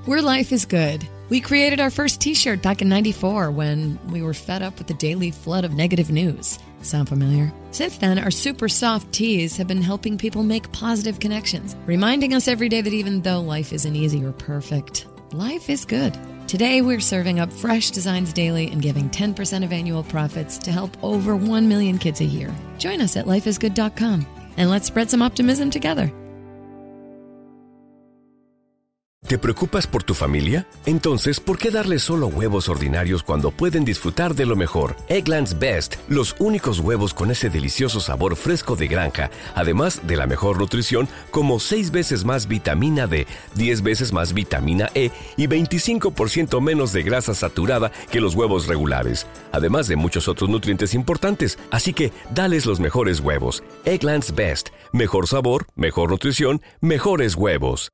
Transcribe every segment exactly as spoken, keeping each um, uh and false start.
We're Life is Good. We created our first t-shirt back in ninety-four when we were fed up with the daily flood of negative news. Sound familiar? Since then, our super soft tees have been helping people make positive connections, reminding us every day that even though life isn't easy or perfect, life is good. Today, we're serving up fresh designs daily and giving ten percent of annual profits to help over one million kids a year. Join us at life is good dot com and let's spread some optimism together. ¿Te preocupas por tu familia? Entonces, ¿por qué darles solo huevos ordinarios cuando pueden disfrutar de lo mejor? Eggland's Best, los únicos huevos con ese delicioso sabor fresco de granja, además de la mejor nutrición, como seis veces más vitamina D, diez veces más vitamina E y veinticinco por ciento menos de grasa saturada que los huevos regulares, además de muchos otros nutrientes importantes. Así que, dales los mejores huevos. Eggland's Best, mejor sabor, mejor nutrición, mejores huevos.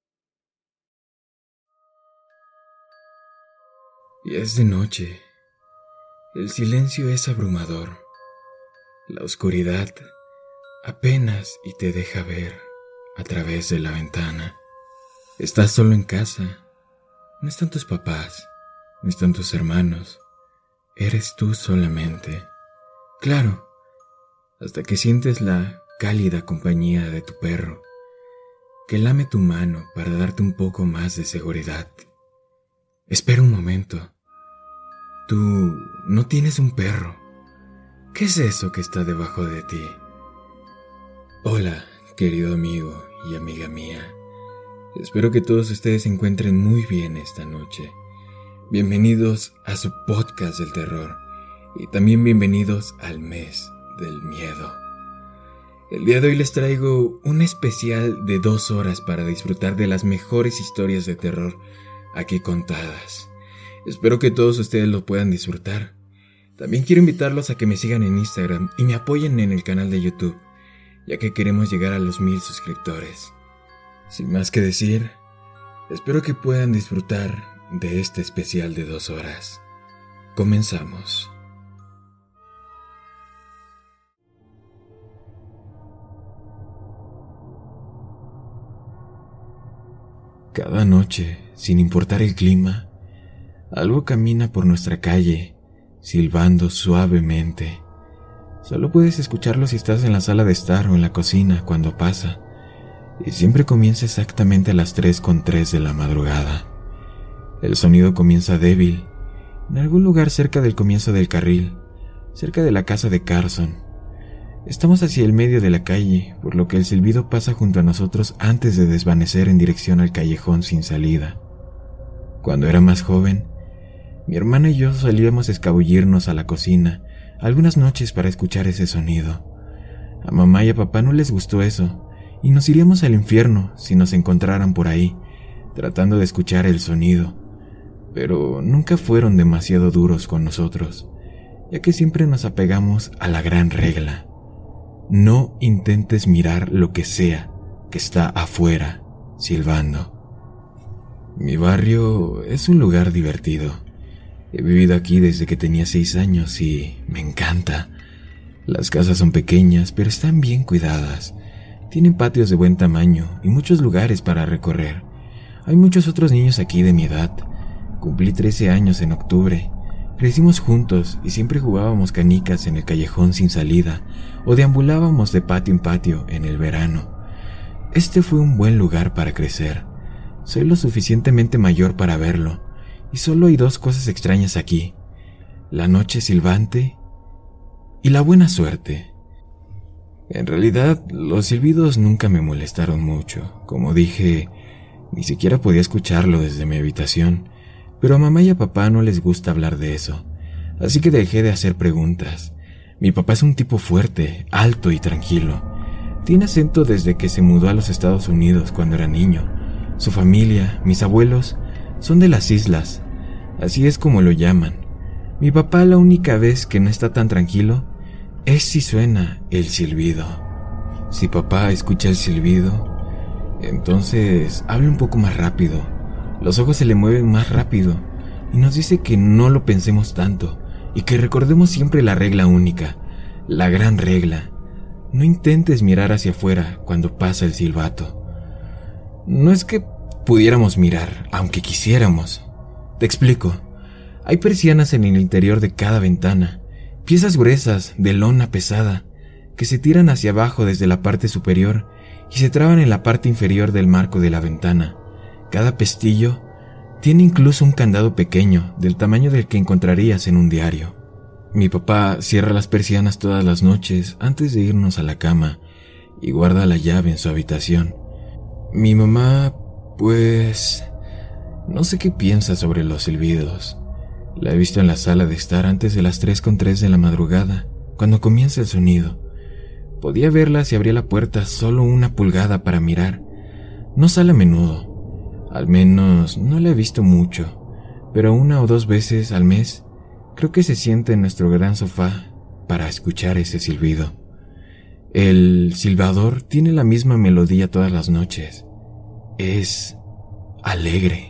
Ya es de noche. El silencio es abrumador. La oscuridad apenas y te deja ver a través de la ventana. Estás solo en casa. No están tus papás, no están tus hermanos. Eres tú solamente. Claro, hasta que sientes la cálida compañía de tu perro, que lame tu mano para darte un poco más de seguridad. Espera un momento. Tú no tienes un perro. ¿Qué es eso que está debajo de ti? Hola, querido amigo y amiga mía. Espero que todos ustedes se encuentren muy bien esta noche. Bienvenidos a su podcast del terror y también bienvenidos al mes del miedo. El día de hoy les traigo un especial de dos horas para disfrutar de las mejores historias de terror aquí contadas. Espero que todos ustedes lo puedan disfrutar. También quiero invitarlos a que me sigan en Instagram y me apoyen en el canal de YouTube, ya que queremos llegar a los mil suscriptores. Sin más que decir, espero que puedan disfrutar de este especial de dos horas. Comenzamos. Cada noche, sin importar el clima, algo camina por nuestra calle, silbando suavemente. Solo puedes escucharlo si estás en la sala de estar o en la cocina cuando pasa, y siempre comienza exactamente a las tres con tres de la madrugada. El sonido comienza débil, en algún lugar cerca del comienzo del carril, cerca de la casa de Carson. Estamos hacia el medio de la calle, por lo que el silbido pasa junto a nosotros antes de desvanecer en dirección al callejón sin salida. Cuando era más joven, mi hermana y yo solíamos escabullirnos a la cocina algunas noches para escuchar ese sonido. A mamá y a papá no les gustó eso, y nos iríamos al infierno si nos encontraran por ahí, tratando de escuchar el sonido. Pero nunca fueron demasiado duros con nosotros, ya que siempre nos apegamos a la gran regla. No intentes mirar lo que sea que está afuera, silbando. Mi barrio es un lugar divertido. He vivido aquí desde que tenía seis años y me encanta. Las casas son pequeñas, pero están bien cuidadas. Tienen patios de buen tamaño y muchos lugares para recorrer. Hay muchos otros niños aquí de mi edad. Cumplí trece años en octubre. Crecimos juntos y siempre jugábamos canicas en el callejón sin salida o deambulábamos de patio en patio en el verano. Este fue un buen lugar para crecer. Soy lo suficientemente mayor para verlo, y solo hay dos cosas extrañas aquí: la noche silbante y la buena suerte. En realidad, los silbidos nunca me molestaron mucho. Como dije, ni siquiera podía escucharlo desde mi habitación, pero a mamá y a papá no les gusta hablar de eso, así que dejé de hacer preguntas. Mi papá es un tipo fuerte, alto y tranquilo. Tiene acento desde que se mudó a los Estados Unidos cuando era niño. Su familia, mis abuelos, son de las islas, así es como lo llaman. Mi papá, la única vez que no está tan tranquilo es si suena el silbido. Si papá escucha el silbido, entonces habla un poco más rápido. Los ojos se le mueven más rápido y nos dice que no lo pensemos tanto y que recordemos siempre la regla única, la gran regla. No intentes mirar hacia afuera cuando pasa el silbato. No es que pudiéramos mirar, aunque quisiéramos. Te explico. Hay persianas en el interior de cada ventana, piezas gruesas de lona pesada, que se tiran hacia abajo desde la parte superior y se traban en la parte inferior del marco de la ventana. Cada pestillo tiene incluso un candado pequeño, del tamaño del que encontrarías en un diario. Mi papá cierra las persianas todas las noches antes de irnos a la cama y guarda la llave en su habitación. Mi mamá, pues, no sé qué piensa sobre los silbidos. La he visto en la sala de estar antes de las tres con tres de la madrugada, cuando comienza el sonido. Podía verla si abría la puerta solo una pulgada para mirar. No sale a menudo, al menos no la he visto mucho, pero una o dos veces al mes creo que se sienta en nuestro gran sofá para escuchar ese silbido. El silbador tiene la misma melodía todas las noches. Es alegre.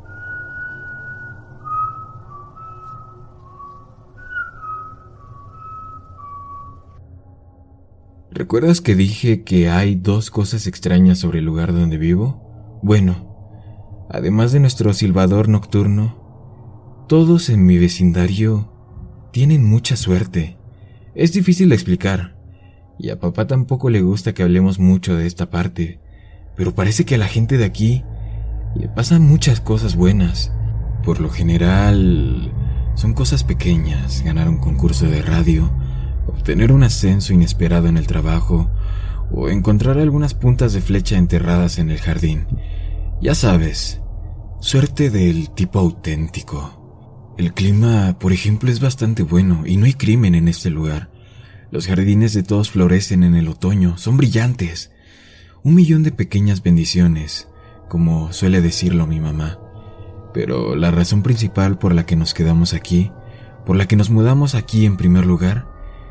¿Recuerdas que dije que hay dos cosas extrañas sobre el lugar donde vivo? Bueno, además de nuestro silbador nocturno, todos en mi vecindario tienen mucha suerte. Es difícil de explicar, y a papá tampoco le gusta que hablemos mucho de esta parte, pero parece que a la gente de aquí le pasan muchas cosas buenas. Por lo general, son cosas pequeñas: ganar un concurso de radio, obtener un ascenso inesperado en el trabajo o encontrar algunas puntas de flecha enterradas en el jardín. Ya sabes, suerte del tipo auténtico. El clima, por ejemplo, es bastante bueno y no hay crimen en este lugar. Los jardines de todos florecen en el otoño, son brillantes. Un millón de pequeñas bendiciones, como suele decirlo mi mamá. Pero la razón principal por la que nos quedamos aquí, por la que nos mudamos aquí en primer lugar,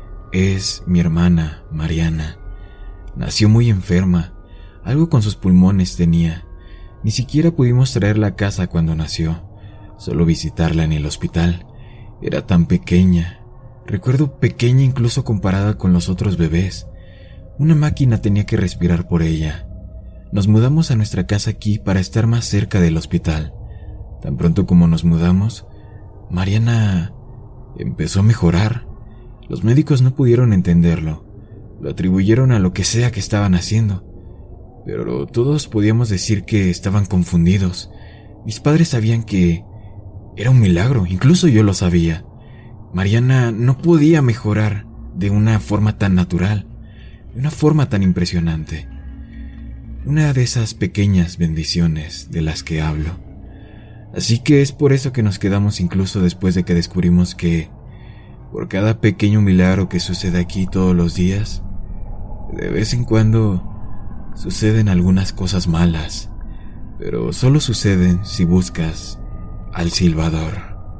es mi hermana, Mariana. Nació muy enferma, algo con sus pulmones tenía. Ni siquiera pudimos traerla a casa cuando nació, solo visitarla en el hospital. Era tan pequeña, recuerdo pequeña incluso comparada con los otros bebés. Una máquina tenía que respirar por ella. Nos mudamos a nuestra casa aquí para estar más cerca del hospital. Tan pronto como nos mudamos, Mariana empezó a mejorar. Los médicos no pudieron entenderlo, lo atribuyeron a lo que sea que estaban haciendo, pero todos podíamos decir que estaban confundidos. Mis padres sabían que era un milagro, incluso yo lo sabía. Mariana no podía mejorar de una forma tan natural, de una forma tan impresionante. Una de esas pequeñas bendiciones de las que hablo. Así que es por eso que nos quedamos incluso después de que descubrimos que por cada pequeño milagro que sucede aquí todos los días, de vez en cuando suceden algunas cosas malas, pero solo suceden si buscas al silbador.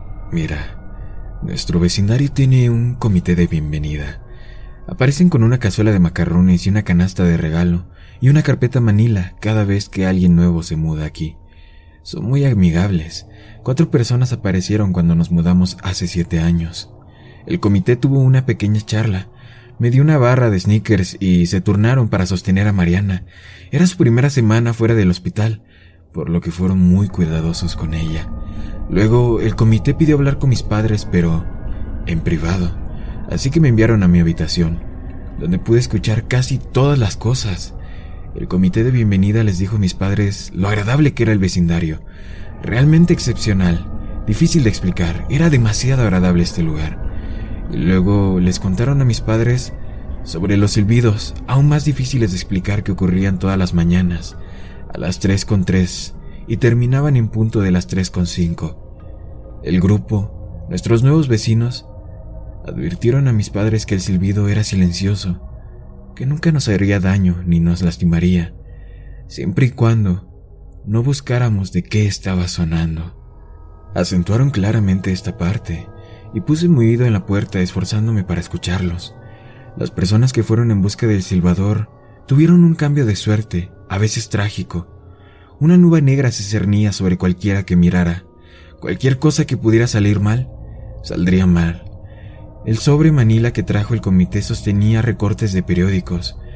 Mira, nuestro vecindario tiene un comité de bienvenida. Aparecen con una cazuela de macarrones y una canasta de regalo y una carpeta manila cada vez que alguien nuevo se muda aquí. Son muy amigables. Cuatro personas aparecieron cuando nos mudamos hace siete años. El comité tuvo una pequeña charla, me dio una barra de Snickers y se turnaron para sostener a Mariana. Era su primera semana fuera del hospital, por lo que fueron muy cuidadosos con ella. Luego el comité pidió hablar con mis padres, pero en privado, así que me enviaron a mi habitación, donde pude escuchar casi todas las cosas. El comité de bienvenida les dijo a mis padres lo agradable que era el vecindario, realmente excepcional, difícil de explicar, era demasiado agradable este lugar. Y luego les contaron a mis padres sobre los silbidos, aún más difíciles de explicar, que ocurrían todas las mañanas, a las tres con tres, y terminaban en punto de las tres con cinco. El grupo, nuestros nuevos vecinos, advirtieron a mis padres que el silbido era silencioso, que nunca nos haría daño ni nos lastimaría, siempre y cuando no buscáramos de qué estaba sonando. Acentuaron claramente esta parte, y puse mi oído en la puerta esforzándome para escucharlos. Las personas que fueron en busca del silbador tuvieron un cambio de suerte, a veces trágico. Una nube negra se cernía sobre cualquiera que mirara. Cualquier cosa que pudiera salir mal, saldría mal. El sobre manila que trajo el comité sostenía recortes de periódicos.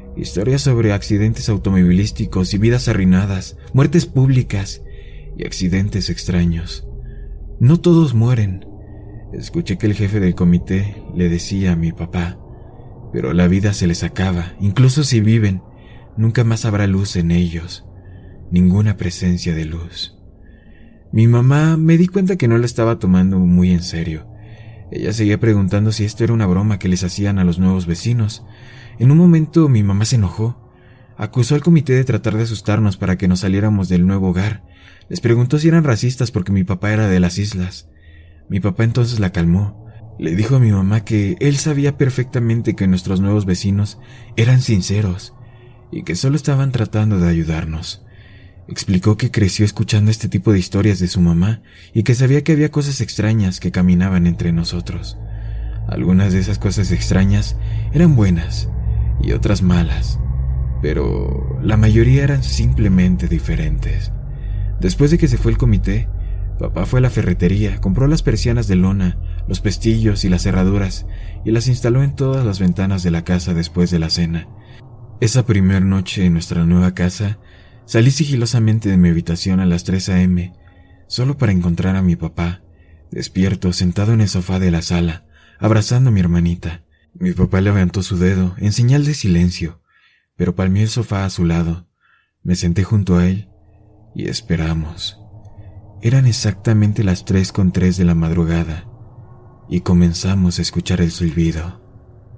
Historias sobre accidentes automovilísticos y vidas arruinadas, muertes públicas y accidentes extraños. No todos mueren. Escuché que el jefe del comité le decía a mi papá, pero la vida se les acaba, incluso si viven, nunca más habrá luz en ellos, ninguna presencia de luz. Mi mamá me di cuenta que no lo estaba tomando muy en serio. Ella seguía preguntando si esto era una broma que les hacían a los nuevos vecinos. En un momento mi mamá se enojó. Acusó al comité de tratar de asustarnos para que nos saliéramos del nuevo hogar. Les preguntó si eran racistas porque mi papá era de las islas. Mi papá entonces la calmó. Le dijo a mi mamá que él sabía perfectamente que nuestros nuevos vecinos eran sinceros y que solo estaban tratando de ayudarnos. Explicó que creció escuchando este tipo de historias de su mamá y que sabía que había cosas extrañas que caminaban entre nosotros. Algunas de esas cosas extrañas eran buenas y otras malas, pero la mayoría eran simplemente diferentes. Después de que se fue el comité, papá fue a la ferretería, compró las persianas de lona, los pestillos y las cerraduras y las instaló en todas las ventanas de la casa después de la cena. Esa primer noche en nuestra nueva casa, salí sigilosamente de mi habitación a las tres a eme, solo para encontrar a mi papá, despierto, sentado en el sofá de la sala, abrazando a mi hermanita. Mi papá levantó su dedo en señal de silencio, pero palmeé el sofá a su lado. Me senté junto a él y esperamos. Eran exactamente las tres con tres de la madrugada y comenzamos a escuchar el silbido.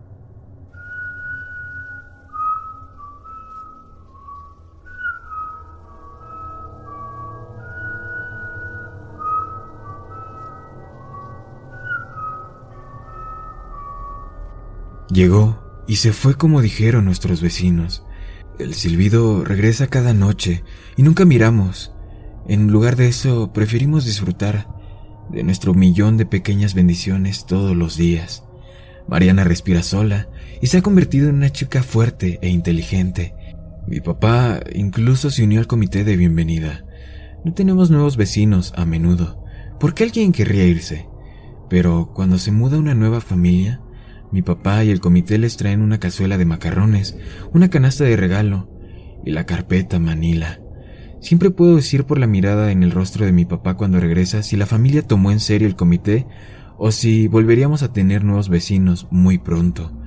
Llegó y se fue como dijeron nuestros vecinos. El silbido regresa cada noche y nunca miramos. En lugar de eso, preferimos disfrutar de nuestro millón de pequeñas bendiciones todos los días. Mariana respira sola y se ha convertido en una chica fuerte e inteligente. Mi papá incluso se unió al comité de bienvenida. No tenemos nuevos vecinos a menudo, porque alguien querría irse. Pero cuando se muda una nueva familia, mi papá y el comité les traen una cazuela de macarrones, una canasta de regalo y la carpeta Manila. Siempre puedo decir por la mirada en el rostro de mi papá cuando regresa si la familia tomó en serio el comité o si volveríamos a tener nuevos vecinos muy pronto.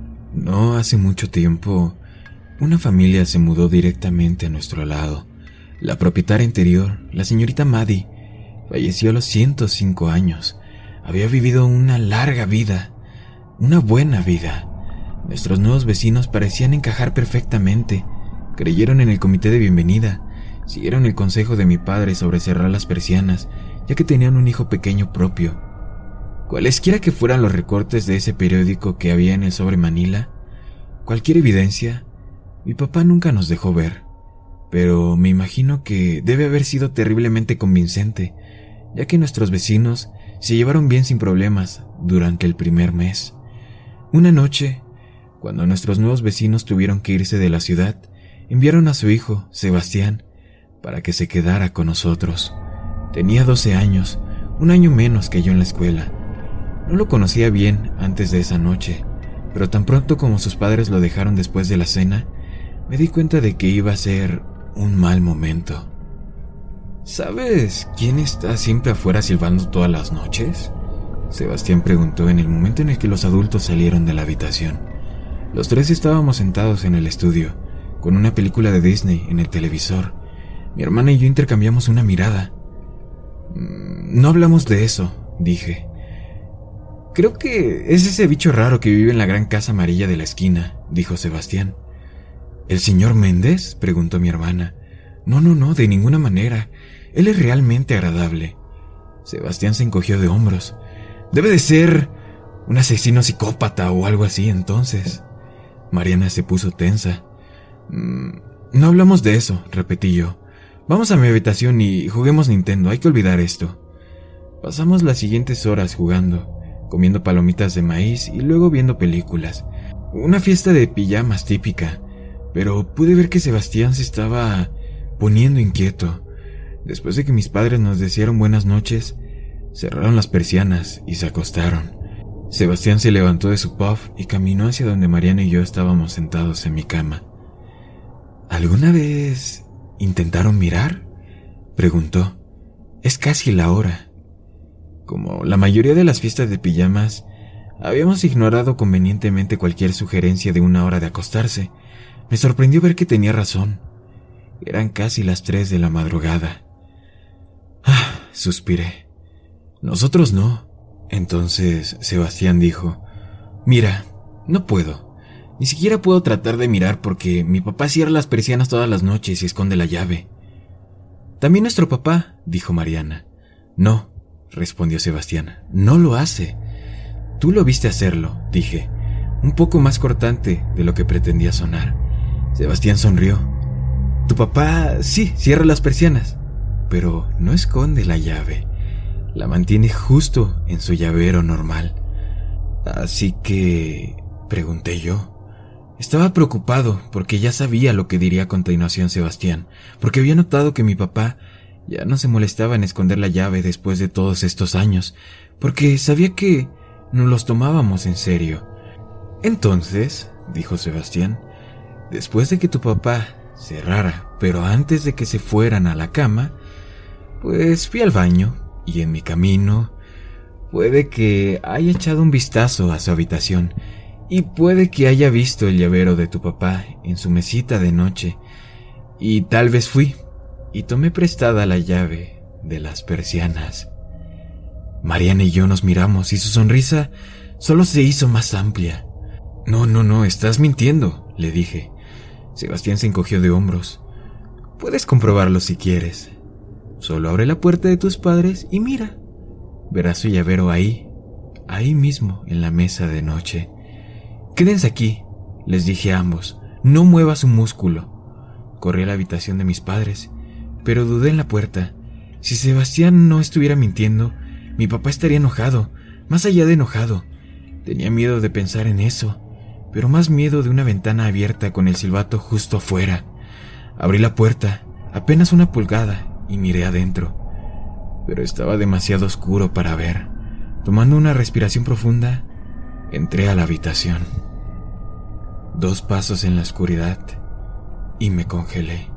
No hace mucho tiempo, una familia se mudó directamente a nuestro lado. La propietaria anterior, la señorita Maddie, falleció a los ciento cinco años. Había vivido una larga vida. Una buena vida. Nuestros nuevos vecinos parecían encajar perfectamente. Creyeron en el comité de bienvenida. Siguieron el consejo de mi padre sobre cerrar las persianas, ya que tenían un hijo pequeño propio. Cualesquiera que fueran los recortes de ese periódico que había en el sobre Manila, cualquier evidencia, mi papá nunca nos dejó ver. Pero me imagino que debe haber sido terriblemente convincente, ya que nuestros vecinos se llevaron bien sin problemas durante el primer mes. Una noche, cuando nuestros nuevos vecinos tuvieron que irse de la ciudad, enviaron a su hijo, Sebastián, para que se quedara con nosotros. Tenía doce años, un año menos que yo en la escuela. No lo conocía bien antes de esa noche, pero tan pronto como sus padres lo dejaron después de la cena, me di cuenta de que iba a ser un mal momento. ¿Sabes quién está siempre afuera silbando todas las noches?, Sebastián preguntó en el momento en el que los adultos salieron de la habitación. Los tres estábamos sentados en el estudio, con una película de Disney en el televisor. Mi hermana y yo intercambiamos una mirada. No hablamos de eso, dije. Creo que es ese bicho raro que vive en la gran casa amarilla de la esquina, dijo Sebastián. ¿El señor Méndez?, preguntó mi hermana. No, no, no, de ninguna manera. Él es realmente agradable. Sebastián se encogió de hombros. Debe de ser un asesino psicópata o algo así, entonces. Mariana se puso tensa. Mm, no hablamos de eso, repetí yo. Vamos a mi habitación y juguemos Nintendo, hay que olvidar esto. Pasamos las siguientes horas jugando, comiendo palomitas de maíz y luego viendo películas. Una fiesta de pijamas típica, pero pude ver que Sebastián se estaba poniendo inquieto. Después de que mis padres nos desearon buenas noches, cerraron las persianas y se acostaron. Sebastián se levantó de su puff y caminó hacia donde Mariana y yo estábamos sentados en mi cama. ¿Alguna vez intentaron mirar?, preguntó. Es casi la hora. Como la mayoría de las fiestas de pijamas, habíamos ignorado convenientemente cualquier sugerencia de una hora de acostarse. Me sorprendió ver que tenía razón. Eran casi las tres de la madrugada. Ah, suspiré. Nosotros no. Entonces Sebastián dijo, mira, no puedo. Ni siquiera puedo tratar de mirar porque mi papá cierra las persianas todas las noches y esconde la llave. También nuestro papá, dijo Mariana. No, respondió Sebastián, no lo hace. Tú lo viste hacerlo, dije, un poco más cortante de lo que pretendía sonar. Sebastián sonrió. Tu papá sí cierra las persianas, pero no esconde la llave. La mantiene justo en su llavero normal. Así que... pregunté yo. Estaba preocupado porque ya sabía lo que diría a continuación Sebastián, porque había notado que mi papá ya no se molestaba en esconder la llave después de todos estos años, porque sabía que nos los tomábamos en serio. Entonces, dijo Sebastián, después de que tu papá cerrara, pero antes de que se fueran a la cama, pues fui al baño. Y en mi camino, puede que haya echado un vistazo a su habitación y puede que haya visto el llavero de tu papá en su mesita de noche. Y tal vez fui y tomé prestada la llave de las persianas. Mariana y yo nos miramos y su sonrisa solo se hizo más amplia. No, no, no, estás mintiendo, le dije. Sebastián se encogió de hombros. Puedes comprobarlo si quieres. Solo abre la puerta de tus padres y mira. Verás su llavero ahí, ahí mismo en la mesa de noche. Quédense aquí, les dije a ambos. No muevas un músculo. Corrí a la habitación de mis padres, pero dudé en la puerta. Si Sebastián no estuviera mintiendo, mi papá estaría enojado, más allá de enojado. Tenía miedo de pensar en eso, pero más miedo de una ventana abierta con el silbato justo afuera. Abrí la puerta, apenas una pulgada, y miré adentro, pero estaba demasiado oscuro para ver. Tomando una respiración profunda, entré a la habitación. Dos pasos en la oscuridad y me congelé.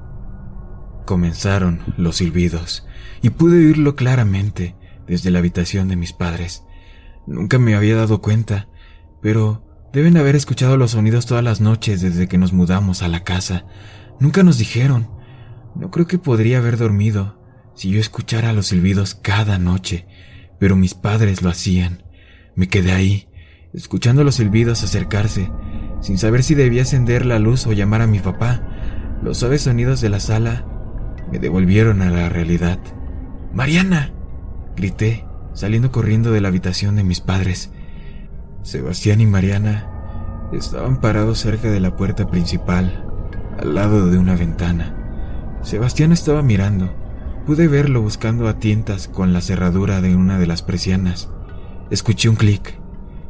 Comenzaron los silbidos y pude oírlo claramente desde la habitación de mis padres. Nunca me había dado cuenta, pero deben haber escuchado los sonidos todas las noches desde que nos mudamos a la casa. Nunca nos dijeron. No creo que podría haber dormido si yo escuchara los silbidos cada noche, pero mis padres lo hacían. Me quedé ahí, escuchando los silbidos acercarse, sin saber si debía encender la luz o llamar a mi papá. Los suaves sonidos de la sala me devolvieron a la realidad. ¡Mariana!, grité, saliendo corriendo de la habitación de mis padres. Sebastián y Mariana estaban parados cerca de la puerta principal, al lado de una ventana. Sebastián estaba mirando. Pude verlo buscando a tientas con la cerradura de una de las persianas. Escuché un clic.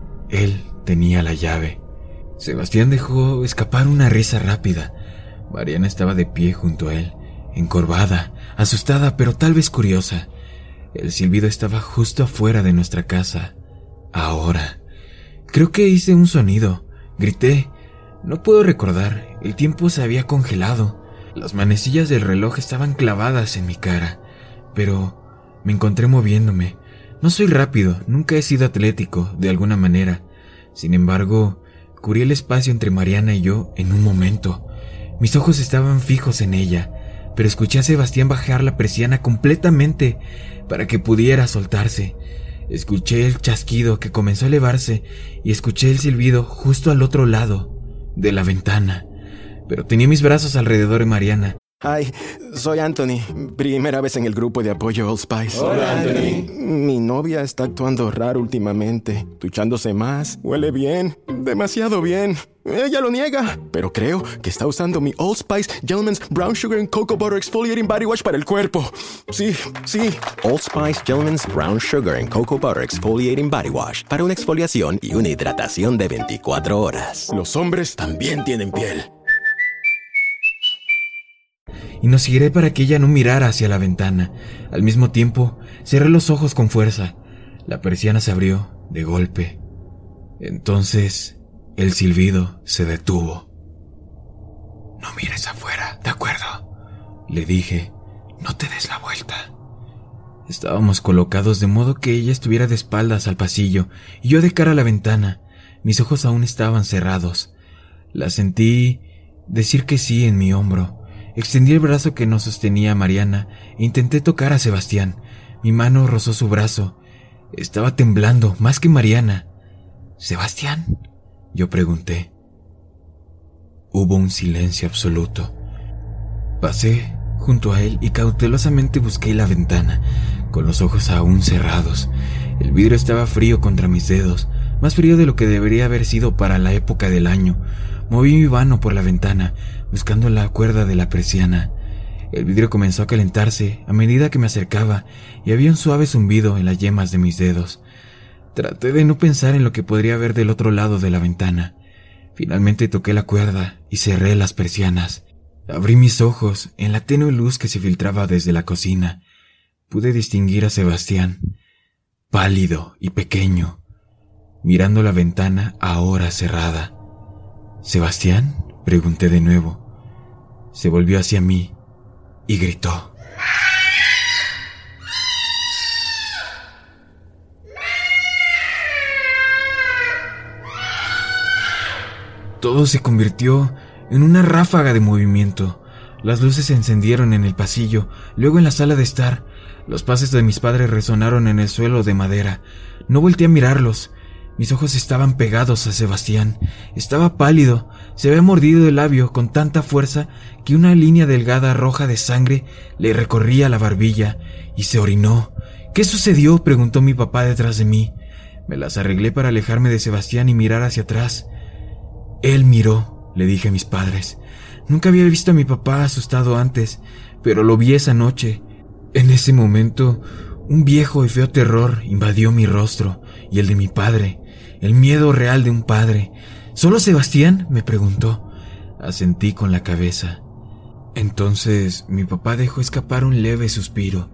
Él tenía la llave. Sebastián dejó escapar una risa rápida. Mariana estaba de pie junto a él, encorvada, asustada, pero tal vez curiosa. El silbido estaba justo afuera de nuestra casa. Ahora. Creo que hice un sonido. Grité. No puedo recordar. El tiempo se había congelado. Las manecillas del reloj estaban clavadas en mi cara, pero me encontré moviéndome. No soy rápido, nunca he sido atlético, de alguna manera. Sin embargo, cubrí el espacio entre Mariana y yo en un momento. Mis ojos estaban fijos en ella, pero escuché a Sebastián bajar la persiana completamente para que pudiera soltarse. Escuché el chasquido que comenzó a elevarse y escuché el silbido justo al otro lado de la ventana. Pero tenía mis brazos alrededor de Mariana. Hi, soy Anthony. Primera vez en el grupo de apoyo Old Spice. Hola, Anthony. Mi novia está actuando raro últimamente, duchándose más, huele bien, demasiado bien. Ella lo niega, pero creo que está usando mi Old Spice Gentleman's Brown Sugar and Cocoa Butter Exfoliating Body Wash para el cuerpo. Sí, sí. Old Spice Gentleman's Brown Sugar and Cocoa Butter Exfoliating Body Wash para una exfoliación y una hidratación de veinticuatro horas. Los hombres también tienen piel. Y nos giré para que ella no mirara hacia la ventana. Al mismo tiempo, cerré los ojos con fuerza. La persiana se abrió, de golpe. Entonces, el silbido se detuvo. «No mires afuera, ¿de acuerdo?», le dije. «No te des la vuelta». Estábamos colocados de modo que ella estuviera de espaldas al pasillo y yo de cara a la ventana. Mis ojos aún estaban cerrados. La sentí decir que sí en mi hombro. Extendí el brazo que nos sostenía a Mariana e intenté tocar a Sebastián. Mi mano rozó su brazo. Estaba temblando, más que Mariana. «¿Sebastián?», yo pregunté. Hubo un silencio absoluto. Pasé junto a él y cautelosamente busqué la ventana, con los ojos aún cerrados. El vidrio estaba frío contra mis dedos, más frío de lo que debería haber sido para la época del año. Moví mi mano por la ventana, buscando la cuerda de la persiana. El vidrio comenzó a calentarse a medida que me acercaba y había un suave zumbido en las yemas de mis dedos. Traté de no pensar en lo que podría haber del otro lado de la ventana. Finalmente toqué la cuerda y cerré las persianas. Abrí mis ojos en la tenue luz que se filtraba desde la cocina. Pude distinguir a Sebastián, pálido y pequeño, mirando la ventana ahora cerrada. «¿Sebastián?», pregunté de nuevo. Se volvió hacia mí y gritó. Todo se convirtió en una ráfaga de movimiento. Las luces se encendieron en el pasillo, luego en la sala de estar. Los pasos de mis padres resonaron en el suelo de madera. No volteé a mirarlos. Mis ojos estaban pegados a Sebastián. Estaba pálido. Se había mordido el labio con tanta fuerza que una línea delgada roja de sangre le recorría la barbilla y se orinó. «¿Qué sucedió?», preguntó mi papá detrás de mí. Me las arreglé para alejarme de Sebastián y mirar hacia atrás. «Él miró», le dije a mis padres. Nunca había visto a mi papá asustado antes, pero lo vi esa noche. En ese momento, un viejo y feo terror invadió mi rostro y el de mi padre, el miedo real de un padre. «¿Solo Sebastián?», me preguntó. Asentí con la cabeza. Entonces mi papá dejó escapar un leve suspiro.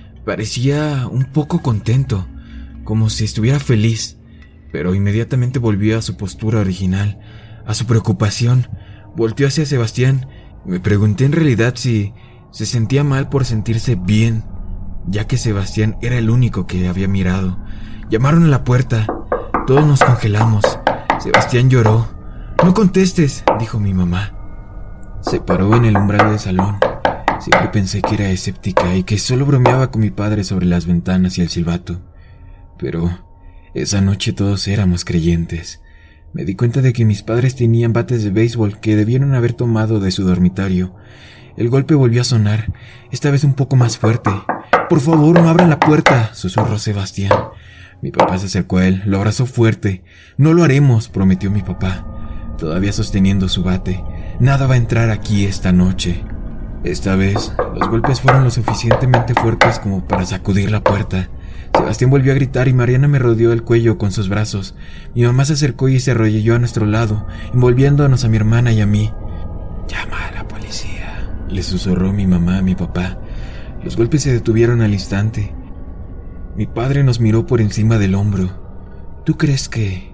Parecía un poco contento, como si estuviera feliz, pero inmediatamente volvió a su postura original, a su preocupación. Volteó hacia Sebastián. Me pregunté en realidad si se sentía mal por sentirse bien, ya que Sebastián era el único que había mirado. Llamaron a la puerta. Todos nos congelamos. Sebastián lloró. «No contestes», dijo mi mamá. Se paró en el umbral del salón. Siempre pensé que era escéptica y que solo bromeaba con mi padre sobre las ventanas y el silbato. Pero esa noche todos éramos creyentes. Me di cuenta de que mis padres tenían bates de béisbol que debieron haber tomado de su dormitorio. El golpe volvió a sonar, esta vez un poco más fuerte. «Por favor, no abran la puerta», susurró Sebastián. Mi papá se acercó a él, lo abrazó fuerte. «No lo haremos», prometió mi papá, todavía sosteniendo su bate. «Nada va a entrar aquí esta noche». Esta vez, los golpes fueron lo suficientemente fuertes como para sacudir la puerta. Sebastián volvió a gritar y Mariana me rodeó el cuello con sus brazos. Mi mamá se acercó y se arrodilló a nuestro lado, envolviéndonos a mi hermana y a mí. «Llama a la policía», le susurró mi mamá a mi papá. Los golpes se detuvieron al instante. Mi padre nos miró por encima del hombro. «¿Tú crees que...?»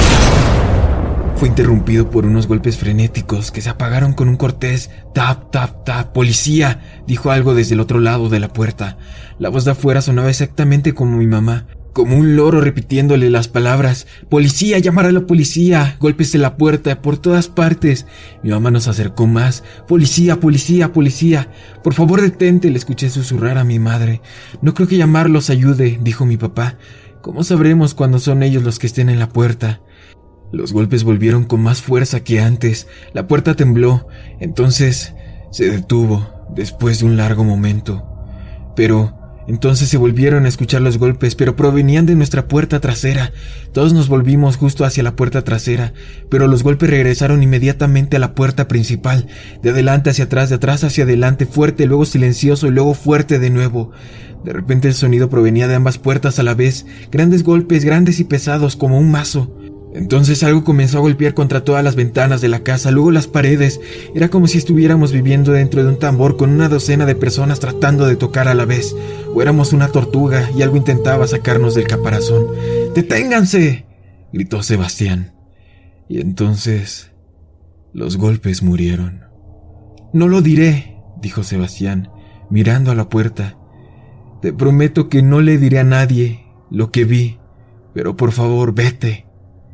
Fue interrumpido por unos golpes frenéticos que se apagaron con un cortés tap, tap, tap. «¡Policía!», dijo algo desde el otro lado de la puerta. La voz de afuera sonaba exactamente como mi mamá, como un loro repitiéndole las palabras. «¡Policía! ¡Llamar a la policía!». Golpes en la puerta por todas partes. Mi mamá nos acercó más. «¡Policía, policía, policía! Por favor, detente», le escuché susurrar a mi madre. «No creo que llamarlos ayude», dijo mi papá. «¿Cómo sabremos cuándo son ellos los que estén en la puerta?». Los golpes volvieron con más fuerza que antes. La puerta tembló. Entonces se detuvo, después de un largo momento. Pero entonces se volvieron a escuchar los golpes, pero provenían de nuestra puerta trasera. Todos nos volvimos justo hacia la puerta trasera, pero los golpes regresaron inmediatamente a la puerta principal. De adelante hacia atrás, de atrás hacia adelante, fuerte, luego silencioso y luego fuerte de nuevo. De repente el sonido provenía de ambas puertas a la vez. Grandes golpes, grandes y pesados, como un mazo. Entonces algo comenzó a golpear contra todas las ventanas de la casa, luego las paredes. Era como si estuviéramos viviendo dentro de un tambor con una docena de personas tratando de tocar a la vez. O éramos una tortuga y algo intentaba sacarnos del caparazón. «¡Deténganse!», gritó Sebastián. Y entonces los golpes murieron. No lo diré, dijo Sebastián, mirando a la puerta. Te prometo que no le diré a nadie lo que vi, pero por favor, vete.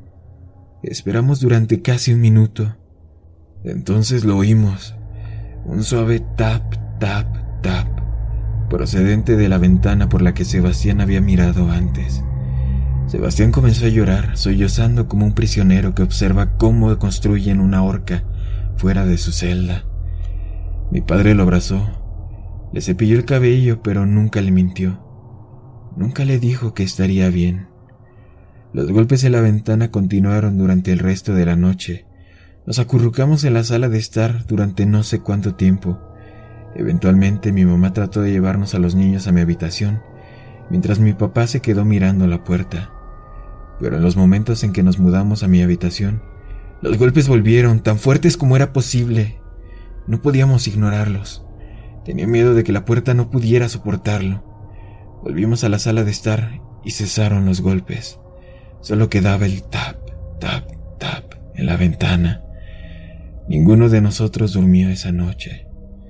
Esperamos durante casi un minuto. Entonces lo oímos. Un suave tap, tap, tap, procedente de la ventana por la que Sebastián había mirado antes. Sebastián comenzó a llorar, sollozando como un prisionero que observa cómo construyen una horca fuera de su celda. Mi padre lo abrazó, le cepilló el cabello, pero nunca le mintió. Nunca le dijo que estaría bien. Los golpes en la ventana continuaron durante el resto de la noche. Nos acurrucamos en la sala de estar durante no sé cuánto tiempo. Eventualmente mi mamá trató de llevarnos a los niños a mi habitación, mientras mi papá se quedó mirando la puerta. Pero en los momentos en que nos mudamos a mi habitación, los golpes volvieron, tan fuertes como era posible. No podíamos ignorarlos. Tenía miedo de que la puerta no pudiera soportarlo. Volvimos a la sala de estar y cesaron los golpes. Solo quedaba el tap, tap, tap en la ventana. Ninguno de nosotros durmió esa noche.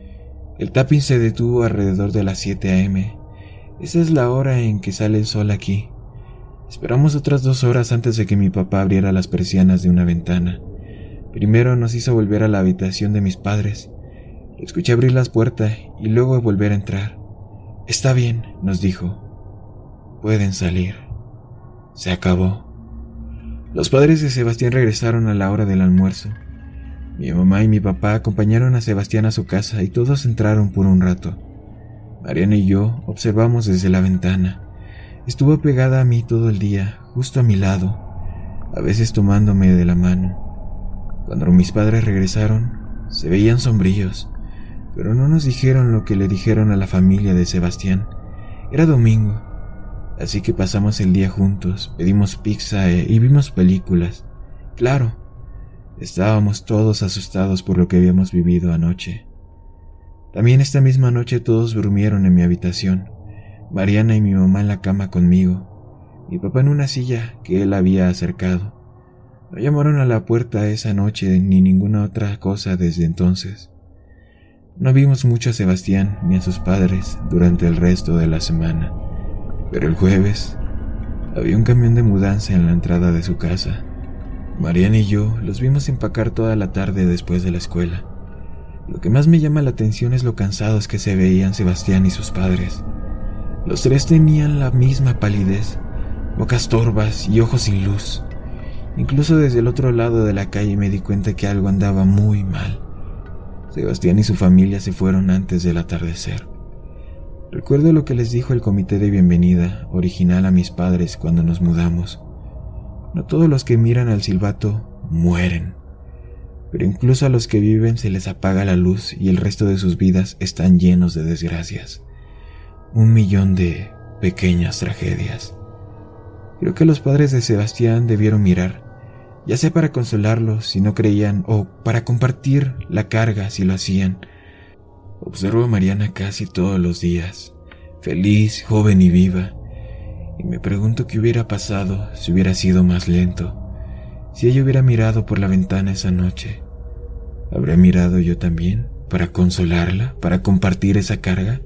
El tapping se detuvo alrededor de las siete a eme Esa es la hora en que sale el sol aquí. Esperamos otras dos horas antes de que mi papá abriera las persianas de una ventana. Primero nos hizo volver a la habitación de mis padres. Escuché abrir las puertas y luego volver a entrar. Está bien, nos dijo. Pueden salir. Se acabó. Los padres de Sebastián regresaron a la hora del almuerzo. Mi mamá y mi papá acompañaron a Sebastián a su casa y todos entraron por un rato. Mariana y yo observamos desde la ventana. Estuvo pegada a mí todo el día, justo a mi lado, a veces tomándome de la mano. Cuando mis padres regresaron, se veían sombríos, pero no nos dijeron lo que le dijeron a la familia de Sebastián. Era domingo, así que pasamos el día juntos, pedimos pizza y vimos películas. Claro, estábamos todos asustados por lo que habíamos vivido anoche. También esta misma noche todos durmieron en mi habitación. Mariana y mi mamá en la cama conmigo, mi papá en una silla que él había acercado. No llamaron a la puerta esa noche ni ninguna otra cosa desde entonces. No vimos mucho a Sebastián ni a sus padres durante el resto de la semana, pero el jueves había un camión de mudanza en la entrada de su casa. Mariana y yo los vimos empacar toda la tarde después de la escuela. Lo que más me llama la atención es lo cansados que se veían Sebastián y sus padres. Los tres tenían la misma palidez, bocas torvas y ojos sin luz. Incluso desde el otro lado de la calle me di cuenta que algo andaba muy mal. Sebastián y su familia se fueron antes del atardecer. Recuerdo lo que les dijo el comité de bienvenida original a mis padres cuando nos mudamos. No todos los que miran al silbato mueren, pero incluso a los que viven se les apaga la luz y el resto de sus vidas están llenos de desgracias. Un millón de pequeñas tragedias. Creo que los padres de Sebastián debieron mirar, ya sea para consolarlos si no creían o para compartir la carga si lo hacían. Observo a Mariana casi todos los días, feliz, joven y viva, y me pregunto qué hubiera pasado si hubiera sido más lento, si ella hubiera mirado por la ventana esa noche. ¿Habría mirado yo también para consolarla, para compartir esa carga?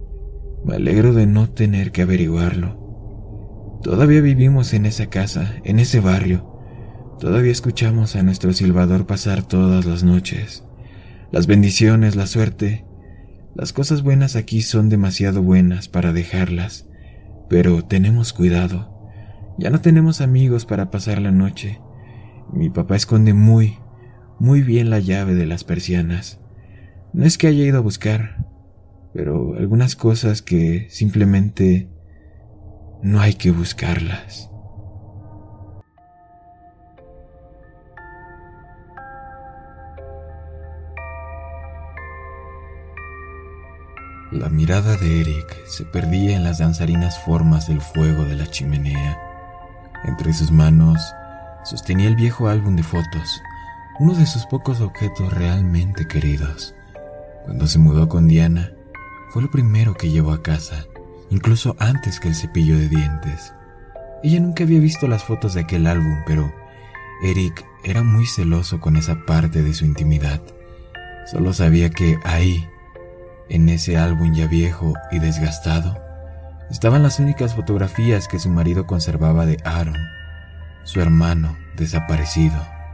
Me alegro de no tener que averiguarlo. Todavía vivimos en esa casa, en ese barrio. Todavía escuchamos a nuestro silbador pasar todas las noches. Las bendiciones, la suerte, las cosas buenas aquí son demasiado buenas para dejarlas. Pero tenemos cuidado. Ya no tenemos amigos para pasar la noche. Mi papá esconde muy, muy bien la llave de las persianas. No es que haya ido a buscar, pero algunas cosas que simplemente no hay que buscarlas. La mirada de Eric se perdía en las danzarinas formas del fuego de la chimenea. Entre sus manos sostenía el viejo álbum de fotos, uno de sus pocos objetos realmente queridos. Cuando se mudó con Diana, fue lo primero que llevó a casa, incluso antes que el cepillo de dientes. Ella nunca había visto las fotos de aquel álbum, pero Eric era muy celoso con esa parte de su intimidad. Solo sabía que ahí, en ese álbum ya viejo y desgastado, estaban las únicas fotografías que su marido conservaba de Aaron, su hermano desaparecido.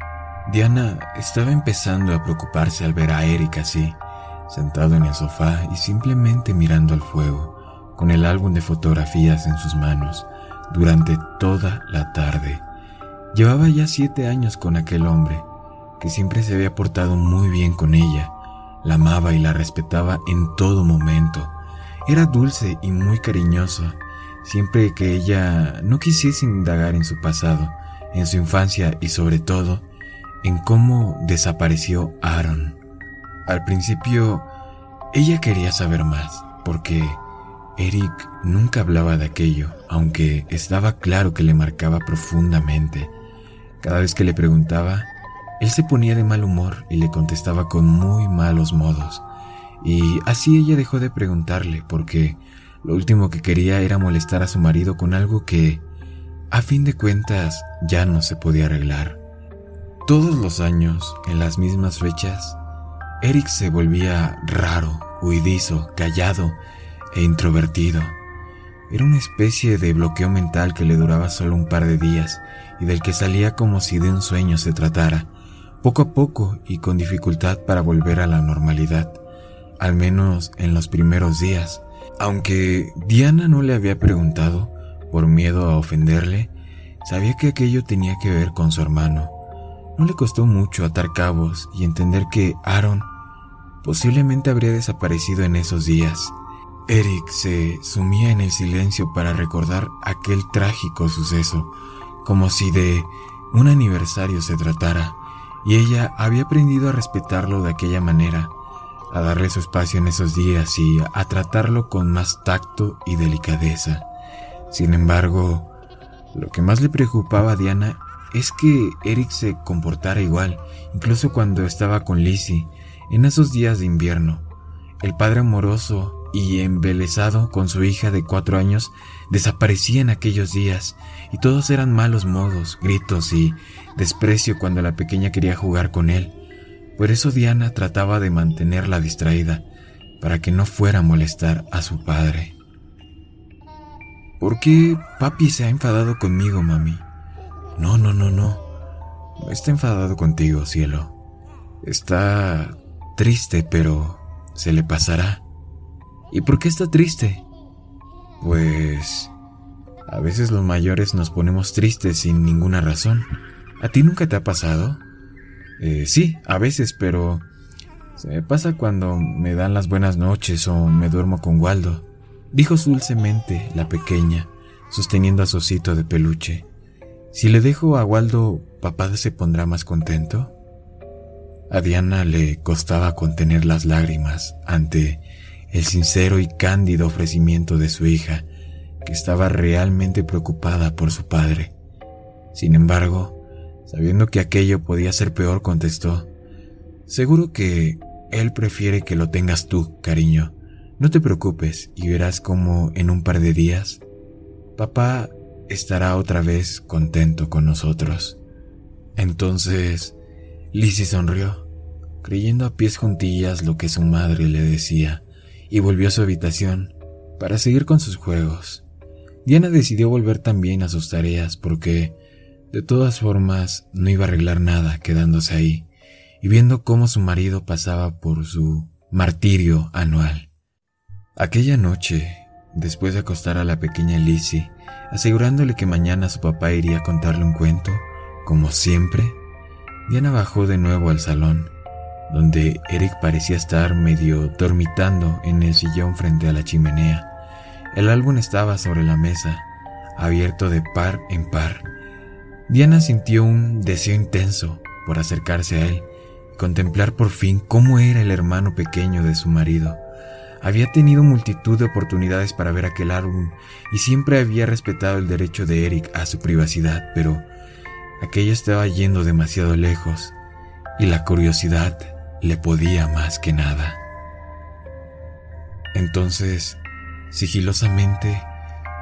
Diana estaba empezando a preocuparse al ver a Eric así, sentado en el sofá y simplemente mirando al fuego, con el álbum de fotografías en sus manos, durante toda la tarde. Llevaba ya siete años con aquel hombre, que siempre se había portado muy bien con ella, la amaba y la respetaba en todo momento. Era dulce y muy cariñoso, siempre que ella no quisiese indagar en su pasado, en su infancia y sobre todo, en cómo desapareció Aaron. Al principio, ella quería saber más, porque Eric nunca hablaba de aquello, aunque estaba claro que le marcaba profundamente. Cada vez que le preguntaba, él se ponía de mal humor y le contestaba con muy malos modos. Y así ella dejó de preguntarle, porque lo último que quería era molestar a su marido con algo que, a fin de cuentas, ya no se podía arreglar. Todos los años, en las mismas fechas, Eric se volvía raro, huidizo, callado e introvertido. Era una especie de bloqueo mental que le duraba solo un par de días y del que salía como si de un sueño se tratara, poco a poco y con dificultad para volver a la normalidad, al menos en los primeros días. Aunque Diana no le había preguntado, por miedo a ofenderle, sabía que aquello tenía que ver con su hermano. No le costó mucho atar cabos y entender que Aaron posiblemente habría desaparecido en esos días. Eric se sumía en el silencio para recordar aquel trágico suceso, como si de un aniversario se tratara, y ella había aprendido a respetarlo de aquella manera, a darle su espacio en esos días y a tratarlo con más tacto y delicadeza. Sin embargo, lo que más le preocupaba a Diana es que Eric se comportara igual, incluso cuando estaba con Lizzie, en esos días de invierno. El padre amoroso y embelesado con su hija de cuatro años desaparecía en aquellos días, y todos eran malos modos, gritos y desprecio cuando la pequeña quería jugar con él. Por eso Diana trataba de mantenerla distraída, para que no fuera a molestar a su padre. ¿Por qué papi se ha enfadado conmigo, mami? No, no, no, no. No está enfadado contigo, cielo. Está triste, pero se le pasará. ¿Y por qué está triste? Pues a veces los mayores nos ponemos tristes sin ninguna razón. ¿A ti nunca te ha pasado? Eh, sí, a veces, pero se me pasa cuando me dan las buenas noches o me duermo con Waldo, dijo dulcemente la pequeña, sosteniendo a su osito de peluche. Si le dejo a Waldo, ¿papá se pondrá más contento? A Diana le costaba contener las lágrimas ante el sincero y cándido ofrecimiento de su hija, que estaba realmente preocupada por su padre. Sin embargo, sabiendo que aquello podía ser peor, contestó: seguro que él prefiere que lo tengas tú, cariño. No te preocupes y verás cómo en un par de días papá estará otra vez contento con nosotros. Entonces Lizzie sonrió, creyendo a pies juntillas lo que su madre le decía, y volvió a su habitación para seguir con sus juegos. Diana decidió volver también a sus tareas porque, de todas formas, no iba a arreglar nada quedándose ahí y viendo cómo su marido pasaba por su martirio anual. Aquella noche, después de acostar a la pequeña Lizzie, asegurándole que mañana su papá iría a contarle un cuento, como siempre, Diana bajó de nuevo al salón, donde Eric parecía estar medio dormitando en el sillón frente a la chimenea. El álbum estaba sobre la mesa, abierto de par en par. Diana sintió un deseo intenso por acercarse a él y contemplar por fin cómo era el hermano pequeño de su marido. Había tenido multitud de oportunidades para ver aquel álbum y siempre había respetado el derecho de Eric a su privacidad, pero aquello estaba yendo demasiado lejos y la curiosidad le podía más que nada. Entonces, sigilosamente,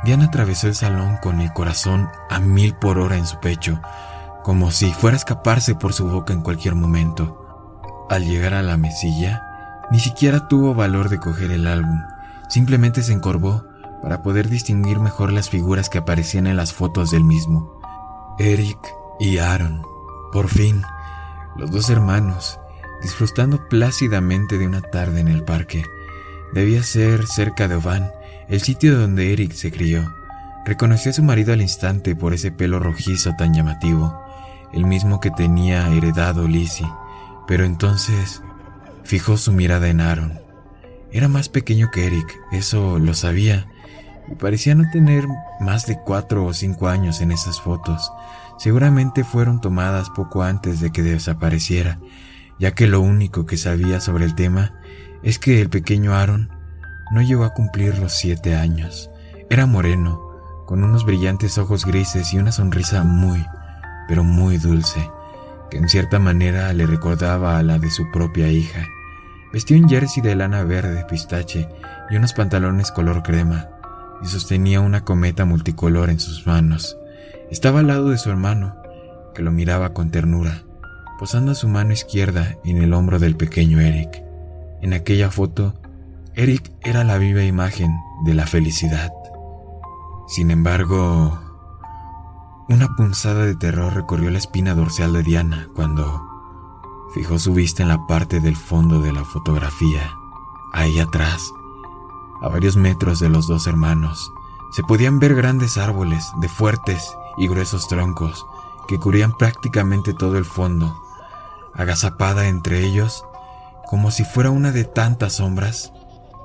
Diana atravesó el salón con el corazón a mil por hora en su pecho, como si fuera a escaparse por su boca en cualquier momento. Al llegar a la mesilla, ni siquiera tuvo valor de coger el álbum, simplemente se encorvó para poder distinguir mejor las figuras que aparecían en las fotos del mismo. Eric y Aaron, por fin, los dos hermanos, disfrutando plácidamente de una tarde en el parque. Debía ser cerca de Oban, el sitio donde Eric se crió. Reconoció a su marido al instante por ese pelo rojizo tan llamativo, el mismo que tenía heredado Lizzie, pero entonces fijó su mirada en Aaron. Era más pequeño que Eric, eso lo sabía, y parecía no tener más de cuatro o cinco años en esas fotos. Seguramente fueron tomadas poco antes de que desapareciera, ya que lo único que sabía sobre el tema es que el pequeño Aaron no llegó a cumplir los siete años. Era moreno, con unos brillantes ojos grises y una sonrisa muy, pero muy dulce, que en cierta manera le recordaba a la de su propia hija. Vestía un jersey de lana verde pistache y unos pantalones color crema, y sostenía una cometa multicolor en sus manos. Estaba al lado de su hermano, que lo miraba con ternura, posando su mano izquierda en el hombro del pequeño Eric. En aquella foto, Eric era la viva imagen de la felicidad. Sin embargo, una punzada de terror recorrió la espina dorsal de Diana cuando fijó su vista en la parte del fondo de la fotografía. Ahí atrás, a varios metros de los dos hermanos, se podían ver grandes árboles de fuertes y gruesos troncos que cubrían prácticamente todo el fondo. Agazapada entre ellos, como si fuera una de tantas sombras,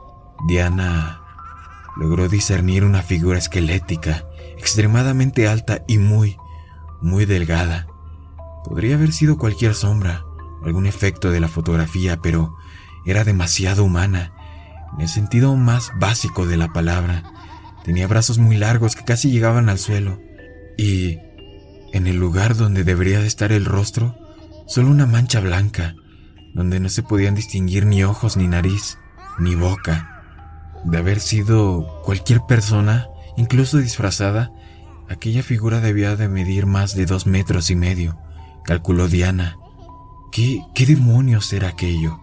Diana logró discernir una figura esquelética, extremadamente alta y muy, muy delgada. Podría haber sido cualquier sombra, algún efecto de la fotografía, pero era demasiado humana, en el sentido más básico de la palabra. Tenía brazos muy largos que casi llegaban al suelo, y en el lugar donde debería de estar el rostro, solo una mancha blanca, donde no se podían distinguir ni ojos, ni nariz, ni boca. De haber sido cualquier persona, incluso disfrazada, aquella figura debía de medir más de dos metros y medio, calculó Diana. ¿Qué, qué demonios era aquello?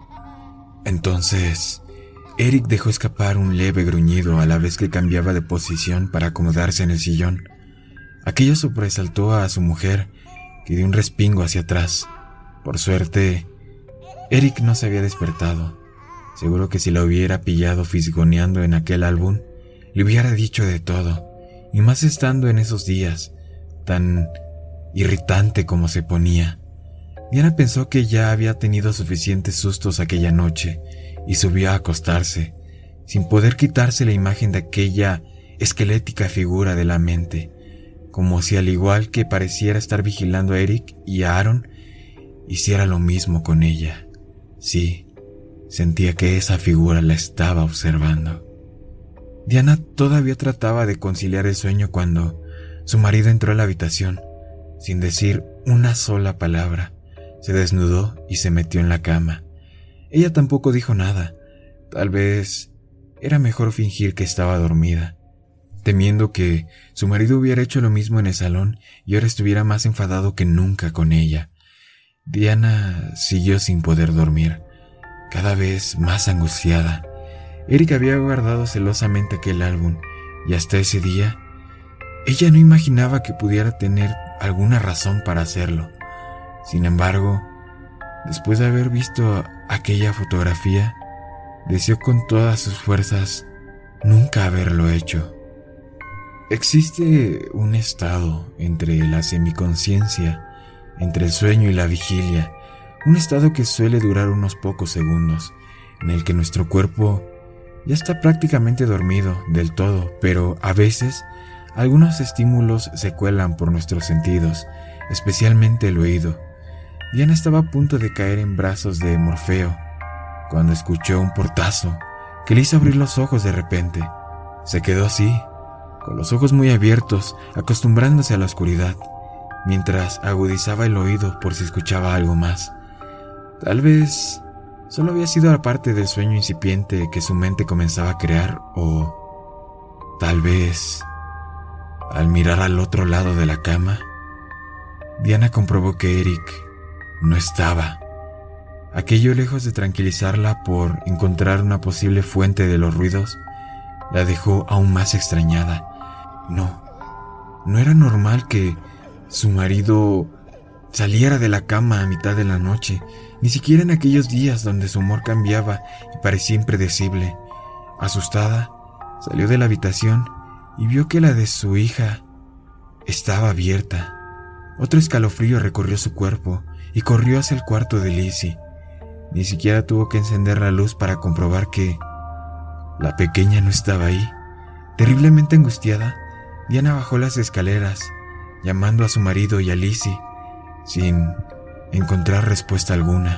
Entonces, Eric dejó escapar un leve gruñido a la vez que cambiaba de posición para acomodarse en el sillón. Aquello sobresaltó a su mujer, que dio un respingo hacia atrás. Por suerte, Eric no se había despertado. Seguro que si la hubiera pillado fisgoneando en aquel álbum, le hubiera dicho de todo, y más estando en esos días, tan irritante como se ponía. Diana pensó que ya había tenido suficientes sustos aquella noche, y subió a acostarse, sin poder quitarse la imagen de aquella esquelética figura de la mente, como si al igual que pareciera estar vigilando a Eric y a Aaron, hiciera lo mismo con ella. Sí, sentía que esa figura la estaba observando. Diana todavía trataba de conciliar el sueño cuando su marido entró a la habitación, sin decir una sola palabra. Se desnudó y se metió en la cama. Ella tampoco dijo nada. Tal vez era mejor fingir que estaba dormida, temiendo que su marido hubiera hecho lo mismo en el salón y ahora estuviera más enfadado que nunca con ella. Diana siguió sin poder dormir, cada vez más angustiada. Eric había guardado celosamente aquel álbum y hasta ese día ella no imaginaba que pudiera tener alguna razón para hacerlo. Sin embargo, después de haber visto aquella fotografía, deseó con todas sus fuerzas nunca haberlo hecho. Existe un estado entre la semiconciencia, entre el sueño y la vigilia, un estado que suele durar unos pocos segundos, en el que nuestro cuerpo ya está prácticamente dormido del todo, pero a veces algunos estímulos se cuelan por nuestros sentidos, especialmente el oído. Diana estaba a punto de caer en brazos de Morfeo, cuando escuchó un portazo que le hizo abrir los ojos de repente. Se quedó así, con los ojos muy abiertos, acostumbrándose a la oscuridad, mientras agudizaba el oído por si escuchaba algo más. Tal vez solo había sido la parte del sueño incipiente que su mente comenzaba a crear, o tal vez Al mirar al otro lado de la cama, Diana comprobó que Eric no estaba. Aquello, lejos de tranquilizarla por encontrar una posible fuente de los ruidos, la dejó aún más extrañada. No, no era normal que su marido saliera de la cama a mitad de la noche, ni siquiera en aquellos días donde su humor cambiaba y parecía impredecible. Asustada, salió de la habitación y vio que la de su hija estaba abierta. Otro escalofrío recorrió su cuerpo y corrió hacia el cuarto de Lizzie. Ni siquiera tuvo que encender la luz para comprobar que la pequeña no estaba ahí. Terriblemente angustiada, Diana bajó las escaleras, llamando a su marido y a Lizzie, sin encontrar respuesta alguna.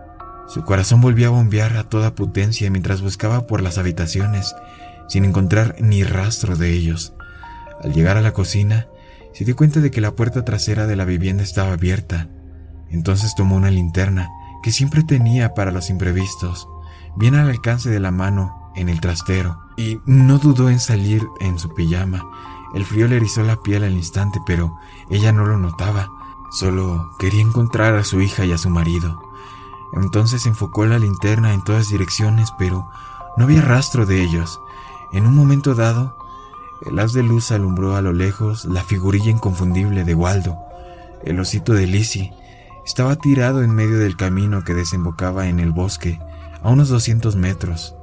Su corazón volvió a bombear a toda potencia mientras buscaba por las habitaciones, sin encontrar ni rastro de ellos. Al llegar a la cocina, se dio cuenta de que la puerta trasera de la vivienda estaba abierta. Entonces tomó una linterna que siempre tenía para los imprevistos, bien al alcance de la mano en el trastero, y no dudó en salir en su pijama. El frío le erizó la piel al instante, pero ella no lo notaba. Solo quería encontrar a su hija y a su marido. Entonces enfocó la linterna en todas direcciones, pero no había rastro de ellos. En un momento dado, el haz de luz alumbró a lo lejos la figurilla inconfundible de Waldo. El osito de Lizzie estaba tirado en medio del camino que desembocaba en el bosque, a unos doscientos metros.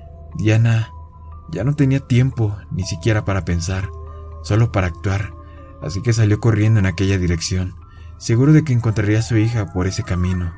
Diana ya no tenía tiempo ni siquiera para pensar, solo para actuar, así que salió corriendo en aquella dirección, seguro de que encontraría a su hija por ese camino.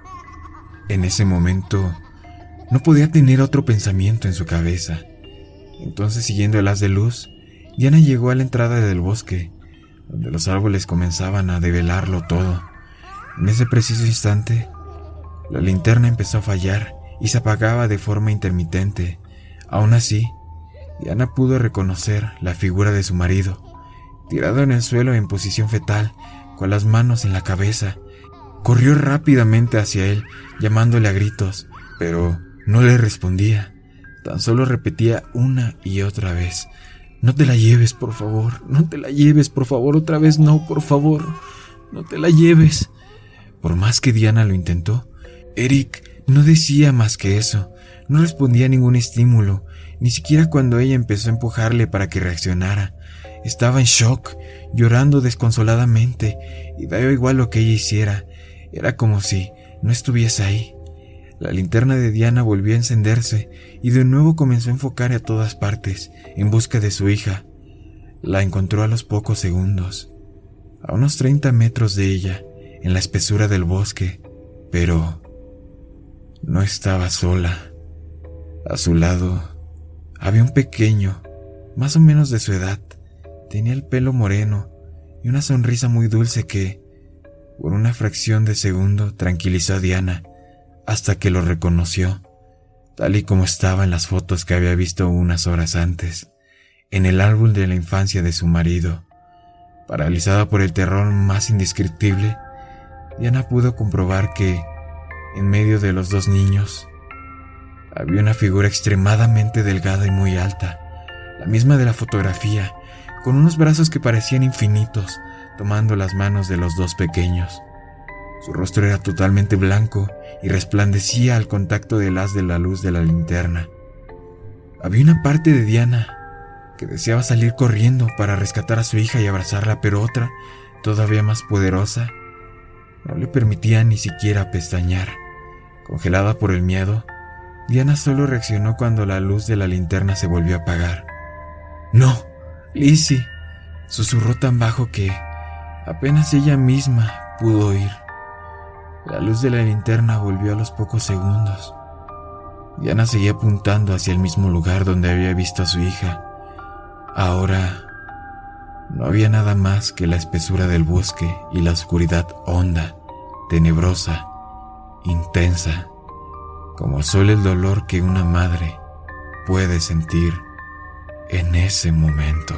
En ese momento, no podía tener otro pensamiento en su cabeza. Entonces, siguiendo el haz de luz, Diana llegó a la entrada del bosque, donde los árboles comenzaban a develarlo todo. En ese preciso instante, la linterna empezó a fallar y se apagaba de forma intermitente. Aún así, Diana pudo reconocer la figura de su marido, tirado en el suelo en posición fetal, con las manos en la cabeza. Corrió rápidamente hacia él, llamándole a gritos, pero no le respondía. Tan solo repetía una y otra vez: «No te la lleves, por favor, no te la lleves, por favor, otra vez no, por favor, no te la lleves». Por más que Diana lo intentó, Eric no decía más que eso, no respondía a ningún estímulo, ni siquiera cuando ella empezó a empujarle para que reaccionara. Estaba en shock, llorando desconsoladamente, y daba igual lo que ella hiciera, era como si no estuviese ahí. La linterna de Diana volvió a encenderse y de nuevo comenzó a enfocar a todas partes en busca de su hija. La encontró a los pocos segundos, a unos treinta metros de ella, en la espesura del bosque, pero no estaba sola. A su lado había un pequeño, más o menos de su edad. Tenía el pelo moreno y una sonrisa muy dulce que, por una fracción de segundo, tranquilizó a Diana, hasta que lo reconoció, tal y como estaba en las fotos que había visto unas horas antes, en el árbol de la infancia de su marido. Paralizada por el terror más indescriptible, Diana pudo comprobar que, en medio de los dos niños, había una figura extremadamente delgada y muy alta, la misma de la fotografía, con unos brazos que parecían infinitos, tomando las manos de los dos pequeños. Su rostro era totalmente blanco y resplandecía al contacto del haz de la luz de la linterna. Había una parte de Diana que deseaba salir corriendo para rescatar a su hija y abrazarla, pero otra, todavía más poderosa, no le permitía ni siquiera pestañear. Congelada por el miedo, Diana solo reaccionó cuando la luz de la linterna se volvió a apagar. «¡No, Lizzie!», susurró tan bajo que apenas ella misma pudo oír. La luz de la linterna volvió a los pocos segundos. Diana seguía apuntando hacia el mismo lugar donde había visto a su hija. Ahora no había nada más que la espesura del bosque y la oscuridad honda, tenebrosa, intensa, como solo el dolor que una madre puede sentir en ese momento.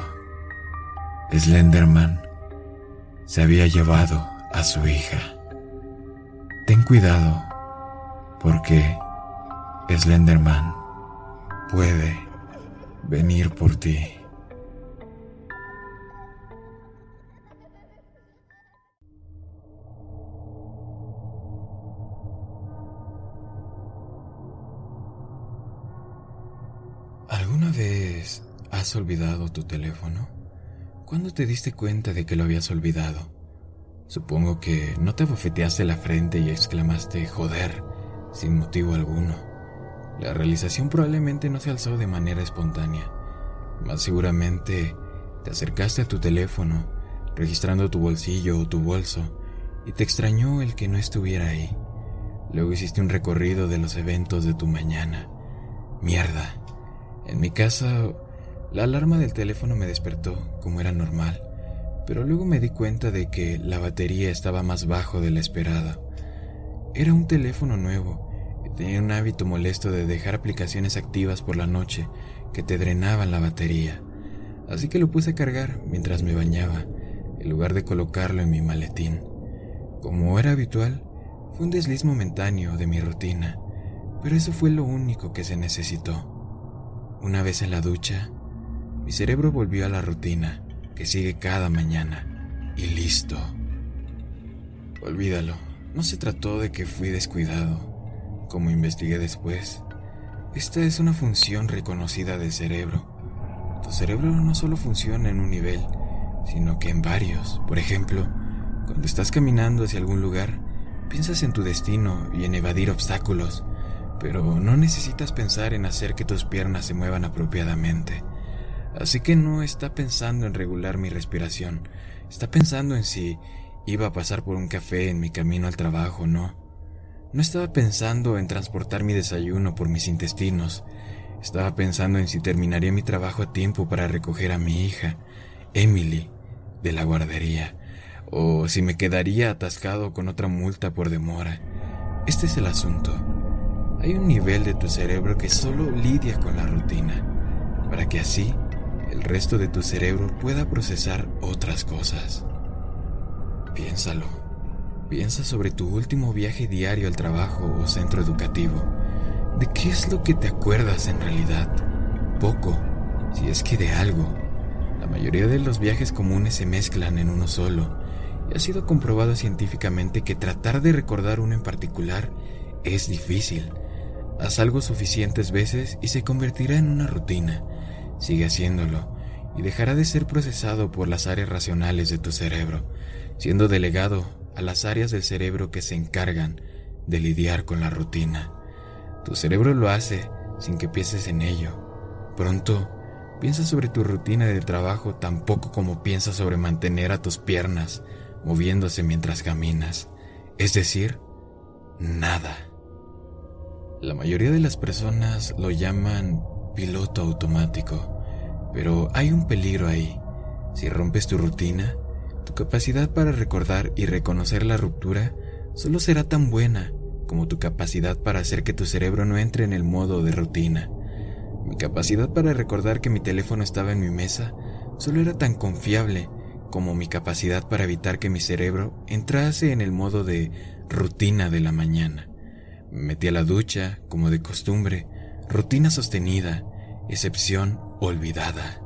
Slenderman se había llevado a su hija. Ten cuidado, porque Slenderman puede venir por ti. ¿Has olvidado tu teléfono? ¿Cuándo te diste cuenta de que lo habías olvidado? Supongo que no te bofeteaste la frente y exclamaste "joder" sin motivo alguno. La realización probablemente no se alzó de manera espontánea. Más seguramente te acercaste a tu teléfono, registrando tu bolsillo o tu bolso, y te extrañó el que no estuviera ahí. Luego hiciste un recorrido de los eventos de tu mañana. Mierda. En mi casa, la alarma del teléfono me despertó, como era normal, pero luego me di cuenta de que la batería estaba más bajo de la esperada. Era un teléfono nuevo y tenía un hábito molesto de dejar aplicaciones activas por la noche que te drenaban la batería, así que lo puse a cargar mientras me bañaba, en lugar de colocarlo en mi maletín. Como era habitual, fue un desliz momentáneo de mi rutina, pero eso fue lo único que se necesitó. Una vez en la ducha, mi cerebro volvió a la rutina que sigue cada mañana, y listo. Olvídalo, no se trató de que fui descuidado, como investigué después. Esta es una función reconocida del cerebro. Tu cerebro no solo funciona en un nivel, sino que en varios. Por ejemplo, cuando estás caminando hacia algún lugar, piensas en tu destino y en evadir obstáculos, pero no necesitas pensar en hacer que tus piernas se muevan apropiadamente. Así que no está pensando en regular mi respiración, está pensando en si iba a pasar por un café en mi camino al trabajo o no. No estaba pensando en transportar mi desayuno por mis intestinos, estaba pensando en si terminaría mi trabajo a tiempo para recoger a mi hija, Emily, de la guardería, o si me quedaría atascado con otra multa por demora. Este es el asunto. Hay un nivel de tu cerebro que solo lidia con la rutina, para que así el resto de tu cerebro pueda procesar otras cosas. Piénsalo. Piensa sobre tu último viaje diario al trabajo o centro educativo. ¿De qué es lo que te acuerdas en realidad? Poco, si es que de algo. La mayoría de los viajes comunes se mezclan en uno solo, y ha sido comprobado científicamente que tratar de recordar uno en particular es difícil. Haz algo suficientes veces y se convertirá en una rutina. Sigue haciéndolo y dejará de ser procesado por las áreas racionales de tu cerebro, siendo delegado a las áreas del cerebro que se encargan de lidiar con la rutina. Tu cerebro lo hace sin que pienses en ello. Pronto, piensa sobre tu rutina de trabajo tan poco como piensas sobre mantener a tus piernas moviéndose mientras caminas. Es decir, nada. La mayoría de las personas lo llaman piloto automático, pero hay un peligro ahí. Si rompes tu rutina, tu capacidad para recordar y reconocer la ruptura solo será tan buena como tu capacidad para hacer que tu cerebro no entre en el modo de rutina. Mi capacidad para recordar que mi teléfono estaba en mi mesa solo era tan confiable como mi capacidad para evitar que mi cerebro entrase en el modo de rutina de la mañana. Me metí a la ducha, como de costumbre, rutina sostenida, excepción olvidada.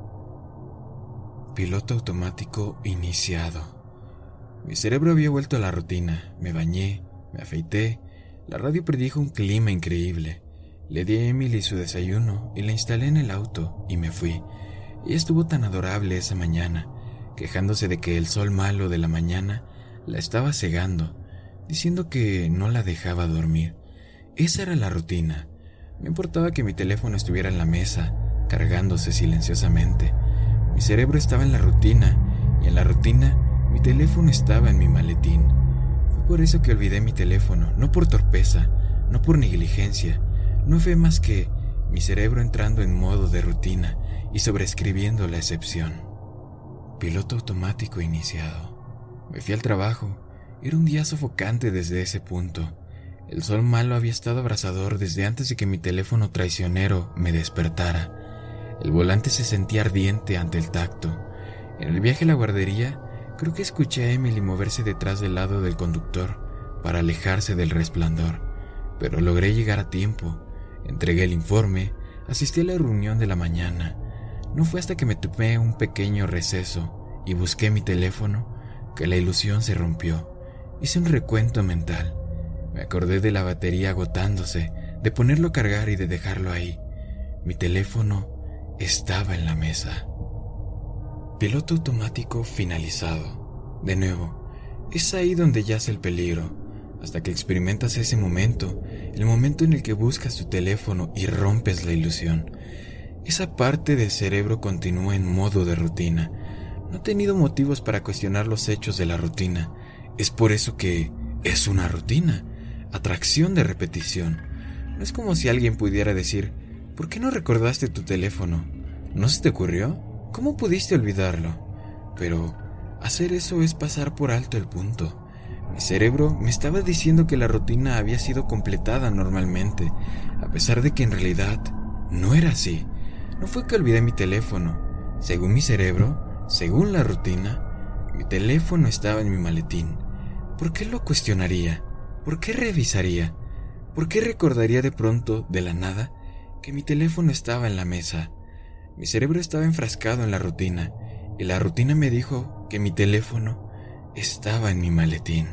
Piloto automático iniciado. Mi cerebro había vuelto a la rutina. Me bañé, me afeité. La radio predijo un clima increíble. Le di a Emily su desayuno y la instalé en el auto y me fui. Ella estuvo tan adorable esa mañana, quejándose de que el sol malo de la mañana la estaba cegando, diciendo que no la dejaba dormir. Esa era la rutina. No importaba que mi teléfono estuviera en la mesa, cargándose silenciosamente. Mi cerebro estaba en la rutina, y en la rutina mi teléfono estaba en mi maletín. Fue por eso que olvidé mi teléfono, no por torpeza, no por negligencia. No fue más que mi cerebro entrando en modo de rutina y sobreescribiendo la excepción. Piloto automático iniciado. Me fui al trabajo. Era un día sofocante desde ese punto. El sol malo había estado abrasador desde antes de que mi teléfono traicionero me despertara. El volante se sentía ardiente ante el tacto. En el viaje a la guardería, creo que escuché a Emily moverse detrás del lado del conductor para alejarse del resplandor, pero logré llegar a tiempo. Entregué el informe, asistí a la reunión de la mañana. No fue hasta que me tomé un pequeño receso y busqué mi teléfono que la ilusión se rompió. Hice un recuento mental. Me acordé de la batería agotándose, de ponerlo a cargar y de dejarlo ahí. Mi teléfono estaba en la mesa. Piloto automático finalizado. De nuevo, es ahí donde yace el peligro, hasta que experimentas ese momento, el momento en el que buscas tu teléfono y rompes la ilusión. Esa parte del cerebro continúa en modo de rutina. No he tenido motivos para cuestionar los hechos de la rutina. Es por eso que es una rutina, atracción de repetición. No es como si alguien pudiera decir, ¿por qué no recordaste tu teléfono? ¿No se te ocurrió? ¿Cómo pudiste olvidarlo? Pero hacer eso es pasar por alto el punto. Mi cerebro me estaba diciendo que la rutina había sido completada normalmente, a pesar de que en realidad no era así. No fue que olvidé mi teléfono. Según mi cerebro, según la rutina, mi teléfono estaba en mi maletín. ¿Por qué lo cuestionaría? ¿Por qué revisaría? ¿Por qué recordaría de pronto, de la nada, que mi teléfono estaba en la mesa? Mi cerebro estaba enfrascado en la rutina, y la rutina me dijo que mi teléfono estaba en mi maletín.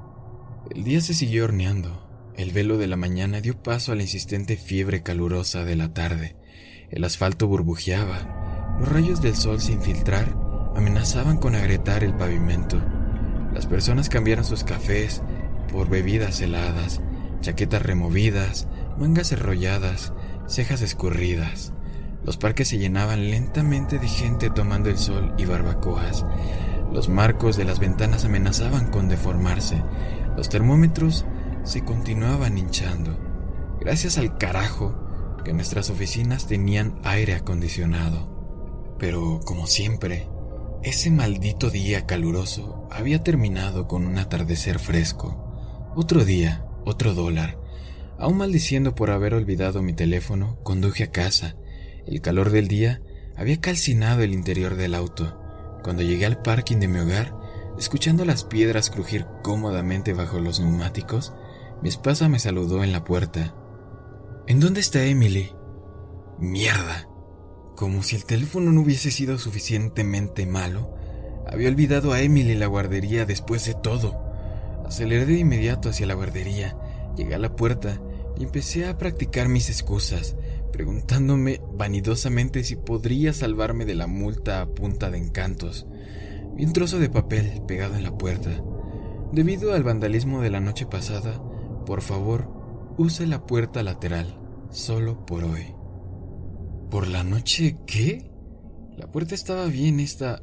El día se siguió horneando. El velo de la mañana dio paso a la insistente fiebre calurosa de la tarde. El asfalto burbujeaba. Los rayos del sol sin filtrar amenazaban con agrietar el pavimento. Las personas cambiaron sus cafés por bebidas heladas, chaquetas removidas, mangas enrolladas, cejas escurridas. Los parques se llenaban lentamente de gente tomando el sol y barbacoas. Los marcos de las ventanas amenazaban con deformarse. Los termómetros se continuaban hinchando. Gracias al carajo que nuestras oficinas tenían aire acondicionado. Pero, como siempre, ese maldito día caluroso había terminado con un atardecer fresco. Otro día, otro dólar. Aún maldiciendo por haber olvidado mi teléfono, conduje a casa. El calor del día había calcinado el interior del auto. Cuando llegué al parking de mi hogar, escuchando las piedras crujir cómodamente bajo los neumáticos, mi esposa me saludó en la puerta. ¿En dónde está Emily? ¡Mierda! Como si el teléfono no hubiese sido suficientemente malo, había olvidado a Emily en la guardería después de todo. Aceleré de inmediato hacia la guardería, llegué a la puerta y empecé a practicar mis excusas, preguntándome vanidosamente si podría salvarme de la multa a punta de encantos. Vi un trozo de papel pegado en la puerta. Debido al vandalismo de la noche pasada, por favor, use la puerta lateral, solo por hoy. ¿Por la noche qué? La puerta estaba bien esta...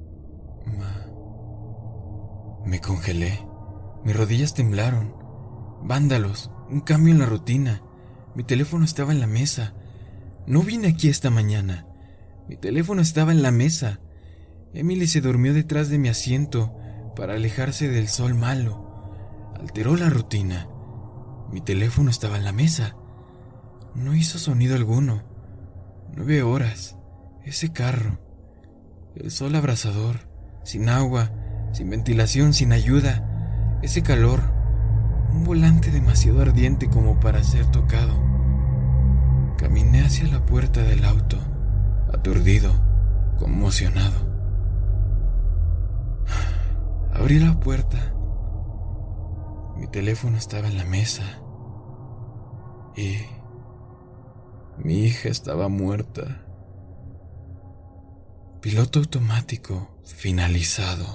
Ma... Me congelé. Mis rodillas temblaron. Vándalos, un cambio en la rutina. Mi teléfono estaba en la mesa. No vine aquí esta mañana. Mi teléfono estaba en la mesa. Emily se durmió detrás de mi asiento para alejarse del sol malo. Alteró la rutina. Mi teléfono estaba en la mesa. No hizo sonido alguno. Nueve horas. Ese carro. El sol abrasador. Sin agua. Sin ventilación. Sin ayuda. Ese calor. Un volante demasiado ardiente como para ser tocado. Caminé hacia la puerta del auto, aturdido, conmocionado. Abrí la puerta. Mi teléfono estaba en la mesa. Y mi hija estaba muerta. Piloto automático finalizado.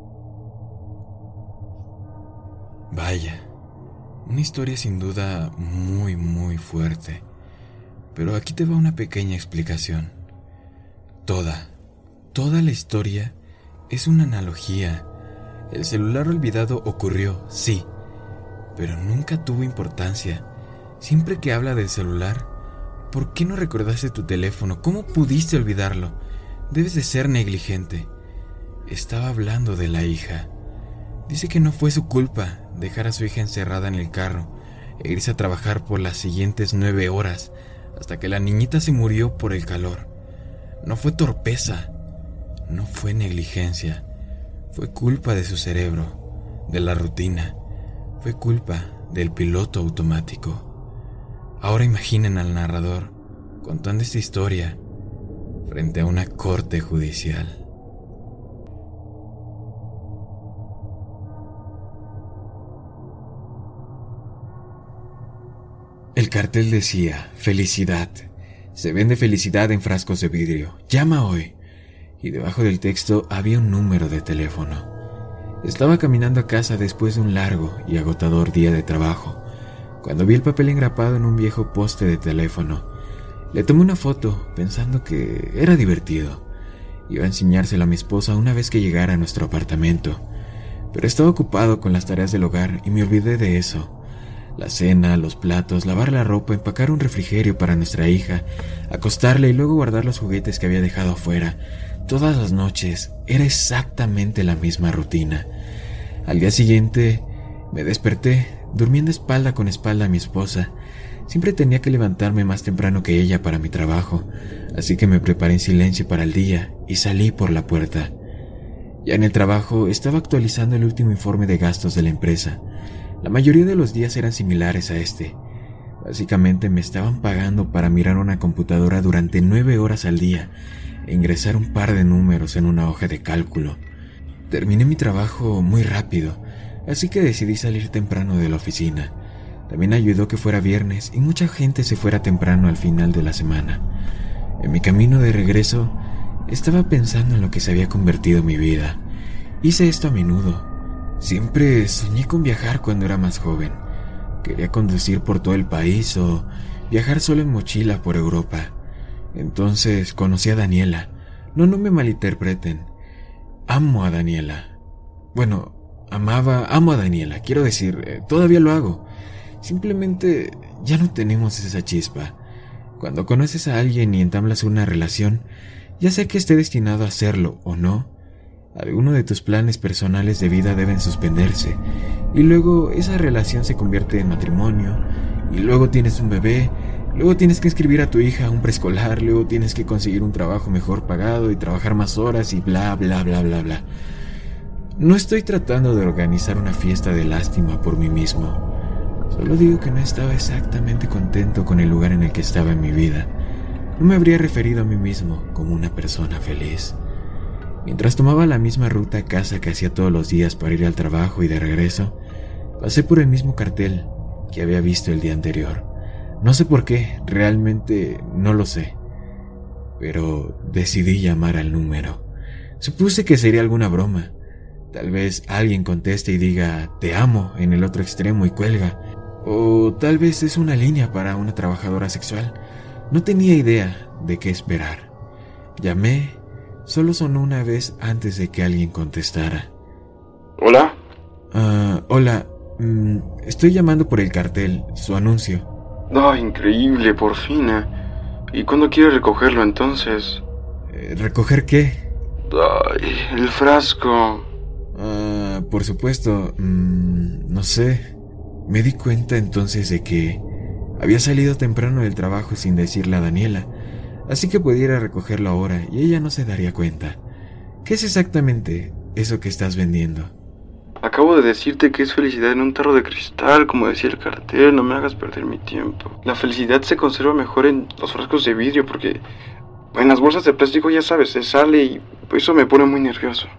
Vaya, una historia sin duda muy, muy fuerte. Pero aquí te va una pequeña explicación. Toda, toda la historia es una analogía. El celular olvidado ocurrió, sí, pero nunca tuvo importancia. Siempre que habla del celular, ¿por qué no recordaste tu teléfono? ¿Cómo pudiste olvidarlo? Debes de ser negligente. Estaba hablando de la hija. Dice que no fue su culpa dejar a su hija encerrada en el carro e irse a trabajar por las siguientes nueve horas, hasta que la niñita se murió por el calor. No fue torpeza, no fue negligencia, fue culpa de su cerebro, de la rutina, fue culpa del piloto automático. Ahora imaginen al narrador contando esta historia frente a una corte judicial. El cartel decía: felicidad, Se vende felicidad en frascos de vidrio. Llama hoy. Y debajo del texto había un número de teléfono. Estaba caminando a casa después de un largo y agotador día de trabajo, cuando vi el papel engrapado en un viejo poste de teléfono. Le tomé una foto pensando que era divertido. Iba a enseñárselo a mi esposa una vez que llegara a nuestro apartamento, pero estaba ocupado con las tareas del hogar y me olvidé de eso. La cena, los platos, lavar la ropa, empacar un refrigerio para nuestra hija, acostarla y luego guardar los juguetes que había dejado afuera. Todas las noches era exactamente la misma rutina. Al día siguiente me desperté, durmiendo espalda con espalda a mi esposa. Siempre tenía que levantarme más temprano que ella para mi trabajo, así que me preparé en silencio para el día y salí por la puerta. Ya en el trabajo estaba actualizando el último informe de gastos de la empresa. La mayoría de los días eran similares a este. Básicamente me estaban pagando para mirar una computadora durante nueve horas al día e ingresar un par de números en una hoja de cálculo. Terminé mi trabajo muy rápido, así que decidí salir temprano de la oficina. También ayudó que fuera viernes y mucha gente se fuera temprano al final de la semana. En mi camino de regreso, estaba pensando en lo que se había convertido mi vida. Hice esto a menudo. Siempre soñé con viajar cuando era más joven. Quería conducir por todo el país o viajar solo en mochila por Europa. Entonces conocí a Daniela. No, no me malinterpreten. Amo a Daniela. Bueno, amaba, amo a Daniela. Quiero decir, eh, todavía lo hago. Simplemente ya no tenemos esa chispa. Cuando conoces a alguien y entablas una relación, ya sea que esté destinado a hacerlo o no, algunos de tus planes personales de vida deben suspenderse, y luego esa relación se convierte en matrimonio, y luego tienes un bebé, luego tienes que inscribir a tu hija a un preescolar, luego tienes que conseguir un trabajo mejor pagado y trabajar más horas y bla bla bla bla bla. No estoy tratando de organizar una fiesta de lástima por mí mismo. Solo digo que no estaba exactamente contento con el lugar en el que estaba en mi vida. No me habría referido a mí mismo como una persona feliz. Mientras tomaba la misma ruta a casa que hacía todos los días para ir al trabajo y de regreso, pasé por el mismo cartel que había visto el día anterior. No sé por qué, realmente no lo sé, pero decidí llamar al número. Supuse que sería alguna broma. Tal vez alguien conteste y diga "te amo" en el otro extremo y cuelga. O tal vez es una línea para una trabajadora sexual. No tenía idea de qué esperar. Llamé. Solo sonó una vez antes de que alguien contestara. ¿Hola? Ah, hola. Mm, estoy llamando por el cartel, su anuncio. ¡Ah, increíble, por fin! ¿eh? ¿Y cuándo quiere recogerlo entonces? Eh, ¿Recoger qué? ¡Ay, el frasco! Ah, por supuesto. Mm, no sé. Me di cuenta entonces de que había salido temprano del trabajo sin decirle a Daniela, así que pudiera recogerlo ahora y ella no se daría cuenta. ¿Qué es exactamente eso que estás vendiendo? Acabo de decirte que es felicidad en un tarro de cristal, como decía el cartel. No me hagas perder mi tiempo. La felicidad se conserva mejor en los frascos de vidrio porque en las bolsas de plástico, ya sabes, se sale y eso me pone muy nervioso.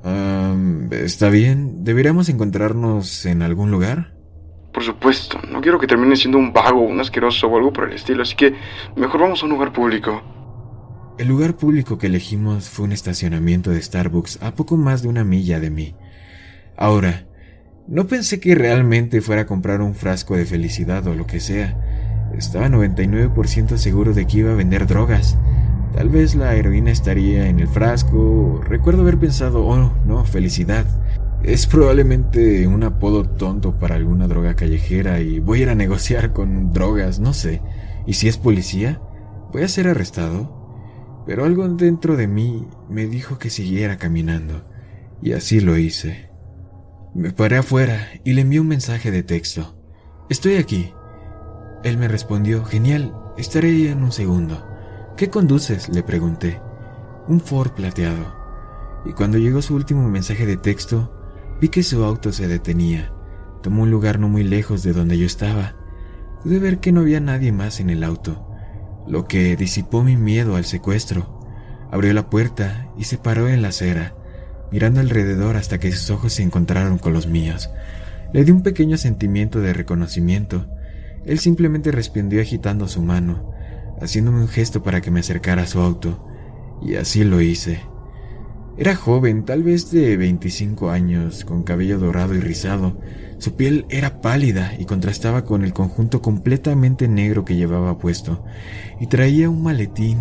Um, está bien. ¿Deberíamos encontrarnos en algún lugar? Por supuesto, no quiero que termine siendo un vago, un asqueroso o algo por el estilo, así que mejor vamos a un lugar público. El lugar público que elegimos fue un estacionamiento de Starbucks a poco más de una milla de mí. Ahora, no pensé que realmente fuera a comprar un frasco de felicidad o lo que sea. Estaba noventa y nueve por ciento seguro de que iba a vender drogas. Tal vez la heroína estaría en el frasco. Recuerdo haber pensado, oh, no, felicidad. Es probablemente un apodo tonto para alguna droga callejera y voy a ir a negociar con drogas, no sé. ¿Y si es policía? ¿Voy a ser arrestado? Pero algo dentro de mí me dijo que siguiera caminando, y así lo hice. Me paré afuera y le envié un mensaje de texto. Estoy aquí. Él me respondió, genial, estaré ahí en un segundo. ¿Qué conduces?, le pregunté. Un Ford plateado. Y cuando llegó su último mensaje de texto, vi que su auto se detenía. Tomó un lugar no muy lejos de donde yo estaba. Pude ver que no había nadie más en el auto, lo que disipó mi miedo al secuestro. Abrió la puerta y se paró en la acera, mirando alrededor hasta que sus ojos se encontraron con los míos. Le di un pequeño sentimiento de reconocimiento. Él simplemente respondió agitando su mano. haciéndome un gesto para que me acercara a su auto, y así lo hice. Era joven, tal vez de veinticinco años, con cabello dorado y rizado. Su piel era pálida y contrastaba con el conjunto completamente negro que llevaba puesto, y traía un maletín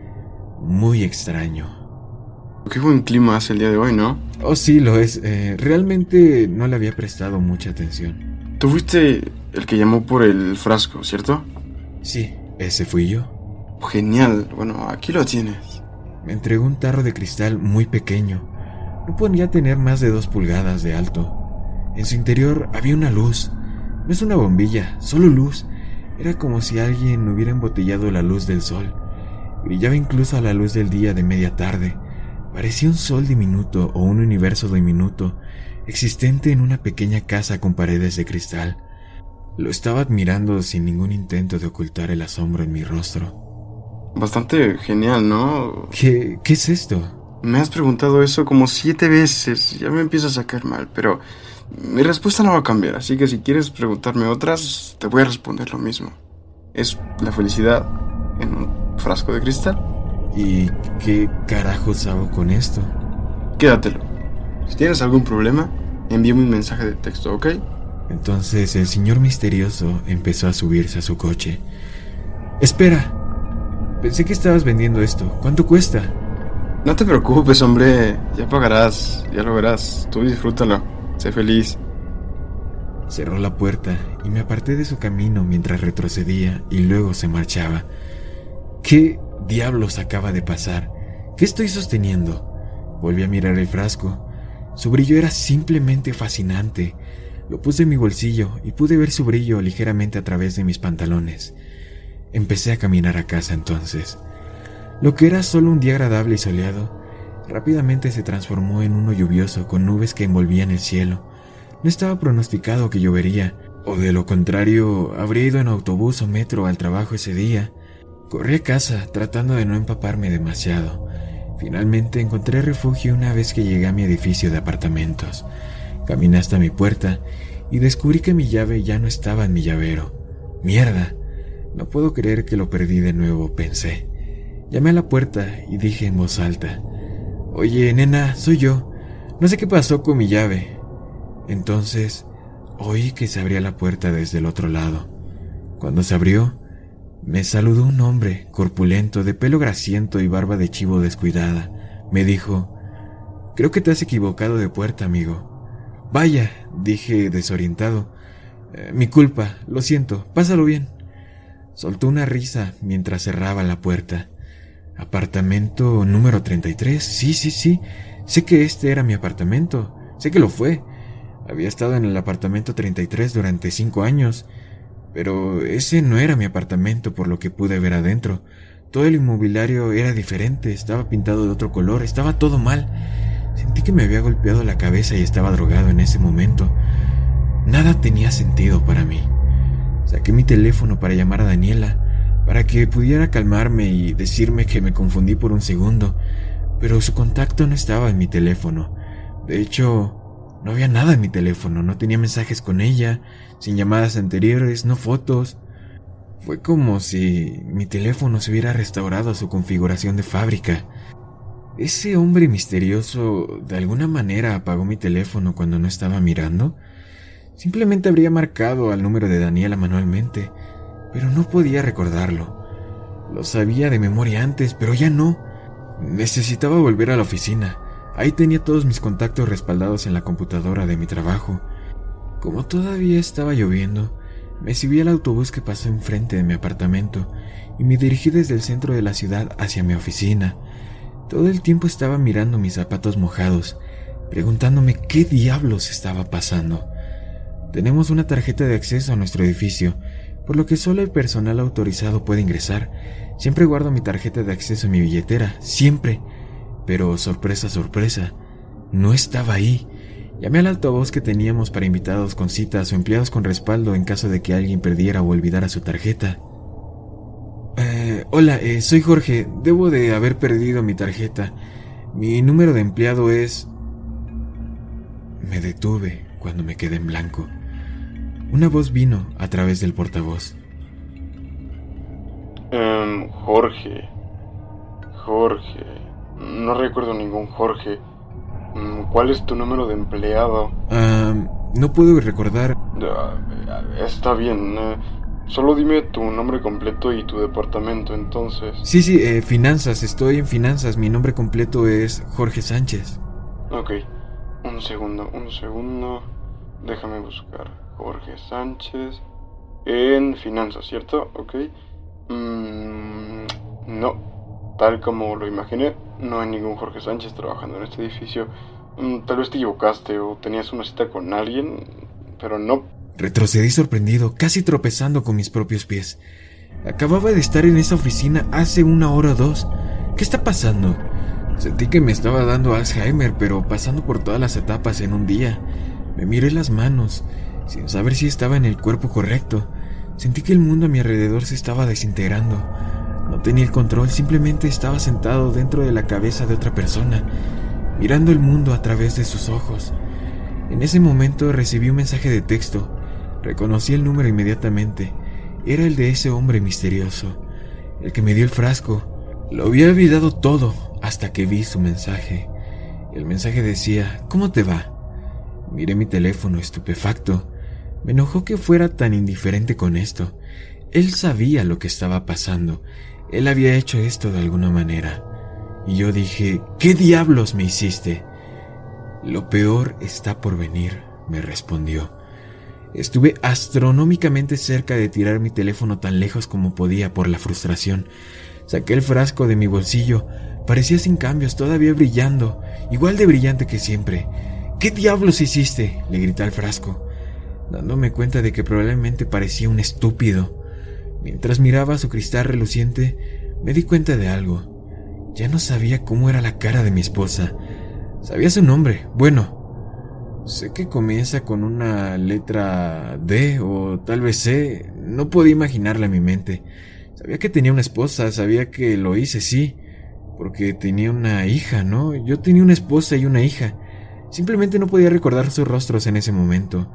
muy extraño. Qué buen clima hace el día de hoy, ¿no? Oh, sí, lo es. Eh, realmente no le había prestado mucha atención. Tú fuiste el que llamó por el frasco, ¿cierto? Sí, ese fui yo. Genial. Bueno, aquí lo tienes. Me entregó un tarro de cristal muy pequeño. No podía tener más de dos pulgadas de alto. En su interior había una luz. No es una bombilla, solo luz. Era como si alguien hubiera embotellado la luz del sol. Brillaba incluso a la luz del día de media tarde. Parecía un sol diminuto o un universo diminuto, existente en una pequeña casa con paredes de cristal. Lo estaba admirando sin ningún intento de ocultar el asombro en mi rostro. Bastante genial, ¿no? ¿Qué, qué es esto? Me has preguntado eso como siete veces. Ya me empiezo a sacar mal, pero mi respuesta no va a cambiar. Así que si quieres preguntarme otras, te voy a responder lo mismo. Es la felicidad en un frasco de cristal. ¿Y qué carajos hago con esto? Quédatelo. Si tienes algún problema, envíame un mensaje de texto, ¿ok? Entonces el señor misterioso empezó a subirse a su coche. ¡Espera! Pensé que estabas vendiendo esto. ¿Cuánto cuesta? No te preocupes, hombre. Ya pagarás, ya lo verás. Tú disfrútalo. Sé feliz. Cerró la puerta y me aparté de su camino mientras retrocedía y luego se marchaba. ¿Qué diablos acaba de pasar? ¿Qué estoy sosteniendo? Volví a mirar el frasco. Su brillo era simplemente fascinante. Lo puse en mi bolsillo y pude ver su brillo ligeramente a través de mis pantalones. Empecé a caminar a casa entonces. Lo que era solo un día agradable y soleado, rápidamente se transformó en uno lluvioso con nubes que envolvían el cielo. No estaba pronosticado que llovería, o de lo contrario, habría ido en autobús o metro al trabajo ese día. Corrí a casa tratando de no empaparme demasiado. Finalmente encontré refugio una vez que llegué a mi edificio de apartamentos. Caminé hasta mi puerta y descubrí que mi llave ya no estaba en mi llavero. ¡Mierda! No puedo creer que lo perdí de nuevo, pensé. Llamé a la puerta y dije en voz alta: «Oye, nena, soy yo. No sé qué pasó con mi llave». Entonces oí que se abría la puerta desde el otro lado. Cuando se abrió, me saludó un hombre corpulento, de pelo grasiento y barba de chivo descuidada. Me dijo: «Creo que te has equivocado de puerta, amigo». «Vaya», dije desorientado. Eh, «Mi culpa, lo siento, pásalo bien». Soltó una risa mientras cerraba la puerta. «¿Apartamento número treinta y tres? Sí, sí, sí. Sé que este era mi apartamento. Sé que lo fue. Había estado en el apartamento treinta y tres durante cinco años. Pero ese no era mi apartamento por lo que pude ver adentro. Todo el inmobiliario era diferente, estaba pintado de otro color, estaba todo mal. Sentí que me había golpeado la cabeza y estaba drogado en ese momento. Nada tenía sentido para mí. Saqué mi teléfono para llamar a Daniela, para que pudiera calmarme y decirme que me confundí por un segundo, pero su contacto no estaba en mi teléfono. De hecho, no había nada en mi teléfono, no tenía mensajes con ella, sin llamadas anteriores, no fotos. Fue como si mi teléfono se hubiera restaurado a su configuración de fábrica. ¿Ese hombre misterioso de alguna manera apagó mi teléfono cuando no estaba mirando? Simplemente habría marcado al número de Daniela manualmente, pero no podía recordarlo. Lo sabía de memoria antes, pero ya no. Necesitaba volver a la oficina. Ahí tenía todos mis contactos respaldados en la computadora de mi trabajo. Como todavía estaba lloviendo, me subí al autobús que pasó enfrente de mi apartamento y me dirigí desde el centro de la ciudad hacia mi oficina. Todo el tiempo estaba mirando mis zapatos mojados, preguntándome qué diablos estaba pasando. Tenemos una tarjeta de acceso a nuestro edificio, por lo que solo el personal autorizado puede ingresar. Siempre guardo mi tarjeta de acceso en mi billetera, siempre. Pero sorpresa, sorpresa, no estaba ahí. Llamé al altavoz que teníamos para invitados con citas o empleados con respaldo en caso de que alguien perdiera o olvidara su tarjeta. Eh, hola, eh, soy Jorge. Debo de haber perdido mi tarjeta. Mi número de empleado es... Me detuve cuando me quedé en blanco. Una voz vino a través del portavoz. Um, Jorge. Jorge. No recuerdo ningún Jorge. ¿Cuál es tu número de empleado? Um, no puedo recordar. Uh, está bien. Uh, solo dime tu nombre completo y tu departamento, entonces. Sí, sí, eh, finanzas. Estoy en finanzas. Mi nombre completo es Jorge Sánchez. Ok. Un segundo, un segundo. Déjame buscar. Jorge Sánchez. En finanzas, ¿cierto? Ok. Mm, no. Tal como lo imaginé, no hay ningún Jorge Sánchez trabajando en este edificio. Mm, tal vez te equivocaste o tenías una cita con alguien, pero no. Retrocedí sorprendido, casi tropezando con mis propios pies. Acababa de estar en esa oficina hace una hora o dos. ¿Qué está pasando? Sentí que me estaba dando Alzheimer, pero pasando por todas las etapas en un día. Me miré las manos, sin saber si estaba en el cuerpo correcto. Sentí que el mundo a mi alrededor se estaba desintegrando. No tenía el control, simplemente estaba sentado dentro de la cabeza de otra persona, mirando el mundo a través de sus ojos. En ese momento recibí un mensaje de texto. Reconocí el número inmediatamente. Era el de ese hombre misterioso, el que me dio el frasco. Lo había olvidado todo hasta que vi su mensaje. El mensaje decía: ¿cómo te va? Miré mi teléfono estupefacto. Me enojó que fuera tan indiferente con esto. Él sabía lo que estaba pasando. Él había hecho esto de alguna manera. Y yo dije: ¿qué diablos me hiciste? Lo peor está por venir, me respondió. Estuve astronómicamente cerca de tirar mi teléfono tan lejos como podía por la frustración. Saqué el frasco de mi bolsillo. Parecía sin cambios, todavía brillando, igual de brillante que siempre. ¿Qué diablos hiciste?, le grité al frasco, dándome cuenta de que probablemente parecía un estúpido. Mientras miraba su cristal reluciente, me di cuenta de algo. Ya no sabía cómo era la cara de mi esposa. Sabía su nombre. Bueno, sé que comienza con una letra D o tal vez C. No podía imaginarla en mi mente. Sabía que tenía una esposa, sabía que lo hice, sí, porque tenía una hija, ¿no? Yo tenía una esposa y una hija. Simplemente no podía recordar sus rostros en ese momento,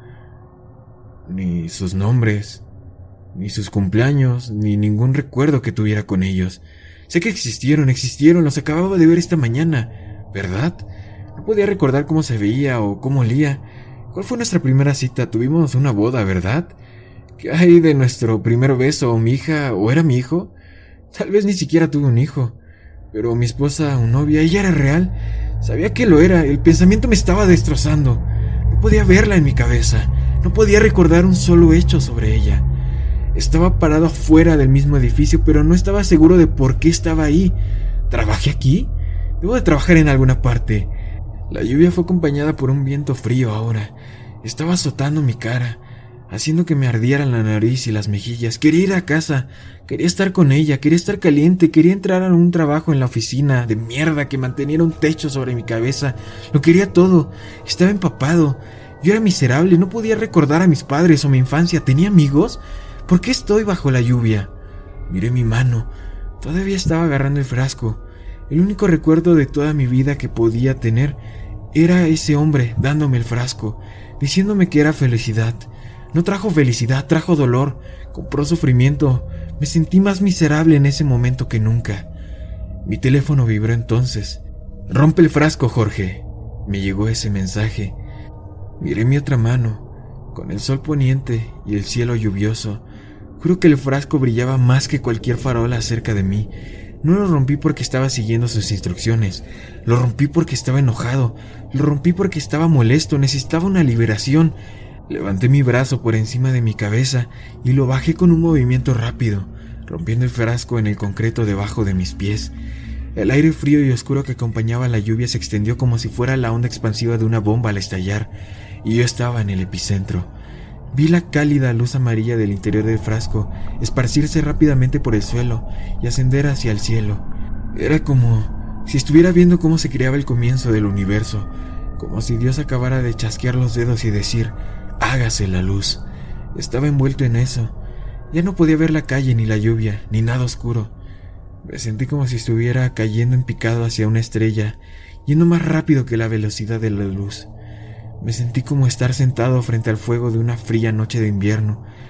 ni sus nombres, ni sus cumpleaños, ni ningún recuerdo que tuviera con ellos. Sé que existieron, existieron, los acababa de ver esta mañana, ¿verdad? No podía recordar cómo se veía o cómo olía. ¿Cuál fue nuestra primera cita? Tuvimos una boda, ¿verdad? ¿Qué hay de nuestro primer beso? ¿O mi hija? ¿O era mi hijo? Tal vez ni siquiera tuve un hijo. Pero mi esposa o novia, ella era real. Sabía que lo era. El pensamiento me estaba destrozando. No podía verla en mi cabeza. No podía recordar un solo hecho sobre ella. Estaba parado afuera del mismo edificio, pero no estaba seguro de por qué estaba ahí. ¿Trabajé aquí? Debo de trabajar en alguna parte. La lluvia fue acompañada por un viento frío ahora. Estaba azotando mi cara, haciendo que me ardieran la nariz y las mejillas. Quería ir a casa, quería estar con ella, quería estar caliente, quería entrar a un trabajo en la oficina de mierda que manteniera un techo sobre mi cabeza. Lo quería todo. Estaba empapado. Yo era miserable, no podía recordar a mis padres o mi infancia. ¿Tenía amigos? ¿Por qué estoy bajo la lluvia? Miré mi mano. Todavía estaba agarrando el frasco. El único recuerdo de toda mi vida que podía tener era ese hombre dándome el frasco, diciéndome que era felicidad. No trajo felicidad, trajo dolor, compró sufrimiento. Me sentí más miserable en ese momento que nunca. Mi teléfono vibró entonces. «Rompe el frasco, Jorge», me llegó ese mensaje. Miré mi otra mano, con el sol poniente y el cielo lluvioso. Juro que el frasco brillaba más que cualquier farola cerca de mí. No lo rompí porque estaba siguiendo sus instrucciones. Lo rompí porque estaba enojado. Lo rompí porque estaba molesto. Necesitaba una liberación. Levanté mi brazo por encima de mi cabeza y lo bajé con un movimiento rápido, rompiendo el frasco en el concreto debajo de mis pies. El aire frío y oscuro que acompañaba la lluvia se extendió como si fuera la onda expansiva de una bomba al estallar, y yo estaba en el epicentro. Vi la cálida luz amarilla del interior del frasco esparcirse rápidamente por el suelo y ascender hacia el cielo. Era como si estuviera viendo cómo se creaba el comienzo del universo, como si Dios acabara de chasquear los dedos y decir: «Hágase la luz». Estaba envuelto en eso. Ya no podía ver la calle, ni la lluvia, ni nada oscuro. Me sentí como si estuviera cayendo en picado hacia una estrella, yendo más rápido que la velocidad de la luz. Me sentí como estar sentado frente al fuego de una fría noche de invierno.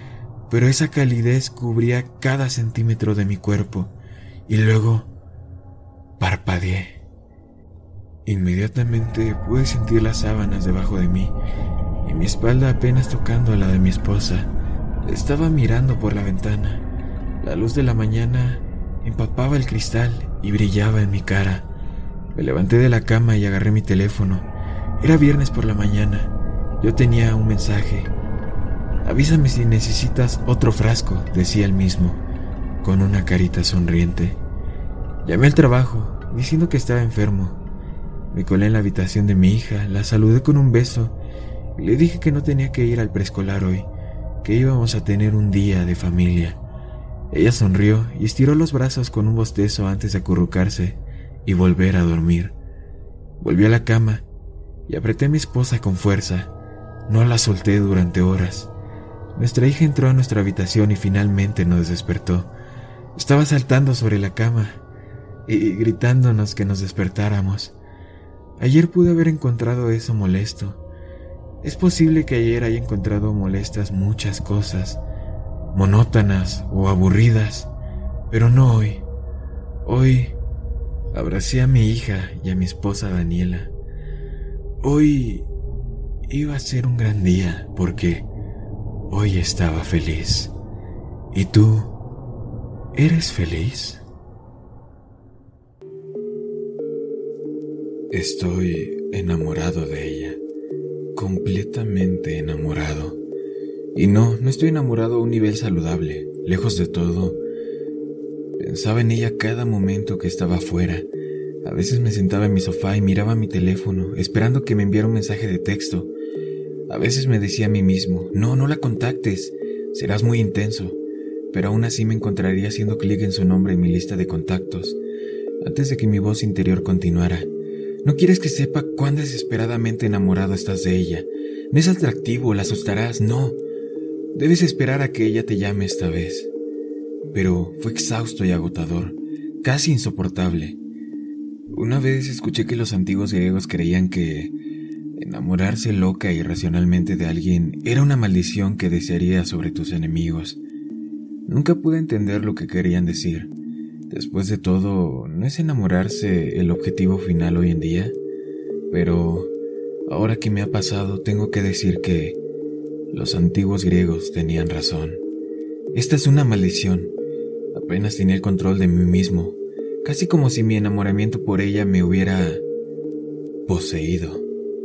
pero esa calidez cubría cada centímetro de mi cuerpo y luego parpadeé. Inmediatamente pude sentir las sábanas debajo de mí y mi espalda apenas tocando a la de mi esposa. Estaba mirando por la ventana. La luz de la mañana empapaba el cristal y brillaba en mi cara. Me levanté de la cama y agarré mi teléfono. Era viernes por la mañana. Yo tenía un mensaje. Avísame si necesitas otro frasco, decía el mismo, con una carita sonriente. Llamé al trabajo, diciendo que estaba enfermo. Me colé en la habitación de mi hija, la saludé con un beso y le dije que no tenía que ir al preescolar hoy, que íbamos a tener un día de familia. Ella sonrió y estiró los brazos con un bostezo antes de acurrucarse y volver a dormir. Volví a la cama y apreté a mi esposa con fuerza. No la solté durante horas. Nuestra hija entró a nuestra habitación y finalmente nos despertó. Estaba saltando sobre la cama y gritándonos que nos despertáramos. Ayer pude haber encontrado eso molesto. Es posible que ayer haya encontrado molestas muchas cosas, monótonas o aburridas, pero no hoy. Hoy abracé a mi hija y a mi esposa Daniela. Hoy iba a ser un gran día porque hoy estaba feliz. ¿Y tú? ¿Eres feliz? Estoy enamorado de ella, completamente enamorado. Y no, no estoy enamorado a un nivel saludable, lejos de todo. Pensaba en ella cada momento que estaba afuera. A veces me sentaba en mi sofá y miraba mi teléfono, esperando que me enviara un mensaje de texto. A veces me decía a mí mismo, no, no la contactes, serás muy intenso. Pero aún así me encontraría haciendo clic en su nombre en mi lista de contactos, antes de que mi voz interior continuara. No quieres que sepa cuán desesperadamente enamorado estás de ella. No es atractivo, la asustarás, no. Debes esperar a que ella te llame esta vez. Pero fue exhausto y agotador, casi insoportable. Una vez escuché que los antiguos griegos creían que enamorarse loca e irracionalmente de alguien era una maldición que desearías sobre tus enemigos. Nunca pude entender lo que querían decir. Después de todo, ¿no es enamorarse el objetivo final hoy en día? Pero ahora que me ha pasado, tengo que decir que los antiguos griegos tenían razón. Esta es una maldición. Apenas tenía el control de mí mismo, casi como si mi enamoramiento por ella me hubiera poseído.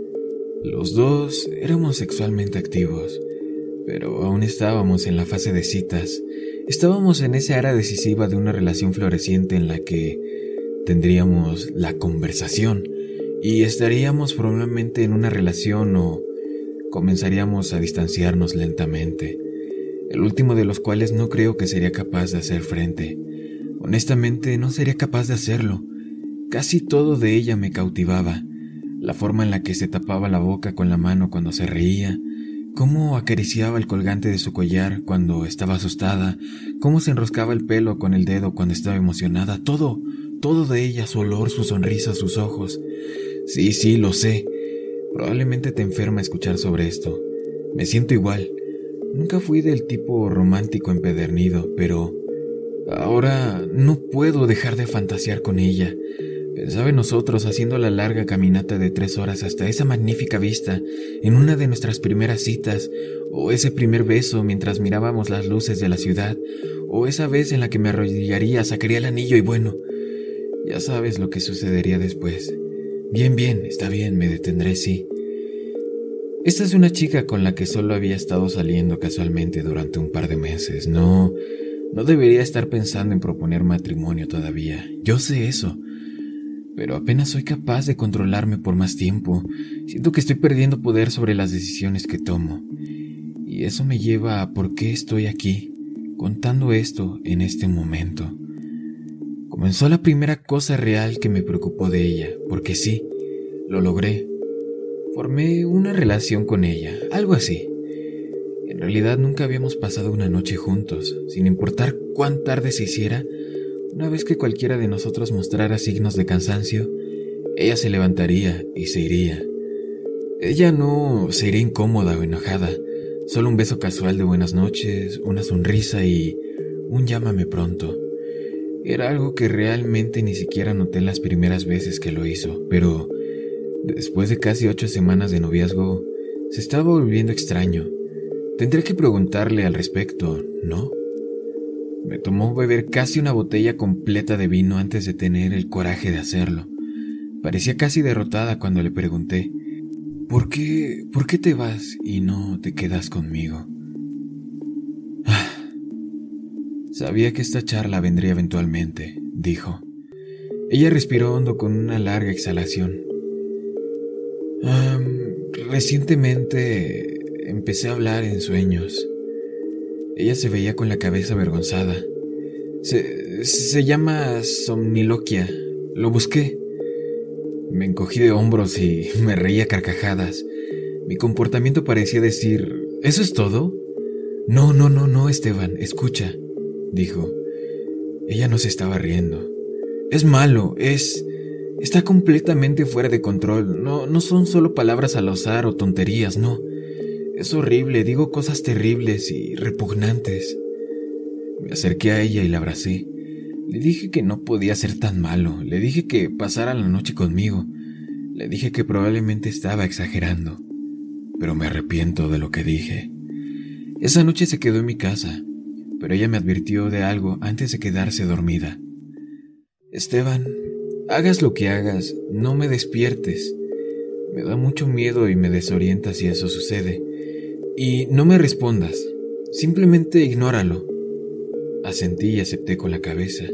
Los dos éramos sexualmente activos, pero aún estábamos en la fase de citas. Estábamos en esa era decisiva de una relación floreciente en la que tendríamos la conversación y estaríamos probablemente en una relación o comenzaríamos a distanciarnos lentamente, el último de los cuales no creo que sería capaz de hacer frente. Honestamente, no sería capaz de hacerlo. Casi todo de ella me cautivaba, la forma en la que se tapaba la boca con la mano cuando se reía, cómo acariciaba el colgante de su collar cuando estaba asustada, cómo se enroscaba el pelo con el dedo cuando estaba emocionada, todo, todo de ella, su olor, su sonrisa, sus ojos. Sí, sí, lo sé. Probablemente te enferma escuchar sobre esto. Me siento igual. Nunca fui del tipo romántico empedernido, pero ahora no puedo dejar de fantasear con ella. Pensaba en nosotros haciendo la larga caminata de tres horas hasta esa magnífica vista, en una de nuestras primeras citas, o ese primer beso mientras mirábamos las luces de la ciudad, o esa vez en la que me arrodillaría, sacaría el anillo y bueno, ya sabes lo que sucedería después. Bien, bien, está bien, me detendré, sí. Esta es una chica con la que solo había estado saliendo casualmente durante un par de meses. No, no debería estar pensando en proponer matrimonio todavía. Yo sé eso. Pero apenas soy capaz de controlarme por más tiempo. Siento que estoy perdiendo poder sobre las decisiones que tomo. Y eso me lleva a por qué estoy aquí, contando esto en este momento. Comenzó la primera cosa real que me preocupó de ella, porque sí, lo logré. Formé una relación con ella, algo así. En realidad nunca habíamos pasado una noche juntos, sin importar cuán tarde se hiciera. Una vez que cualquiera de nosotros mostrara signos de cansancio, ella se levantaría y se iría. Ella no se iría incómoda o enojada, Solo un beso casual de buenas noches, una sonrisa y un llámame pronto. Era algo que realmente ni siquiera noté las primeras veces que lo hizo, pero después de casi ocho semanas de noviazgo, se estaba volviendo extraño. Tendré que preguntarle al respecto, ¿no? Me tomó beber casi una botella completa de vino antes de tener el coraje de hacerlo. Parecía casi derrotada cuando le pregunté, ¿por qué, por qué te vas y no te quedas conmigo? Ah, sabía que esta charla vendría eventualmente, dijo. Ella respiró hondo con una larga exhalación. Um, recientemente empecé a hablar en sueños. Ella se veía con la cabeza avergonzada. Se, se llama somniloquia. Lo busqué. Me encogí de hombros y me reía a carcajadas. Mi comportamiento parecía decir, ¿eso es todo? No, no, no, no, Esteban, escucha, dijo. Ella no se estaba riendo. Es malo, es... está completamente fuera de control. No, no son solo palabras al azar o tonterías, no. Es horrible, digo cosas terribles y repugnantes. Me acerqué a ella y la abracé. Le dije que no podía ser tan malo. Le dije que pasara la noche conmigo. Le dije que probablemente estaba exagerando. Pero me arrepiento de lo que dije. Esa noche se quedó en mi casa, pero ella me advirtió de algo antes de quedarse dormida. Esteban, hagas lo que hagas, no me despiertes. Me da mucho miedo y me desorienta si eso sucede. Y no me respondas, simplemente ignóralo. Asentí y acepté con la cabeza.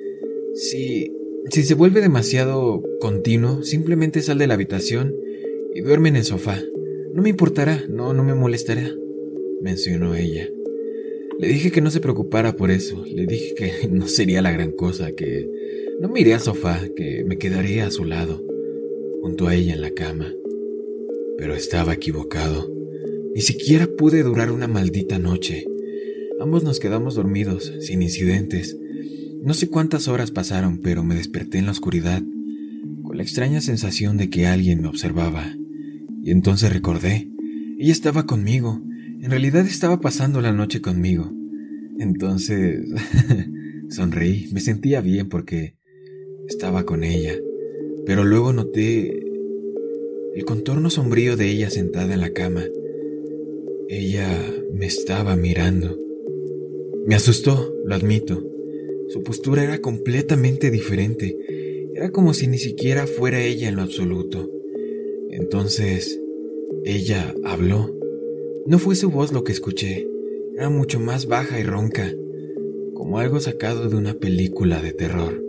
Si, si se vuelve demasiado continuo, simplemente sal de la habitación y duerme en el sofá. No me importará, no, no me molestará, mencionó ella. Le dije que no se preocupara por eso. Le dije que no sería la gran cosa, que no me iría al sofá, que me quedaría a su lado, junto a ella en la cama. Pero estaba equivocado. Ni siquiera pude durar una maldita noche. Ambos nos quedamos dormidos, sin incidentes. No sé cuántas horas pasaron, pero me desperté en la oscuridad, con la extraña sensación de que alguien me observaba. Y entonces recordé, ella estaba conmigo. En realidad estaba pasando la noche conmigo. Entonces sonreí, me sentía bien porque estaba con ella. Pero luego noté el contorno sombrío de ella sentada en la cama. Ella me estaba mirando. Me asustó, lo admito. Su postura era completamente diferente. Era como si ni siquiera fuera ella en lo absoluto. Entonces, ella habló. No fue su voz lo que escuché. Era mucho más baja y ronca, como algo sacado de una película de terror.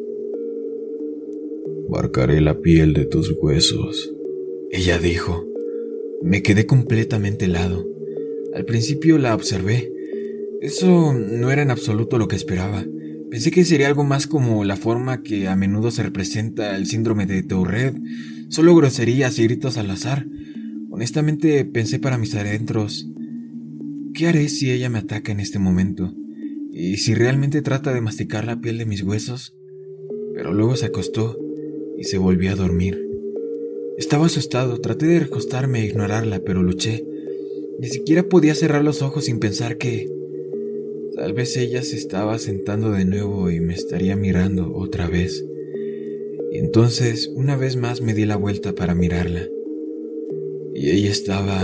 Marcaré la piel de tus huesos, ella dijo. Me quedé completamente helado. Al principio la observé. Eso no era en absoluto lo que esperaba. Pensé que sería algo más como la forma que a menudo se representa el síndrome de Tourette, solo groserías y gritos al azar. Honestamente pensé para mis adentros, ¿qué haré si ella me ataca en este momento? ¿Y si realmente trata de masticar la piel de mis huesos? Pero luego se acostó y se volvió a dormir. Estaba asustado, traté de recostarme e ignorarla, pero luché. Ni siquiera podía cerrar los ojos sin pensar que tal vez ella se estaba sentando de nuevo y me estaría mirando otra vez. Y entonces, una vez más me di la vuelta para mirarla. Y ella estaba...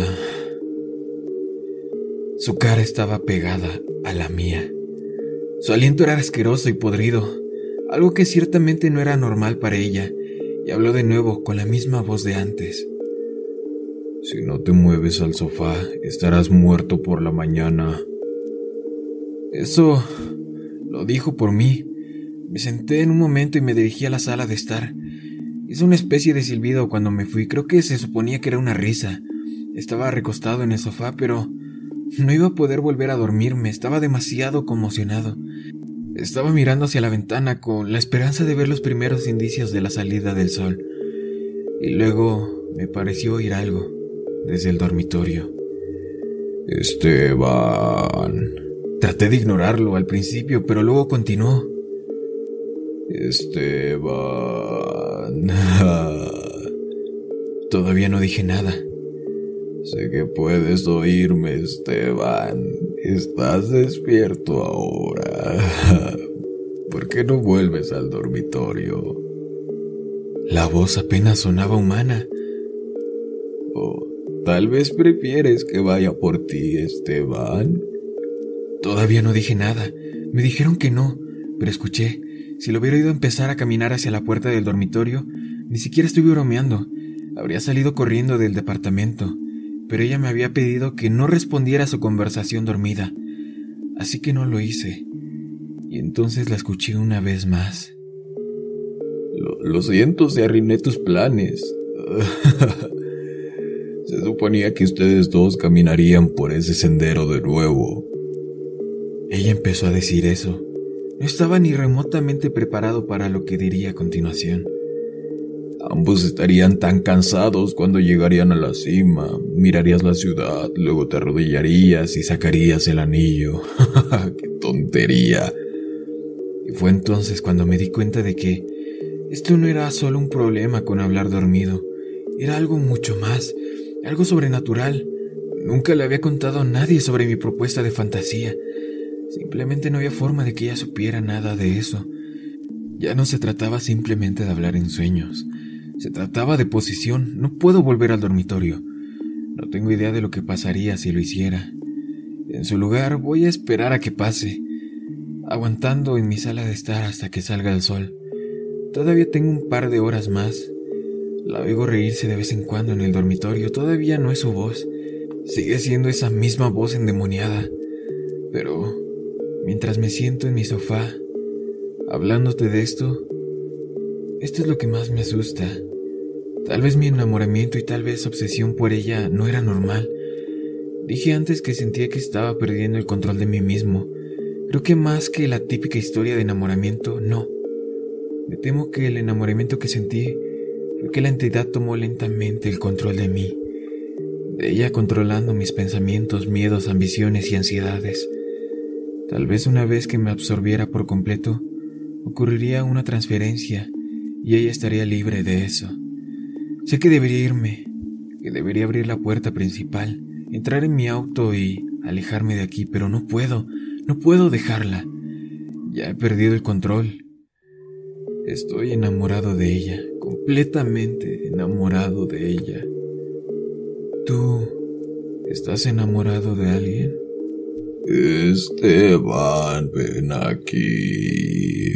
Su cara estaba pegada a la mía. Su aliento era asqueroso y podrido, algo que ciertamente no era normal para ella, y habló de nuevo con la misma voz de antes. Si no te mueves al sofá, estarás muerto por la mañana. Eso lo dijo por mí. Me senté en un momento y me dirigí a la sala de estar. Hizo una especie de silbido cuando me fui. Creo que se suponía que era una risa. Estaba recostado en el sofá, pero no iba a poder volver a dormirme. Estaba demasiado conmocionado. Estaba mirando hacia la ventana con la esperanza de ver los primeros indicios de la salida del sol. Y luego me pareció oír algo desde el dormitorio. Esteban. Traté de ignorarlo al principio, pero luego continuó. Esteban. Todavía no dije nada. Sé que puedes oírme, Esteban. Estás despierto ahora. ¿Por qué no vuelves al dormitorio? La voz apenas sonaba humana. O tal vez prefieres que vaya por ti, Esteban. Todavía no dije nada. Me dijeron que no, pero escuché. Si lo hubiera ido a empezar a caminar hacia la puerta del dormitorio, ni siquiera estuve bromeando. Habría salido corriendo del departamento, pero ella me había pedido que no respondiera a su conversación dormida. Así que no lo hice. Y entonces la escuché una vez más. Lo, lo siento si arruiné tus planes. Se suponía que ustedes dos caminarían por ese sendero de nuevo. Ella empezó a decir eso. No estaba ni remotamente preparado para lo que diría a continuación. Ambos estarían tan cansados cuando llegarían a la cima. Mirarías la ciudad, luego te arrodillarías y sacarías el anillo. ¡Qué tontería! Y fue entonces cuando me di cuenta de que esto no era solo un problema con hablar dormido. Era algo mucho más, algo sobrenatural. Nunca le había contado a nadie sobre mi propuesta de fantasía. Simplemente no había forma de que ella supiera nada de eso. Ya no se trataba simplemente de hablar en sueños. Se trataba de posesión. No puedo volver al dormitorio. No tengo idea de lo que pasaría si lo hiciera. En su lugar, voy a esperar a que pase, aguantando en mi sala de estar hasta que salga el sol. Todavía tengo un par de horas más. La oigo reírse de vez en cuando en el dormitorio. Todavía no es su voz. Sigue siendo esa misma voz endemoniada. Pero mientras me siento en mi sofá, hablándote de esto, esto es lo que más me asusta. Tal vez mi enamoramiento y tal vez obsesión por ella no era normal. Dije antes que sentía que estaba perdiendo el control de mí mismo. Creo que más que la típica historia de enamoramiento, no. Me temo que el enamoramiento que sentí fue que la entidad tomó lentamente el control de mí. De ella controlando mis pensamientos, miedos, ambiciones y ansiedades. Tal vez una vez que me absorbiera por completo, ocurriría una transferencia y ella estaría libre de eso. Sé que debería irme, que debería abrir la puerta principal, entrar en mi auto y alejarme de aquí, pero no puedo, no puedo dejarla. Ya he perdido el control. Estoy enamorado de ella, completamente enamorado de ella. ¿Tú estás enamorado de alguien? Esteban, ven aquí.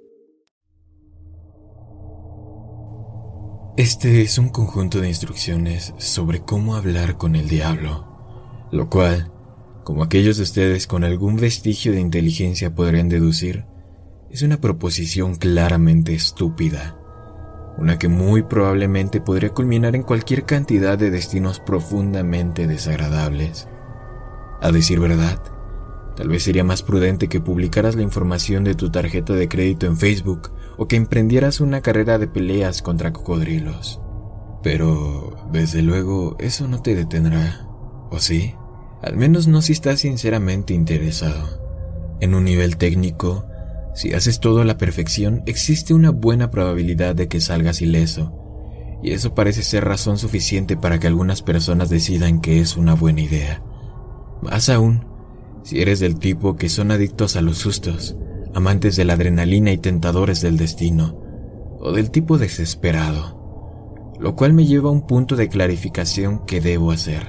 Este es un conjunto de instrucciones sobre cómo hablar con el diablo, lo cual, como aquellos de ustedes con algún vestigio de inteligencia podrían deducir, es una proposición claramente estúpida, una que muy probablemente podría culminar en cualquier cantidad de destinos profundamente desagradables. A decir verdad, tal vez sería más prudente que publicaras la información de tu tarjeta de crédito en Facebook o que emprendieras una carrera de peleas contra cocodrilos. Pero, desde luego, eso no te detendrá, ¿o sí? Al menos no si estás sinceramente interesado. En un nivel técnico, si haces todo a la perfección, existe una buena probabilidad de que salgas ileso, y eso parece ser razón suficiente para que algunas personas decidan que es una buena idea. Más aún, si eres del tipo que son adictos a los sustos, amantes de la adrenalina y tentadores del destino, o del tipo desesperado, lo cual me lleva a un punto de clarificación que debo hacer.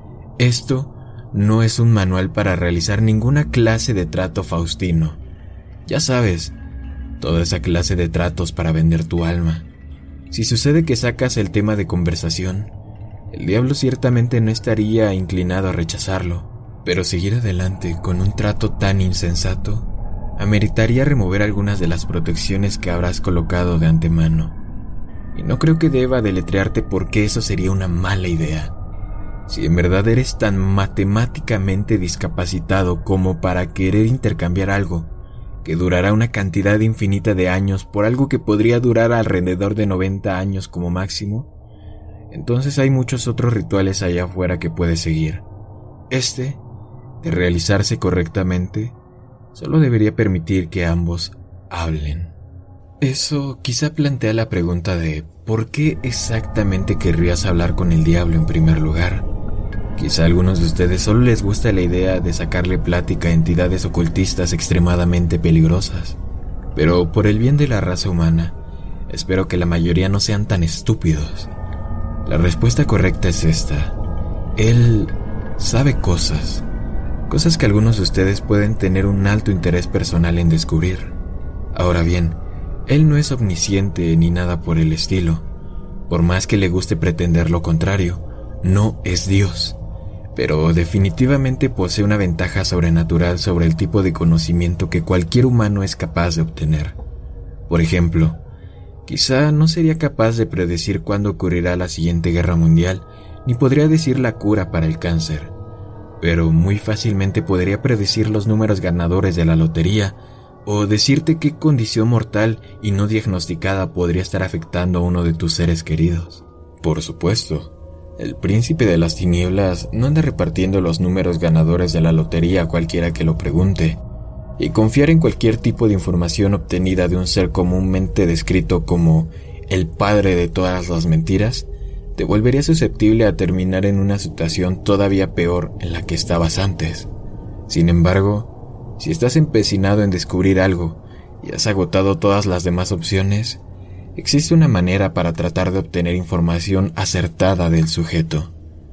Esto no es un manual para realizar ninguna clase de trato faustino. Ya sabes, toda esa clase de tratos para vender tu alma. Si sucede que sacas el tema de conversación, el diablo ciertamente no estaría inclinado a rechazarlo. Pero seguir adelante con un trato tan insensato ameritaría remover algunas de las protecciones que habrás colocado de antemano. Y no creo que deba deletrearte porque eso sería una mala idea. Si en verdad eres tan matemáticamente discapacitado como para querer intercambiar algo que durará una cantidad infinita de años por algo que podría durar alrededor de noventa años como máximo, entonces hay muchos otros rituales allá afuera que puedes seguir. Este, de realizarse correctamente, solo debería permitir que ambos hablen. Eso quizá plantea la pregunta de ¿por qué exactamente querrías hablar con el diablo en primer lugar? Quizá a algunos de ustedes solo les gusta la idea de sacarle plática a entidades ocultistas extremadamente peligrosas, pero por el bien de la raza humana, espero que la mayoría no sean tan estúpidos. La respuesta correcta es esta. Él sabe cosas, cosas que algunos de ustedes pueden tener un alto interés personal en descubrir. Ahora bien, él no es omnisciente ni nada por el estilo. Por más que le guste pretender lo contrario, no es Dios, pero definitivamente posee una ventaja sobrenatural sobre el tipo de conocimiento que cualquier humano es capaz de obtener. Por ejemplo, quizá no sería capaz de predecir cuándo ocurrirá la siguiente guerra mundial, ni podría decir la cura para el cáncer, pero muy fácilmente podría predecir los números ganadores de la lotería o decirte qué condición mortal y no diagnosticada podría estar afectando a uno de tus seres queridos. Por supuesto, el príncipe de las tinieblas no anda repartiendo los números ganadores de la lotería a cualquiera que lo pregunte, y confiar en cualquier tipo de información obtenida de un ser comúnmente descrito como el padre de todas las mentiras te volvería susceptible a terminar en una situación todavía peor en la que estabas antes. Sin embargo, si estás empecinado en descubrir algo y has agotado todas las demás opciones, existe una manera para tratar de obtener información acertada del sujeto.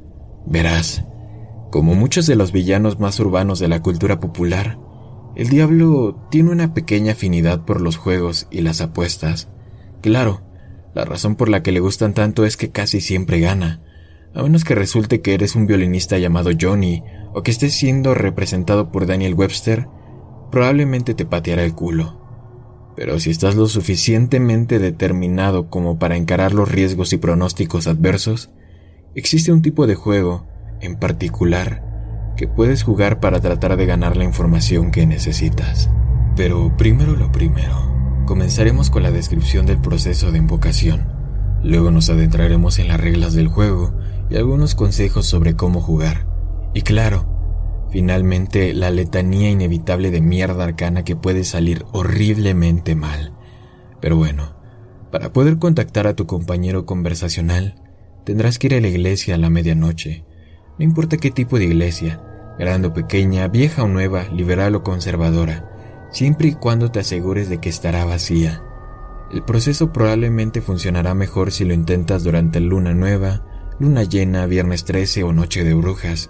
Verás, como muchos de los villanos más urbanos de la cultura popular, el diablo tiene una pequeña afinidad por los juegos y las apuestas. Claro, la razón por la que le gustan tanto es que casi siempre gana, a menos que resulte que eres un violinista llamado Johnny o que estés siendo representado por Daniel Webster, probablemente te pateará el culo. Pero si estás lo suficientemente determinado como para encarar los riesgos y pronósticos adversos, existe un tipo de juego, en particular, que puedes jugar para tratar de ganar la información que necesitas. Pero primero lo primero. Comenzaremos con la descripción del proceso de invocación. Luego nos adentraremos en las reglas del juego y algunos consejos sobre cómo jugar. Y claro, finalmente la letanía inevitable de mierda arcana que puede salir horriblemente mal. Pero bueno, para poder contactar a tu compañero conversacional, tendrás que ir a la iglesia a la medianoche. No importa qué tipo de iglesia, grande o pequeña, vieja o nueva, liberal o conservadora, siempre y cuando te asegures de que estará vacía. El proceso probablemente funcionará mejor si lo intentas durante luna nueva, luna llena, viernes trece o noche de brujas.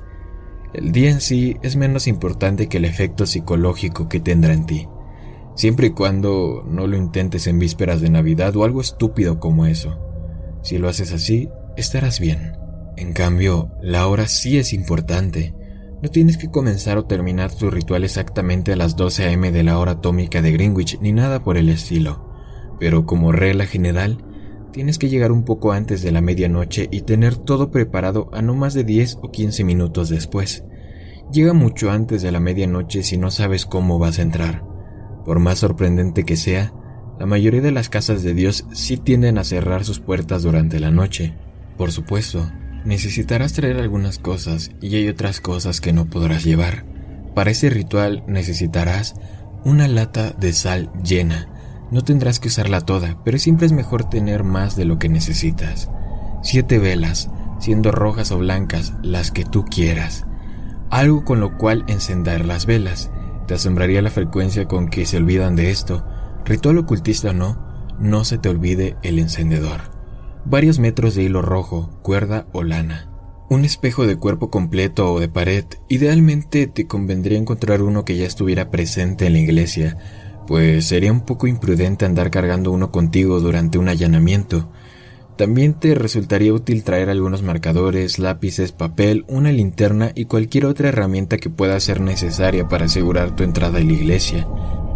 El día en sí es menos importante que el efecto psicológico que tendrá en ti, siempre y cuando no lo intentes en vísperas de Navidad o algo estúpido como eso. Si lo haces así, estarás bien. En cambio, la hora sí es importante. No tienes que comenzar o terminar tu ritual exactamente a las doce a eme de la hora atómica de Greenwich ni nada por el estilo, pero como regla general, tienes que llegar un poco antes de la medianoche y tener todo preparado a no más de diez o quince minutos después. Llega mucho antes de la medianoche si no sabes cómo vas a entrar. Por más sorprendente que sea, la mayoría de las casas de Dios sí tienden a cerrar sus puertas durante la noche. Por supuesto, necesitarás traer algunas cosas y hay otras cosas que no podrás llevar. Para ese ritual necesitarás una lata de sal llena. No tendrás que usarla toda, pero siempre es mejor tener más de lo que necesitas. Siete velas, siendo rojas o blancas, las que tú quieras. Algo con lo cual encender las velas. Te asombraría la frecuencia con que se olvidan de esto. Ritual ocultista o no, no se te olvide el encendedor. Varios metros de hilo rojo, cuerda o lana. Un espejo de cuerpo completo o de pared. Idealmente te convendría encontrar uno que ya estuviera presente en la iglesia, pues sería un poco imprudente andar cargando uno contigo durante un allanamiento. También te resultaría útil traer algunos marcadores, lápices, papel, una linterna y cualquier otra herramienta que pueda ser necesaria para asegurar tu entrada a la iglesia.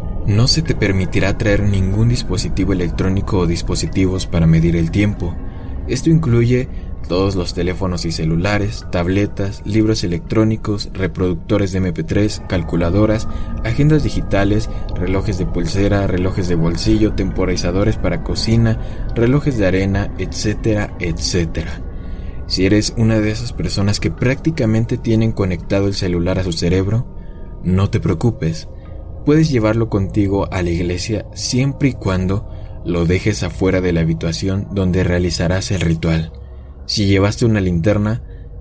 No se te permitirá traer ningún dispositivo electrónico o dispositivos para medir el tiempo. Esto incluye todos los teléfonos y celulares, tabletas, libros electrónicos, reproductores de eme pe tres, calculadoras, agendas digitales, relojes de pulsera, relojes de bolsillo, temporizadores para cocina, relojes de arena, etcétera, etcétera. Si eres una de esas personas que prácticamente tienen conectado el celular a su cerebro, no te preocupes. Puedes llevarlo contigo a la iglesia siempre y cuando lo dejes afuera de la habitación donde realizarás el ritual. Si llevaste una linterna,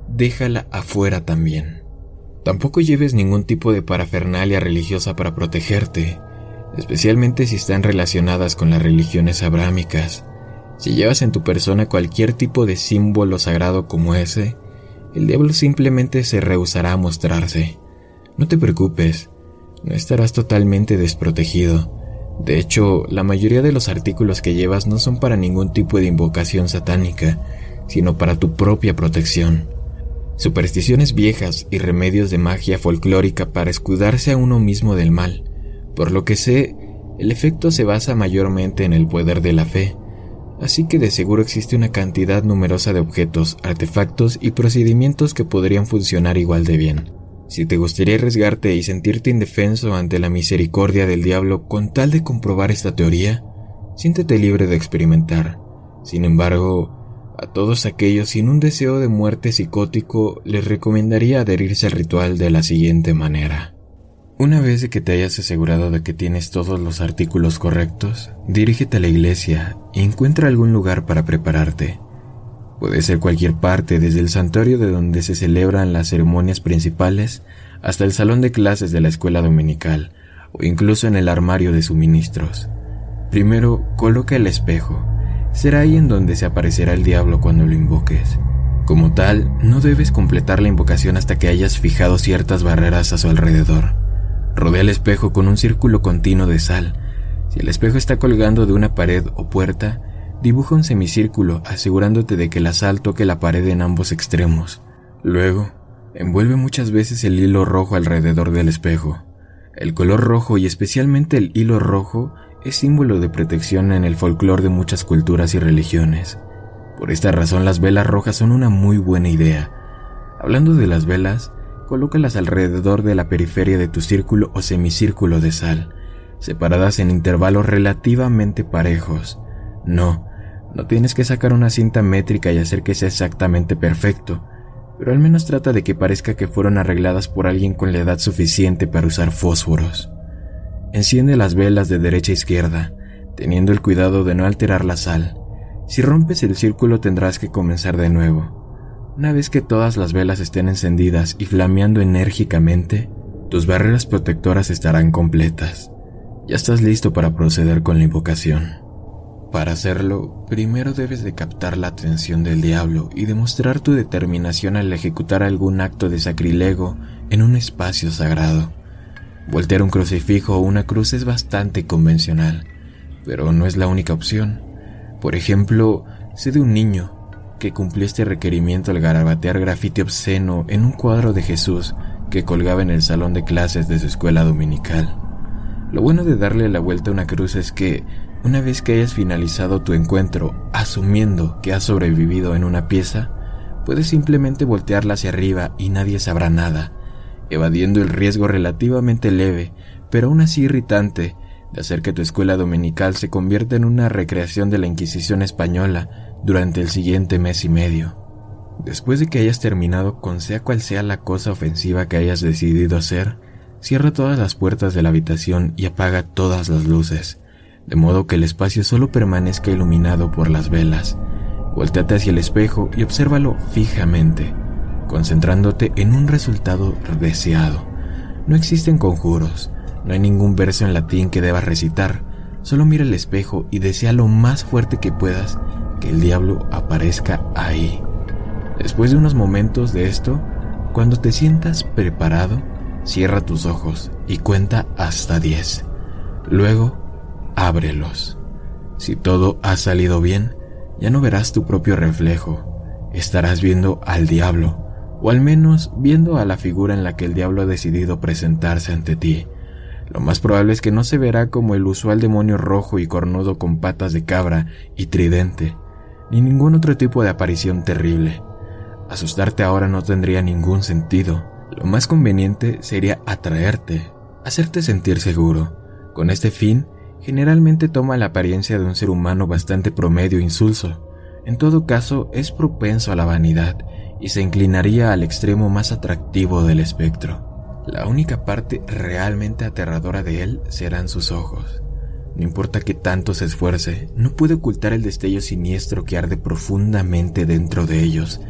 déjala afuera también. Tampoco lleves ningún tipo de parafernalia religiosa para protegerte, especialmente si están relacionadas con las religiones abrámicas. Si llevas en tu persona cualquier tipo de símbolo sagrado como ese, el diablo simplemente se rehusará a mostrarse. No te preocupes, no estarás totalmente desprotegido. De hecho, la mayoría de los artículos que llevas no son para ningún tipo de invocación satánica, sino para tu propia protección. Supersticiones viejas y remedios de magia folclórica para escudarse a uno mismo del mal. Por lo que sé, el efecto se basa mayormente en el poder de la fe, así que de seguro existe una cantidad numerosa de objetos, artefactos y procedimientos que podrían funcionar igual de bien. Si te gustaría arriesgarte y sentirte indefenso ante la misericordia del diablo con tal de comprobar esta teoría, siéntete libre de experimentar. Sin embargo, a todos aquellos sin un deseo de muerte psicótico les recomendaría adherirse al ritual de la siguiente manera. Una vez de que te hayas asegurado de que tienes todos los artículos correctos, dirígete a la iglesia y encuentra algún lugar para prepararte. Puede ser cualquier parte, desde el santuario de donde se celebran las ceremonias principales hasta el salón de clases de la escuela dominical o incluso en el armario de suministros. Primero, coloca el espejo. Será ahí en donde se aparecerá el diablo cuando lo invoques. Como tal, no debes completar la invocación hasta que hayas fijado ciertas barreras a su alrededor. Rodea el espejo con un círculo continuo de sal. Si el espejo está colgando de una pared o puerta, dibuja un semicírculo asegurándote de que la sal toque la pared en ambos extremos. Luego, envuelve muchas veces el hilo rojo alrededor del espejo. El color rojo y especialmente el hilo rojo es símbolo de protección en el folclore de muchas culturas y religiones. Por esta razón las velas rojas son una muy buena idea. Hablando de las velas, colócalas alrededor de la periferia de tu círculo o semicírculo de sal, separadas en intervalos relativamente parejos. No, no tienes que sacar una cinta métrica y hacer que sea exactamente perfecto, pero al menos trata de que parezca que fueron arregladas por alguien con la edad suficiente para usar fósforos. Enciende las velas de derecha a izquierda, teniendo el cuidado de no alterar la sal. Si rompes el círculo tendrás que comenzar de nuevo. Una vez que todas las velas estén encendidas y flameando enérgicamente, tus barreras protectoras estarán completas. Ya estás listo para proceder con la invocación. Para hacerlo, primero debes de captar la atención del diablo y demostrar tu determinación al ejecutar algún acto de sacrilego en un espacio sagrado. Voltear un crucifijo o una cruz es bastante convencional, pero no es la única opción. Por ejemplo, sé de un niño que cumplió este requerimiento al garabatear grafiti obsceno en un cuadro de Jesús que colgaba en el salón de clases de su escuela dominical. Lo bueno de darle la vuelta a una cruz es que, una vez que hayas finalizado tu encuentro, asumiendo que has sobrevivido en una pieza, puedes simplemente voltearla hacia arriba y nadie sabrá nada, evadiendo el riesgo relativamente leve, pero aún así irritante, de hacer que tu escuela dominical se convierta en una recreación de la Inquisición española durante el siguiente mes y medio. Después de que hayas terminado con sea cual sea la cosa ofensiva que hayas decidido hacer, cierra todas las puertas de la habitación y apaga todas las luces, de modo que el espacio solo permanezca iluminado por las velas. Voltéate hacia el espejo y obsérvalo fijamente, concentrándote en un resultado deseado. No existen conjuros, no hay ningún verso en latín que debas recitar, solo mira el espejo y desea lo más fuerte que puedas que el diablo aparezca ahí. Después de unos momentos de esto, cuando te sientas preparado, cierra tus ojos y cuenta hasta diez. Luego, ábrelos. Si todo ha salido bien, ya no verás tu propio reflejo. Estarás viendo al diablo, o al menos viendo a la figura en la que el diablo ha decidido presentarse ante ti. Lo más probable es que no se verá como el usual demonio rojo y cornudo con patas de cabra y tridente, ni ningún otro tipo de aparición terrible. Asustarte ahora no tendría ningún sentido. Lo más conveniente sería atraerte, hacerte sentir seguro. Con este fin, generalmente toma la apariencia de un ser humano bastante promedio e insulso. En todo caso, es propenso a la vanidad y se inclinaría al extremo más atractivo del espectro. La única parte realmente aterradora de él serán sus ojos. No importa qué tanto se esfuerce, no puede ocultar el destello siniestro que arde profundamente dentro de ellos,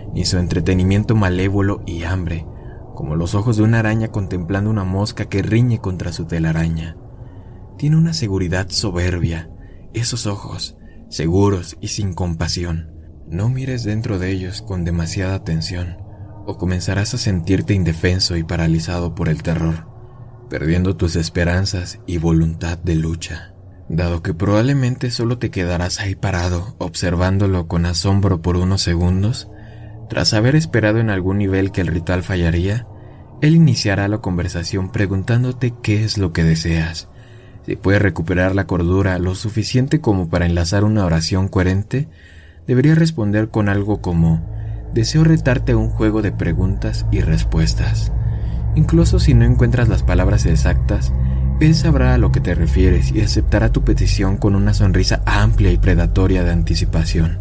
ni su entretenimiento malévolo y hambre, como los ojos de una araña contemplando una mosca que riñe contra su telaraña. Tiene una seguridad soberbia, esos ojos, seguros y sin compasión. No mires dentro de ellos con demasiada atención, o comenzarás a sentirte indefenso y paralizado por el terror, perdiendo tus esperanzas y voluntad de lucha, dado que probablemente solo te quedarás ahí parado, observándolo con asombro por unos segundos. Tras haber esperado en algún nivel que el ritual fallaría, él iniciará la conversación preguntándote qué es lo que deseas. Si puedes recuperar la cordura lo suficiente como para enlazar una oración coherente, deberías responder con algo como: deseo retarte a un juego de preguntas y respuestas. Incluso si no encuentras las palabras exactas, él sabrá a lo que te refieres y aceptará tu petición con una sonrisa amplia y predatoria de anticipación.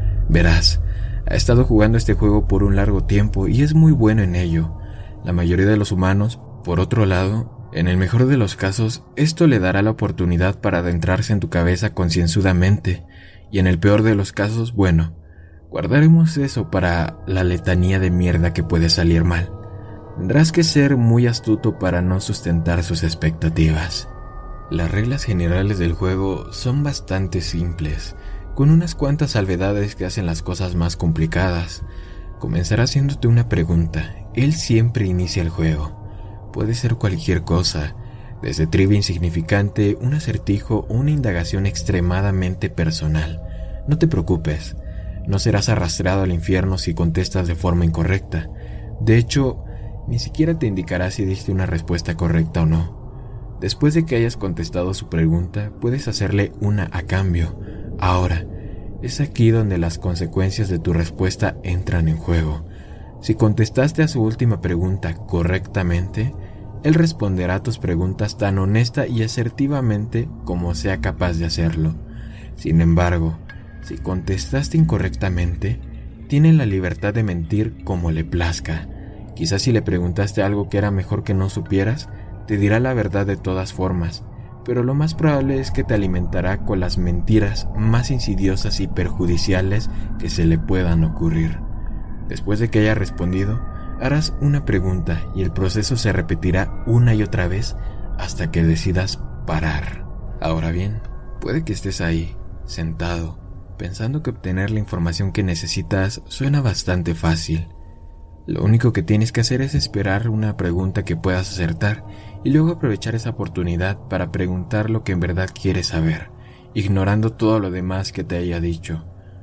Verás, ha estado jugando este juego por un largo tiempo y es muy bueno en ello. La mayoría de los humanos, por otro lado, en el mejor de los casos, esto le dará la oportunidad para adentrarse en tu cabeza concienzudamente, y en el peor de los casos, bueno, guardaremos eso para la letanía de mierda que puede salir mal. Tendrás que ser muy astuto para no sustentar sus expectativas. Las reglas generales del juego son bastante simples, con unas cuantas salvedades que hacen las cosas más complicadas. Comenzará haciéndote una pregunta. Él siempre inicia el juego. Puede ser cualquier cosa, desde trivia insignificante, un acertijo o una indagación extremadamente personal. No te preocupes, no serás arrastrado al infierno si contestas de forma incorrecta. De hecho, ni siquiera te indicará si diste una respuesta correcta o no. Después de que hayas contestado su pregunta, puedes hacerle una a cambio. Ahora, es aquí donde las consecuencias de tu respuesta entran en juego. Si contestaste a su última pregunta correctamente, él responderá a tus preguntas tan honesta y asertivamente como sea capaz de hacerlo. Sin embargo, si contestaste incorrectamente, tiene la libertad de mentir como le plazca. Quizás si le preguntaste algo que era mejor que no supieras, te dirá la verdad de todas formas, pero lo más probable es que te alimentará con las mentiras más insidiosas y perjudiciales que se le puedan ocurrir. Después de que haya respondido, harás una pregunta y el proceso se repetirá una y otra vez hasta que decidas parar. Ahora bien, puede que estés ahí, sentado, pensando que obtener la información que necesitas suena bastante fácil. Lo único que tienes que hacer es esperar una pregunta que puedas acertar y luego aprovechar esa oportunidad para preguntar lo que en verdad quieres saber, ignorando todo lo demás que te haya dicho.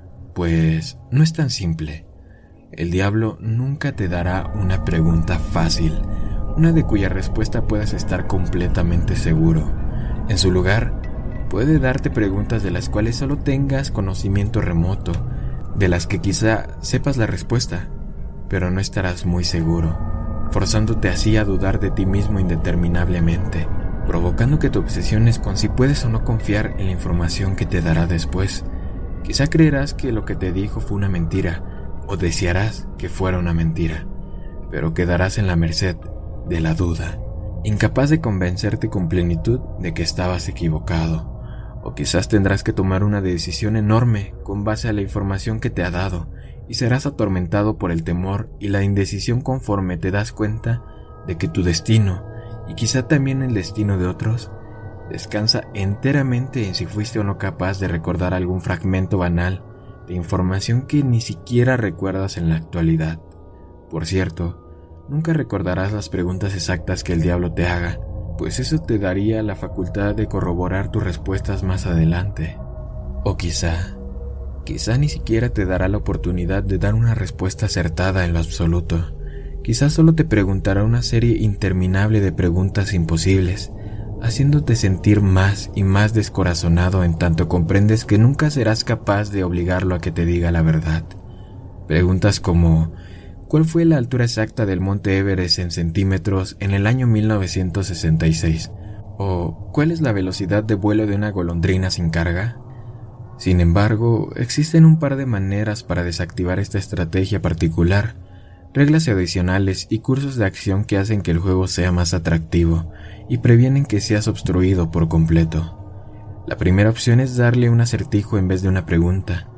Pues no es tan simple. El diablo nunca te dará una pregunta fácil, una de cuya respuesta puedas estar completamente seguro. En su lugar, puede darte preguntas de las cuales solo tengas conocimiento remoto, de las que quizá sepas la respuesta, pero no estarás muy seguro, forzándote así a dudar de ti mismo indeterminablemente, provocando que te obsesiones con si puedes o no confiar en la información que te dará después. Quizá creerás que lo que te dijo fue una mentira, o desearás que fuera una mentira, pero quedarás en la merced de la duda, incapaz de convencerte con plenitud de que estabas equivocado. O quizás tendrás que tomar una decisión enorme con base a la información que te ha dado, y serás atormentado por el temor y la indecisión conforme te das cuenta de que tu destino, y quizá también el destino de otros, descansa enteramente en si fuiste o no capaz de recordar algún fragmento banal de información que ni siquiera recuerdas en la actualidad. Por cierto, nunca recordarás las preguntas exactas que el diablo te haga, pues eso te daría la facultad de corroborar tus respuestas más adelante. O quizá, quizá ni siquiera te dará la oportunidad de dar una respuesta acertada en lo absoluto. Quizá solo te preguntará una serie interminable de preguntas imposibles, haciéndote sentir más y más descorazonado en tanto comprendes que nunca serás capaz de obligarlo a que te diga la verdad. Preguntas como: ¿cuál fue la altura exacta del monte Everest en centímetros en el año mil novecientos sesenta y seis? ¿O cuál es la velocidad de vuelo de una golondrina sin carga? Sin embargo, existen un par de maneras para desactivar esta estrategia particular, reglas adicionales y cursos de acción que hacen que el juego sea más atractivo y previenen que seas obstruido por completo. La primera opción es darle un acertijo en vez de una pregunta.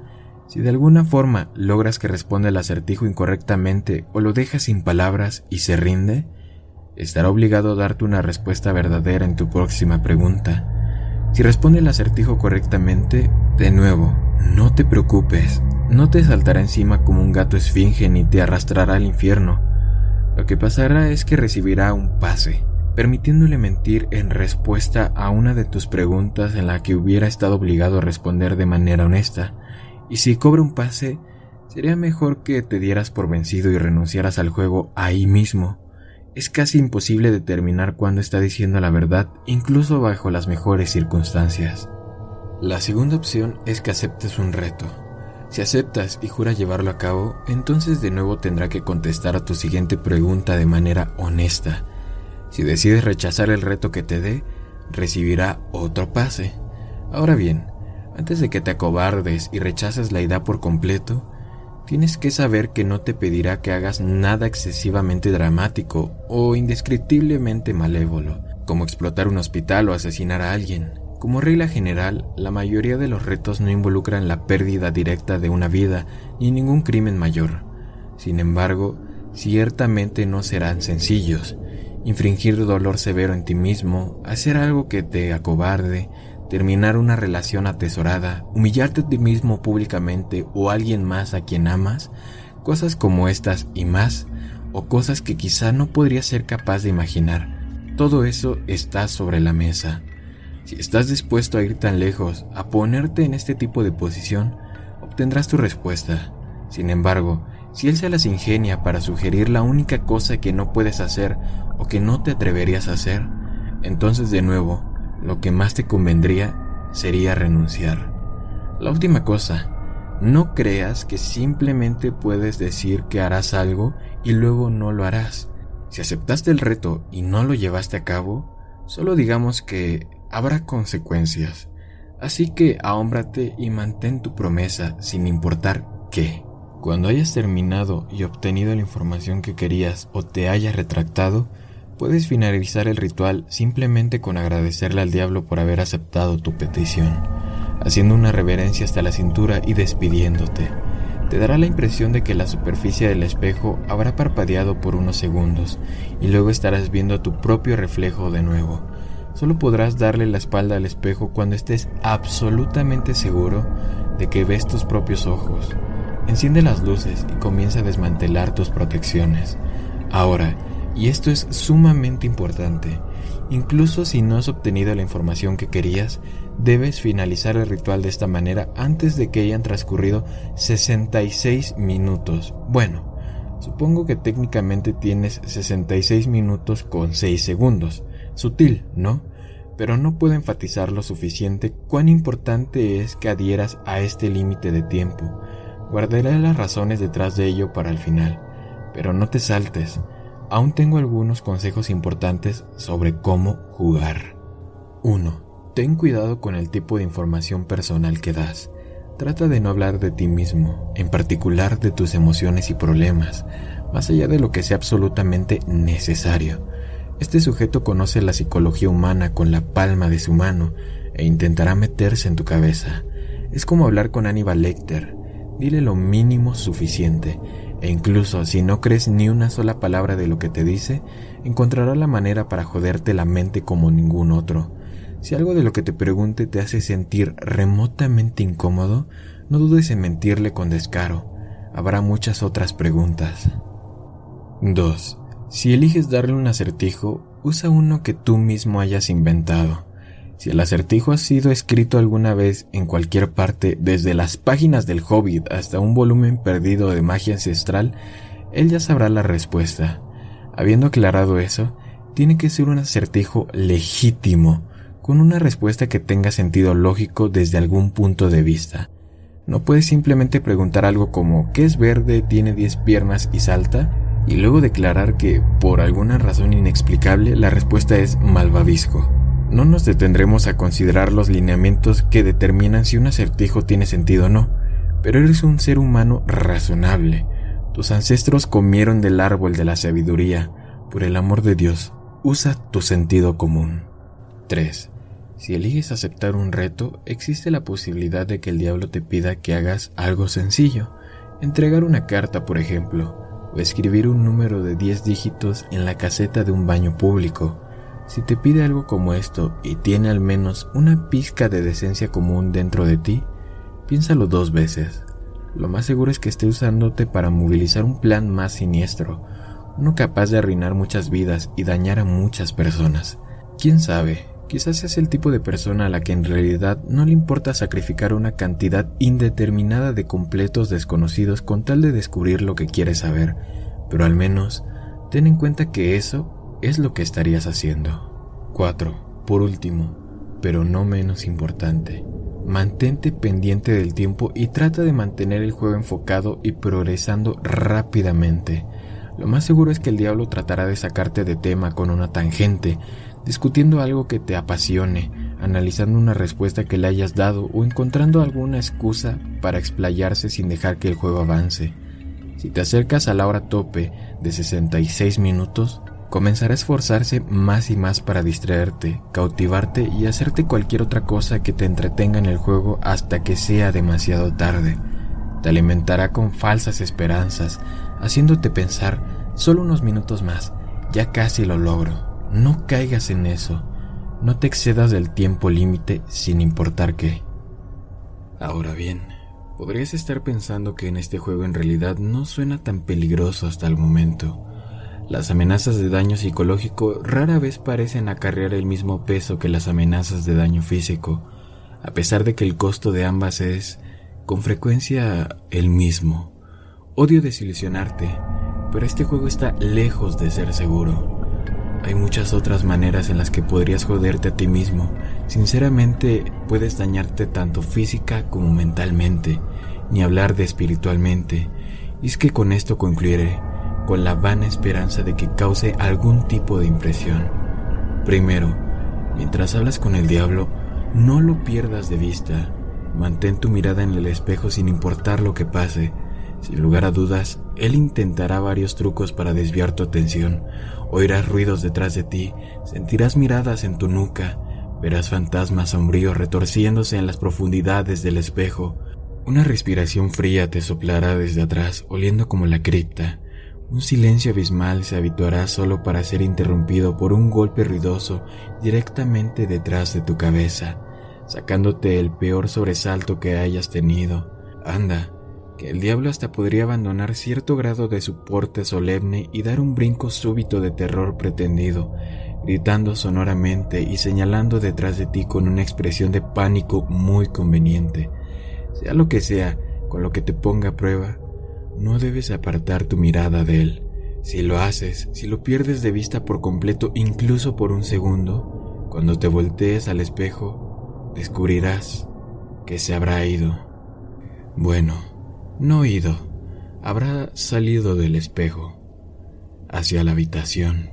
Si de alguna forma logras que responda el acertijo incorrectamente o lo dejas sin palabras y se rinde, estará obligado a darte una respuesta verdadera en tu próxima pregunta. Si responde el acertijo correctamente, de nuevo, no te preocupes, no te saltará encima como un gato esfinge ni te arrastrará al infierno. Lo que pasará es que recibirá un pase, permitiéndole mentir en respuesta a una de tus preguntas en la que hubiera estado obligado a responder de manera honesta. Y si cobra un pase, sería mejor que te dieras por vencido y renunciaras al juego ahí mismo. Es casi imposible determinar cuándo está diciendo la verdad, incluso bajo las mejores circunstancias. La segunda opción es que aceptes un reto. Si aceptas y juras llevarlo a cabo, entonces de nuevo tendrá que contestar a tu siguiente pregunta de manera honesta. Si decides rechazar el reto que te dé, recibirá otro pase. Ahora bien, antes de que te acobardes y rechaces la idea por completo, tienes que saber que no te pedirá que hagas nada excesivamente dramático o indescriptiblemente malévolo, como explotar un hospital o asesinar a alguien. Como regla general, la mayoría de los retos no involucran la pérdida directa de una vida ni ningún crimen mayor. Sin embargo, ciertamente no serán sencillos. Infringir dolor severo en ti mismo, hacer algo que te acobarde, terminar una relación atesorada, humillarte a ti mismo públicamente o a alguien más a quien amas, cosas como estas y más, o cosas que quizá no podrías ser capaz de imaginar. Todo eso está sobre la mesa. Si estás dispuesto a ir tan lejos, a ponerte en este tipo de posición, obtendrás tu respuesta. Sin embargo, si él se las ingenia para sugerir la única cosa que no puedes hacer o que no te atreverías a hacer, entonces de nuevo, lo que más te convendría sería renunciar. La última cosa, no creas que simplemente puedes decir que harás algo y luego no lo harás. Si aceptaste el reto y no lo llevaste a cabo, solo digamos que habrá consecuencias. Así que ahómbrate y mantén tu promesa sin importar qué. Cuando hayas terminado y obtenido la información que querías o te hayas retractado, puedes finalizar el ritual simplemente con agradecerle al diablo por haber aceptado tu petición, haciendo una reverencia hasta la cintura y despidiéndote. Te dará la impresión de que la superficie del espejo habrá parpadeado por unos segundos y luego estarás viendo tu propio reflejo de nuevo. Solo podrás darle la espalda al espejo cuando estés absolutamente seguro de que ves tus propios ojos. Enciende las luces y comienza a desmantelar tus protecciones. Ahora, y esto es sumamente importante, incluso si no has obtenido la información que querías, debes finalizar el ritual de esta manera antes de que hayan transcurrido sesenta y seis minutos. Bueno, supongo que técnicamente tienes sesenta y seis minutos con seis segundos. Sutil, ¿no? Pero no puedo enfatizar lo suficiente cuán importante es que adhieras a este límite de tiempo. Guardaré las razones detrás de ello para el final, pero no te saltes. Aún tengo algunos consejos importantes sobre cómo jugar. uno. Ten cuidado con el tipo de información personal que das. Trata de no hablar de ti mismo, en particular de tus emociones y problemas, más allá de lo que sea absolutamente necesario. Este sujeto conoce la psicología humana con la palma de su mano e intentará meterse en tu cabeza. Es como hablar con Hannibal Lecter. Dile lo mínimo suficiente, e incluso si no crees ni una sola palabra de lo que te dice, encontrará la manera para joderte la mente como ningún otro. Si algo de lo que te pregunte te hace sentir remotamente incómodo, no dudes en mentirle con descaro. Habrá muchas otras preguntas. dos. Si eliges darle un acertijo, usa uno que tú mismo hayas inventado. Si el acertijo ha sido escrito alguna vez en cualquier parte, desde las páginas del Hobbit hasta un volumen perdido de magia ancestral, él ya sabrá la respuesta. Habiendo aclarado eso, tiene que ser un acertijo legítimo, con una respuesta que tenga sentido lógico desde algún punto de vista. No puedes simplemente preguntar algo como ¿qué es verde, tiene diez piernas y salta? Y luego declarar que, por alguna razón inexplicable, la respuesta es malvavisco. No nos detendremos a considerar los lineamientos que determinan si un acertijo tiene sentido o no, pero eres un ser humano razonable. Tus ancestros comieron del árbol de la sabiduría. Por el amor de Dios, usa tu sentido común. tres. Si eliges aceptar un reto, existe la posibilidad de que el diablo te pida que hagas algo sencillo, entregar una carta, por ejemplo, o escribir un número de diez dígitos en la caseta de un baño público. Si te pide algo como esto y tiene al menos una pizca de decencia común dentro de ti, piénsalo dos veces. Lo más seguro es que esté usándote para movilizar un plan más siniestro, uno capaz de arruinar muchas vidas y dañar a muchas personas. ¿Quién sabe? Quizás seas el tipo de persona a la que en realidad no le importa sacrificar una cantidad indeterminada de completos desconocidos con tal de descubrir lo que quieres saber, pero al menos ten en cuenta que eso es lo que estarías haciendo. cuatro. Por último, pero no menos importante, mantente pendiente del tiempo y trata de mantener el juego enfocado y progresando rápidamente. Lo más seguro es que el diablo tratará de sacarte de tema con una tangente, discutiendo algo que te apasione, analizando una respuesta que le hayas dado o encontrando alguna excusa para explayarse sin dejar que el juego avance. Si te acercas a la hora tope de sesenta y seis minutos, comenzará a esforzarse más y más para distraerte, cautivarte y hacerte cualquier otra cosa que te entretenga en el juego hasta que sea demasiado tarde. Te alimentará con falsas esperanzas, haciéndote pensar, solo unos minutos más, ya casi lo logro. No caigas en eso, no te excedas del tiempo límite sin importar qué. Ahora bien, podrías estar pensando que en este juego en realidad no suena tan peligroso hasta el momento. Las amenazas de daño psicológico rara vez parecen acarrear el mismo peso que las amenazas de daño físico, a pesar de que el costo de ambas es, con frecuencia, el mismo. Odio desilusionarte, pero este juego está lejos de ser seguro. Hay muchas otras maneras en las que podrías joderte a ti mismo. Sinceramente, puedes dañarte tanto física como mentalmente, ni hablar de espiritualmente. Y es que con esto concluiré, con la vana esperanza de que cause algún tipo de impresión. Primero, mientras hablas con el diablo, no lo pierdas de vista. Mantén tu mirada en el espejo sin importar lo que pase. Sin lugar a dudas, él intentará varios trucos para desviar tu atención. Oirás ruidos detrás de ti, sentirás miradas en tu nuca, verás fantasmas sombríos retorciéndose en las profundidades del espejo. Una respiración fría te soplará desde atrás, oliendo como la cripta. Un silencio abismal se habituará solo para ser interrumpido por un golpe ruidoso directamente detrás de tu cabeza, sacándote el peor sobresalto que hayas tenido. Anda, que el diablo hasta podría abandonar cierto grado de su porte solemne y dar un brinco súbito de terror pretendido, gritando sonoramente y señalando detrás de ti con una expresión de pánico muy conveniente. Sea lo que sea con lo que te ponga a prueba, no debes apartar tu mirada de él. Si lo haces, si lo pierdes de vista por completo, incluso por un segundo, cuando te voltees al espejo, descubrirás que se habrá ido. Bueno, no ido, habrá salido del espejo, hacia la habitación,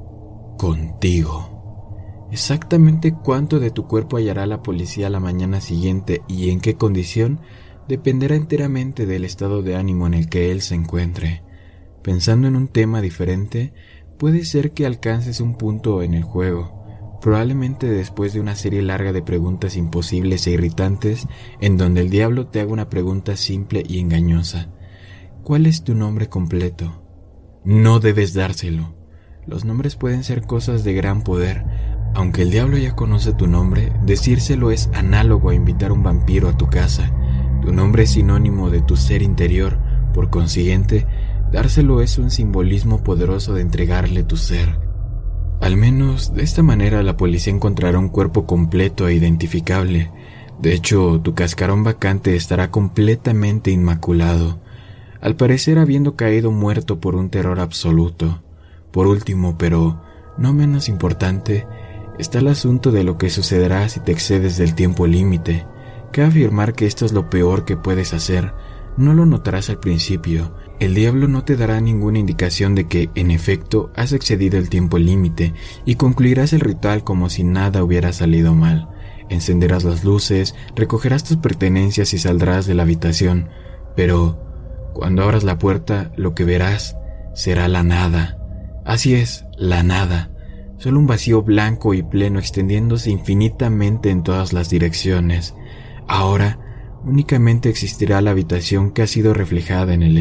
contigo. Exactamente cuánto de tu cuerpo hallará la policía la mañana siguiente y en qué condición dependerá enteramente del estado de ánimo en el que él se encuentre. Pensando en un tema diferente, puede ser que alcances un punto en el juego, probablemente después de una serie larga de preguntas imposibles e irritantes, en donde el diablo te haga una pregunta simple y engañosa. ¿Cuál es tu nombre completo? No debes dárselo. Los nombres pueden ser cosas de gran poder. Aunque el diablo ya conoce tu nombre, decírselo es análogo a invitar a un vampiro a tu casa. Tu nombre es sinónimo de tu ser interior, por consiguiente, dárselo es un simbolismo poderoso de entregarle tu ser. Al menos, de esta manera la policía encontrará un cuerpo completo e identificable. De hecho, tu cascarón vacante estará completamente inmaculado, al parecer habiendo caído muerto por un terror absoluto. Por último, pero no menos importante, está el asunto de lo que sucederá si te excedes del tiempo límite. Cabe afirmar que esto es lo peor que puedes hacer. No lo notarás al principio. El diablo no te dará ninguna indicación de que, en efecto, has excedido el tiempo límite y concluirás el ritual como si nada hubiera salido mal. Encenderás las luces, recogerás tus pertenencias y saldrás de la habitación. Pero, cuando abras la puerta, lo que verás será la nada. Así es, la nada. solo un vacío blanco y pleno extendiéndose infinitamente en todas las direcciones. Ahora únicamente existirá la habitación que ha sido reflejada en el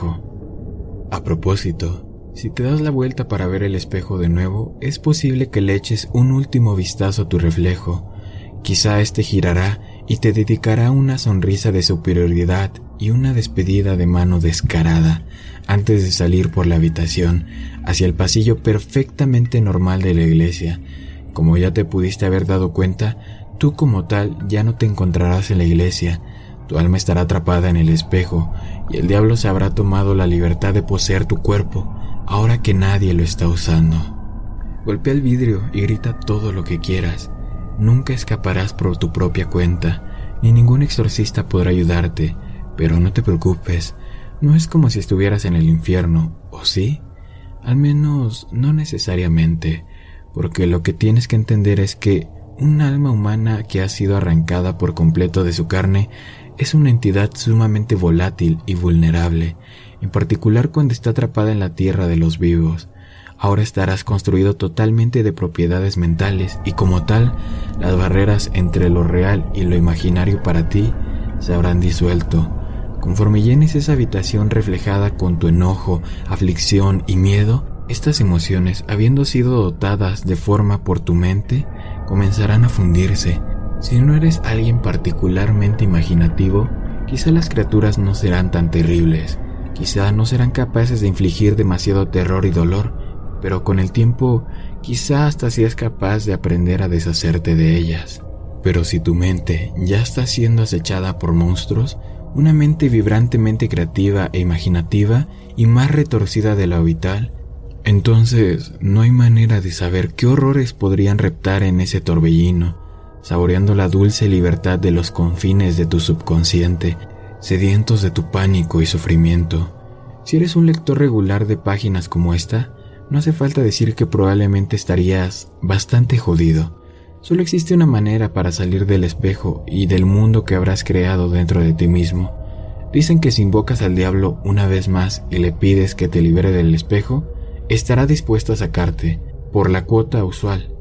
espejo. A propósito, si te das la vuelta para ver el espejo de nuevo, es posible que le eches un último vistazo a tu reflejo. Quizá este girará y te dedicará una sonrisa de superioridad y una despedida de mano descarada antes de salir por la habitación hacia el pasillo perfectamente normal de la iglesia. Como ya te pudiste haber dado cuenta, tú como tal ya no te encontrarás en la iglesia. Tu alma estará atrapada en el espejo y el diablo se habrá tomado la libertad de poseer tu cuerpo ahora que nadie lo está usando. Golpea el vidrio y grita todo lo que quieras. Nunca escaparás por tu propia cuenta, ni ningún exorcista podrá ayudarte, pero no te preocupes, no es como si estuvieras en el infierno, ¿o sí? Al menos no necesariamente, porque lo que tienes que entender es que un alma humana que ha sido arrancada por completo de su carne es una entidad sumamente volátil y vulnerable, en particular cuando está atrapada en la tierra de los vivos. Ahora estarás construido totalmente de propiedades mentales y como tal, las barreras entre lo real y lo imaginario para ti se habrán disuelto. Conforme llenes esa habitación reflejada con tu enojo, aflicción y miedo, estas emociones, habiendo sido dotadas de forma por tu mente, comenzarán a fundirse. Si no eres alguien particularmente imaginativo, quizá las criaturas no serán tan terribles, quizá no serán capaces de infligir demasiado terror y dolor, pero con el tiempo quizá hasta seas capaz de aprender a deshacerte de ellas. Pero si tu mente ya está siendo acechada por monstruos, una mente vibrantemente creativa e imaginativa y más retorcida de lo habitual, entonces no hay manera de saber qué horrores podrían reptar en ese torbellino, saboreando la dulce libertad de los confines de tu subconsciente, sedientos de tu pánico y sufrimiento. Si eres un lector regular de páginas como esta, no hace falta decir que probablemente estarías bastante jodido. Solo existe una manera para salir del espejo y del mundo que habrás creado dentro de ti mismo. Dicen que si invocas al diablo una vez más y le pides que te libere del espejo, estará dispuesto a sacarte, por la cuota usual,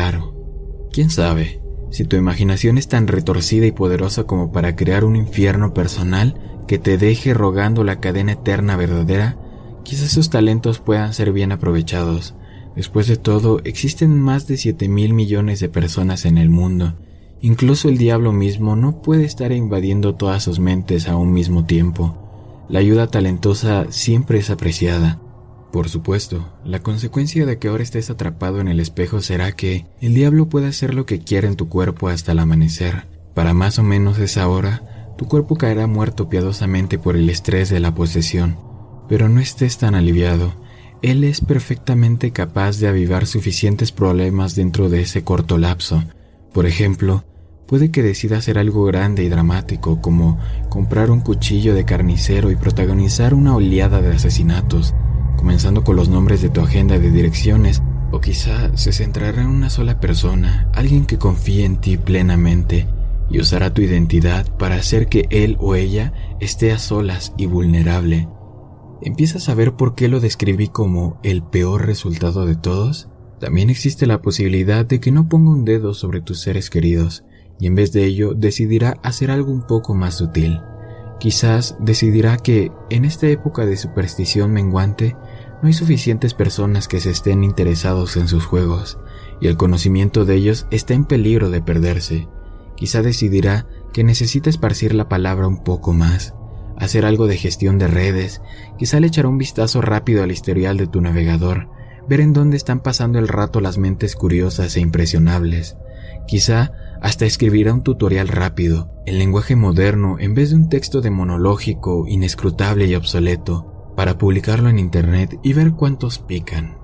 claro. ¿Quién sabe? Si tu imaginación es tan retorcida y poderosa como para crear un infierno personal que te deje rogando la cadena eterna verdadera, quizás esos talentos puedan ser bien aprovechados. Después de todo, existen más de siete mil millones de personas en el mundo. Incluso el diablo mismo no puede estar invadiendo todas sus mentes a un mismo tiempo. La ayuda talentosa siempre es apreciada. Por supuesto, la consecuencia de que ahora estés atrapado en el espejo será que el diablo puede hacer lo que quiera en tu cuerpo hasta el amanecer. Para más o menos esa hora, tu cuerpo caerá muerto piadosamente por el estrés de la posesión. Pero no estés tan aliviado. Él es perfectamente capaz de avivar suficientes problemas dentro de ese corto lapso. Por ejemplo, puede que decida hacer algo grande y dramático, como comprar un cuchillo de carnicero y protagonizar una oleada de asesinatos, comenzando con los nombres de tu agenda de direcciones, o quizá se centrará en una sola persona, alguien que confíe en ti plenamente, y usará tu identidad para hacer que él o ella esté a solas y vulnerable. ¿Empiezas a ver por qué lo describí como el peor resultado de todos? También existe la posibilidad de que no ponga un dedo sobre tus seres queridos, y en vez de ello decidirá hacer algo un poco más sutil. Quizás decidirá que, en esta época de superstición menguante, no hay suficientes personas que se estén interesados en sus juegos, y el conocimiento de ellos está en peligro de perderse. Quizá decidirá que necesita esparcir la palabra un poco más, hacer algo de gestión de redes, quizá le echará un vistazo rápido al historial de tu navegador, ver en dónde están pasando el rato las mentes curiosas e impresionables. Quizá hasta escribirá un tutorial rápido, en lenguaje moderno, en vez de un texto demonológico, inescrutable y obsoleto, para publicarlo en internet y ver cuántos pican.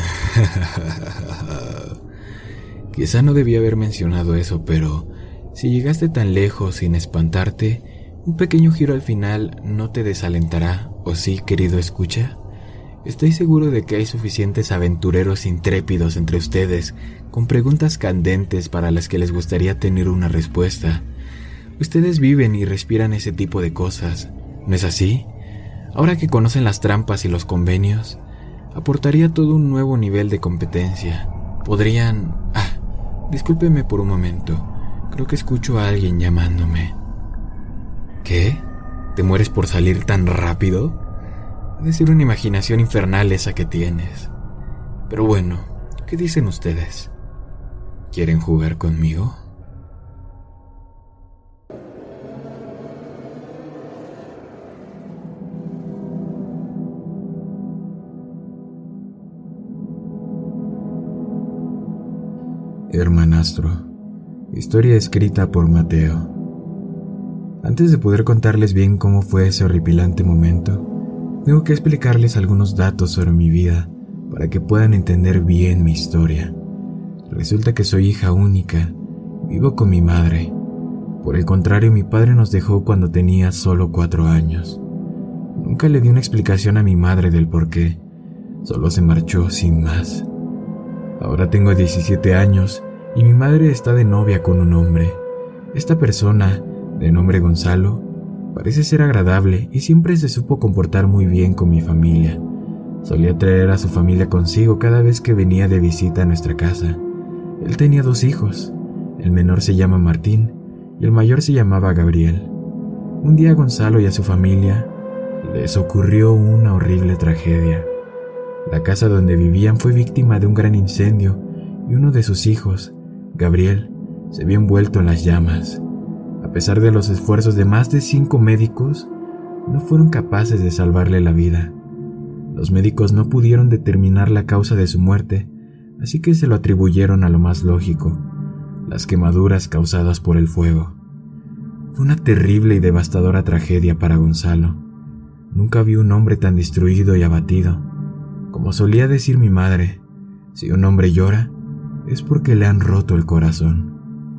Quizá no debía haber mencionado eso, pero si llegaste tan lejos sin espantarte, un pequeño giro al final no te desalentará, ¿o sí, querido escucha? Estoy seguro de que hay suficientes aventureros intrépidos entre ustedes, con preguntas candentes para las que les gustaría tener una respuesta. Ustedes viven y respiran ese tipo de cosas, ¿no es así? Ahora que conocen las trampas y los convenios, aportaría todo un nuevo nivel de competencia. podrían... Ah, discúlpeme por un momento. Creo que escucho a alguien llamándome. ¿Qué? ¿Te mueres por salir tan rápido? Debe ser una imaginación infernal esa que tienes. Pero bueno, ¿qué dicen ustedes? ¿Quieren jugar conmigo? Hermanastro. Historia escrita por Mateo. Antes de poder contarles bien cómo fue ese horripilante momento, tengo que explicarles algunos datos sobre mi vida para que puedan entender bien mi historia. Resulta que soy hija única, vivo con mi madre. Por el contrario, mi padre nos dejó cuando tenía solo cuatro años. Nunca le di una explicación a mi madre del por qué, solo se marchó sin más. Ahora tengo diecisiete años y mi madre está de novia con un hombre. Esta persona, de nombre Gonzalo, parece ser agradable y siempre se supo comportar muy bien con mi familia. Solía traer a su familia consigo cada vez que venía de visita a nuestra casa. Él tenía dos hijos, el menor se llama Martín y el mayor se llamaba Gabriel. Un día a Gonzalo y a su familia les ocurrió una horrible tragedia. La casa donde vivían fue víctima de un gran incendio y uno de sus hijos, Gabriel, se vio envuelto en las llamas. A pesar de los esfuerzos de más de cinco médicos, no fueron capaces de salvarle la vida. Los médicos no pudieron determinar la causa de su muerte, así que se lo atribuyeron a lo más lógico, las quemaduras causadas por el fuego. Fue una terrible y devastadora tragedia para Gonzalo. Nunca vi un hombre tan destruido y abatido. Como solía decir mi madre, si un hombre llora, es porque le han roto el corazón.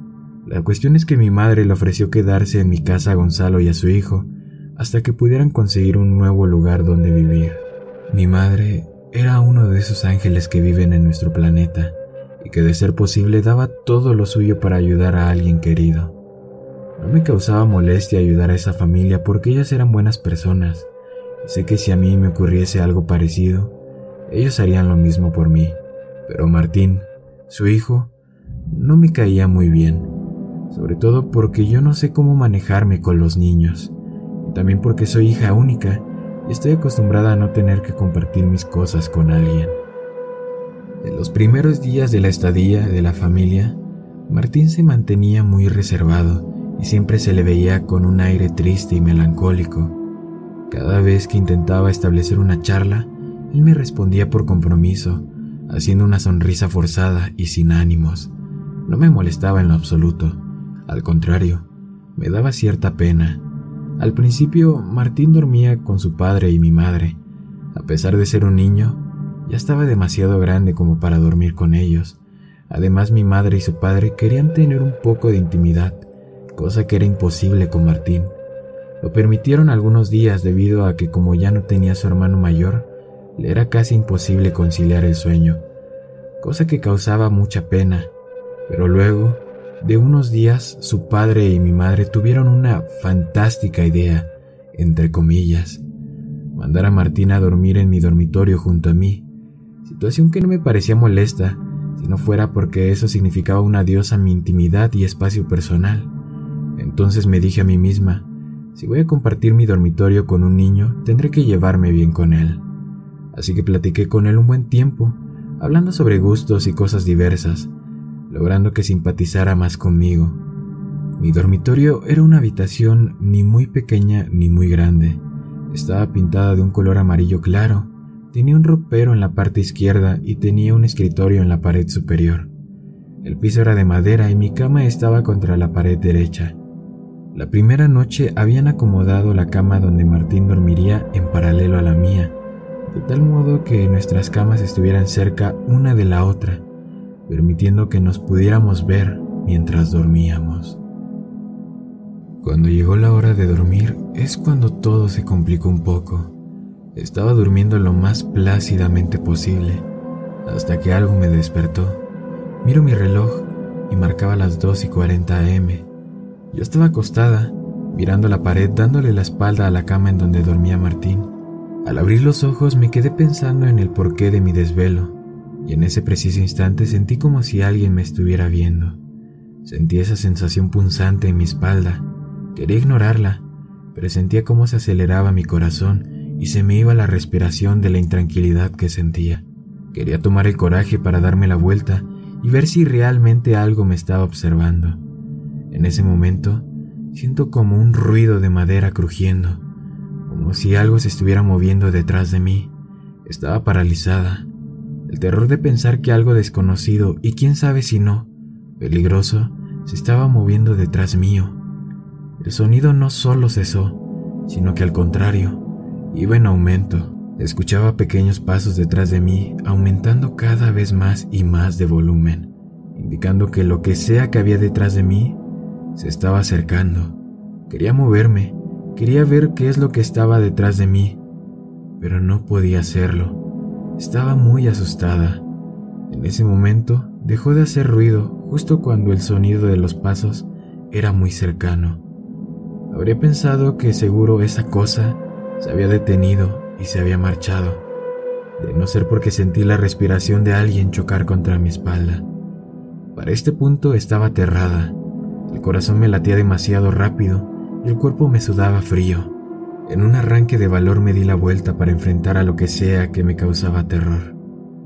La cuestión es que mi madre le ofreció quedarse en mi casa a Gonzalo y a su hijo hasta que pudieran conseguir un nuevo lugar donde vivir. Mi madre era uno de esos ángeles que viven en nuestro planeta y que, de ser posible, daba todo lo suyo para ayudar a alguien querido. No me causaba molestia ayudar a esa familia porque ellas eran buenas personas y sé que si a mí me ocurriese algo parecido, ellos harían lo mismo por mí. Pero Martín, su hijo, no me caía muy bien, sobre todo porque yo no sé cómo manejarme con los niños, y también porque soy hija única y estoy acostumbrada a no tener que compartir mis cosas con alguien. En los primeros días de la estadía de la familia, Martín se mantenía muy reservado y siempre se le veía con un aire triste y melancólico. Cada vez que intentaba establecer una charla, él me respondía por compromiso, haciendo una sonrisa forzada y sin ánimos. No me molestaba en lo absoluto. Al contrario, me daba cierta pena. Al principio, Martín dormía con su padre y mi madre. A pesar de ser un niño, ya estaba demasiado grande como para dormir con ellos. Además, mi madre y su padre querían tener un poco de intimidad, cosa que era imposible con Martín. Lo permitieron algunos días debido a que, como ya no tenía a su hermano mayor, le era casi imposible conciliar el sueño, cosa que causaba mucha pena. Pero luego, de unos días, su padre y mi madre tuvieron una fantástica idea, entre comillas: mandar a Martín a dormir en mi dormitorio junto a mí, situación que no me parecía molesta, si no fuera porque eso significaba un adiós a mi intimidad y espacio personal. Entonces me dije a mí misma, si voy a compartir mi dormitorio con un niño, tendré que llevarme bien con él. Así que platiqué con él un buen tiempo, hablando sobre gustos y cosas diversas, logrando que simpatizara más conmigo. Mi dormitorio era una habitación ni muy pequeña ni muy grande. Estaba pintada de un color amarillo claro, tenía un ropero en la parte izquierda y tenía un escritorio en la pared superior. El piso era de madera y mi cama estaba contra la pared derecha. La primera noche habían acomodado la cama donde Martín dormiría en paralelo a la mía, de tal modo que nuestras camas estuvieran cerca una de la otra, permitiendo que nos pudiéramos ver mientras dormíamos. Cuando llegó la hora de dormir es cuando todo se complicó un poco. Estaba durmiendo lo más plácidamente posible, hasta que algo me despertó. Miro mi reloj y marcaba las dos y cuarenta a eme. Yo estaba acostada, mirando la pared, dándole la espalda a la cama en donde dormía Martín. Al abrir los ojos me quedé pensando en el porqué de mi desvelo. y en ese preciso instante sentí como si alguien me estuviera viendo. Sentí esa sensación punzante en mi espalda. Quería ignorarla, pero sentía cómo se aceleraba mi corazón y se me iba la respiración de la intranquilidad que sentía. Quería tomar el coraje para darme la vuelta y ver si realmente algo me estaba observando. En ese momento, siento como un ruido de madera crujiendo, como si algo se estuviera moviendo detrás de mí. Estaba paralizada. El terror de pensar que algo desconocido, y quién sabe si no, peligroso, se estaba moviendo detrás mío. El sonido no solo cesó, sino que al contrario, iba en aumento. Escuchaba pequeños pasos detrás de mí, aumentando cada vez más y más de volumen, indicando que lo que sea que había detrás de mí se estaba acercando. Quería moverme, quería ver qué es lo que estaba detrás de mí, pero no podía hacerlo. Estaba muy asustada. En ese momento dejó de hacer ruido justo cuando el sonido de los pasos era muy cercano. Habría pensado que seguro esa cosa se había detenido y se había marchado, de no ser porque sentí la respiración de alguien chocar contra mi espalda. Para este punto estaba aterrada. El corazón me latía demasiado rápido y el cuerpo me sudaba frío. En un arranque de valor me di la vuelta para enfrentar a lo que sea que me causaba terror.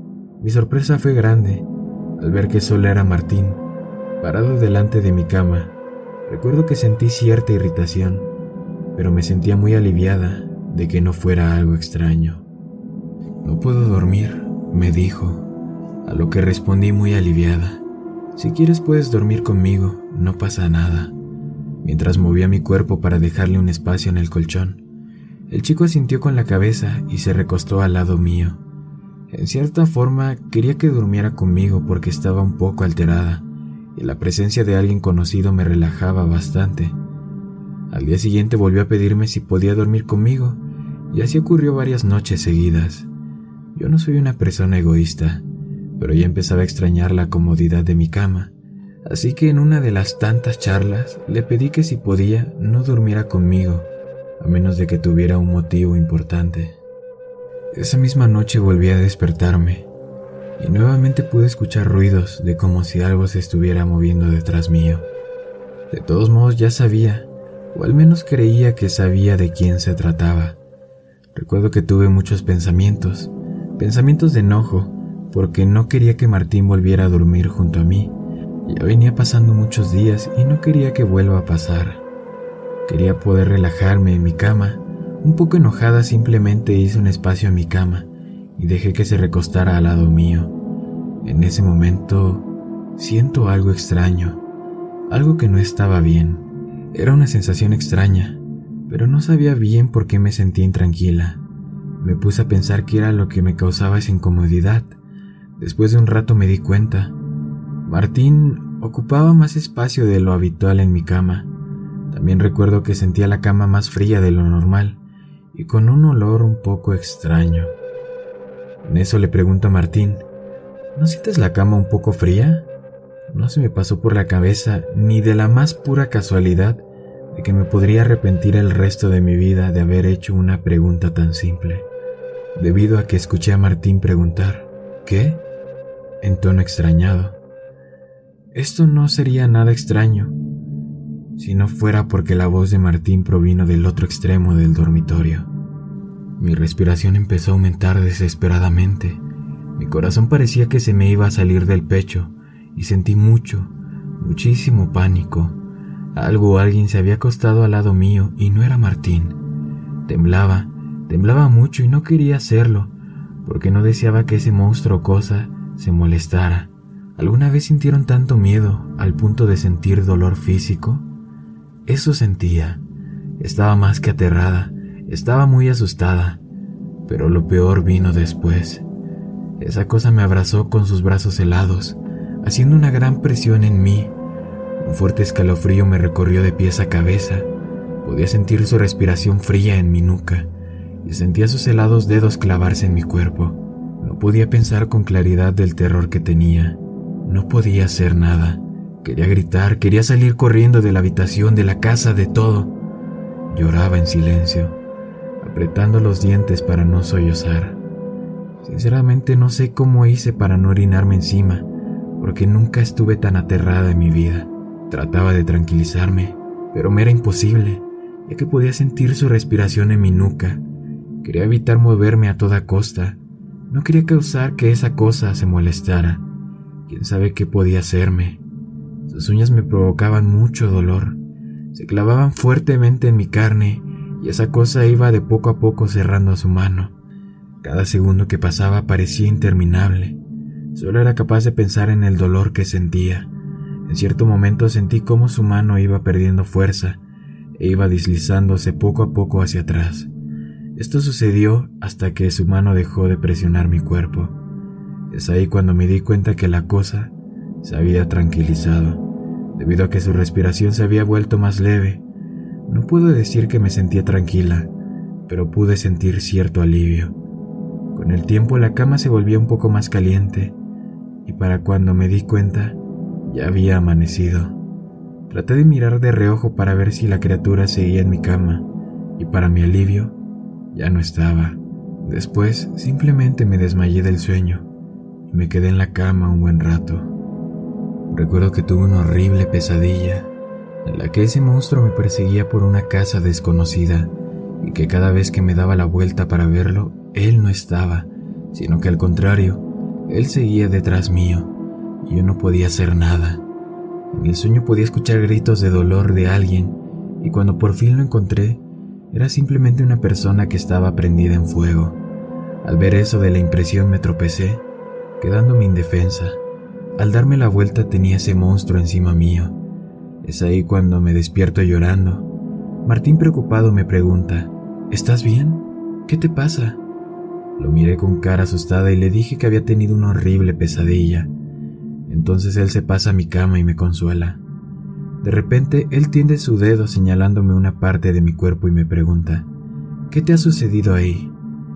Mi sorpresa fue grande al ver que solo era Martín, parado delante de mi cama. Recuerdo que sentí cierta irritación, pero me sentía muy aliviada de que no fuera algo extraño. «No puedo dormir», me dijo, a lo que respondí muy aliviada. «Si quieres puedes dormir conmigo, no pasa nada», mientras movía mi cuerpo para dejarle un espacio en el colchón. El chico asintió con la cabeza y se recostó al lado mío. En cierta forma quería que durmiera conmigo porque estaba un poco alterada y la presencia de alguien conocido me relajaba bastante. Al día siguiente volvió a pedirme si podía dormir conmigo, y así ocurrió varias noches seguidas. Yo no soy una persona egoísta, pero ya empezaba a extrañar la comodidad de mi cama, así que en una de las tantas charlas le pedí que si podía no durmiera conmigo, a menos de que tuviera un motivo importante. Esa misma noche volví a despertarme, y nuevamente pude escuchar ruidos de como si algo se estuviera moviendo detrás mío. De todos modos ya sabía, o al menos creía que sabía de quién se trataba. Recuerdo que tuve muchos pensamientos, pensamientos de enojo, porque no quería que Martín volviera a dormir junto a mí. Ya venía pasando muchos días y no quería que vuelva a pasar. Quería poder relajarme en mi cama. Un poco enojada simplemente hice un espacio en mi cama y dejé que se recostara al lado mío. En ese momento siento algo extraño, algo que no estaba bien. Era una sensación extraña, pero no sabía bien por qué me sentía intranquila. Me puse a pensar qué era lo que me causaba esa incomodidad. Después de un rato me di cuenta. Martín ocupaba más espacio de lo habitual en mi cama. También recuerdo que sentía la cama más fría de lo normal y con un olor un poco extraño. En eso le pregunto a Martín, ¿no sientes la cama un poco fría? No se me pasó por la cabeza ni de la más pura casualidad de que me podría arrepentir el resto de mi vida de haber hecho una pregunta tan simple, debido a que escuché a Martín preguntar, ¿qué?, en tono extrañado. Esto no sería nada extraño si no fuera porque la voz de Martín provino del otro extremo del dormitorio. Mi respiración empezó a aumentar desesperadamente. Mi corazón parecía que se me iba a salir del pecho y sentí mucho, muchísimo pánico. Algo o alguien se había acostado al lado mío y no era Martín. Temblaba, temblaba mucho y no quería hacerlo, porque no deseaba que ese monstruo o cosa se molestara. ¿Alguna vez sintieron tanto miedo al punto de sentir dolor físico? Eso sentía. Estaba más que aterrada, estaba muy asustada, pero lo peor vino después. Esa cosa me abrazó con sus brazos helados, haciendo una gran presión en mí. Un fuerte escalofrío me recorrió de pies a cabeza. Podía sentir su respiración fría en mi nuca y sentía sus helados dedos clavarse en mi cuerpo. No podía pensar con claridad del terror que tenía. No podía hacer nada. Quería gritar, quería salir corriendo de la habitación, de la casa, de todo. Lloraba en silencio, apretando los dientes para no sollozar. Sinceramente no sé cómo hice para no orinarme encima, porque nunca estuve tan aterrada en mi vida. Trataba de tranquilizarme, pero me era imposible, ya que podía sentir su respiración en mi nuca. Quería evitar moverme a toda costa. No quería causar que esa cosa se molestara. Quién sabe qué podía hacerme. Sus uñas me provocaban mucho dolor. Se clavaban fuertemente en mi carne y esa cosa iba de poco a poco cerrando su mano. Cada segundo que pasaba parecía interminable. Solo era capaz de pensar en el dolor que sentía. En cierto momento sentí cómo su mano iba perdiendo fuerza e iba deslizándose poco a poco hacia atrás. Esto sucedió hasta que su mano dejó de presionar mi cuerpo. Es ahí cuando me di cuenta que la cosa se había tranquilizado, debido a que su respiración se había vuelto más leve. No puedo decir que me sentía tranquila, pero pude sentir cierto alivio. Con el tiempo la cama se volvía un poco más caliente, y para cuando me di cuenta, ya había amanecido. Traté de mirar de reojo para ver si la criatura seguía en mi cama, y para mi alivio, ya no estaba. Después, simplemente me desmayé del sueño, y me quedé en la cama un buen rato. Recuerdo que tuve una horrible pesadilla, en la que ese monstruo me perseguía por una casa desconocida, y que cada vez que me daba la vuelta para verlo, él no estaba, sino que al contrario, él seguía detrás mío, y yo no podía hacer nada. En el sueño podía escuchar gritos de dolor de alguien, y cuando por fin lo encontré, era simplemente una persona que estaba prendida en fuego. Al ver eso de la impresión me tropecé, quedándome indefensa. Al darme la vuelta tenía ese monstruo encima mío. Es ahí cuando me despierto llorando. Martín, preocupado, me pregunta: ¿estás bien? ¿Qué te pasa? Lo miré con cara asustada y le dije que había tenido una horrible pesadilla. Entonces él se pasa a mi cama y me consuela. De repente, él tiende su dedo señalándome una parte de mi cuerpo y me pregunta: ¿qué te ha sucedido ahí?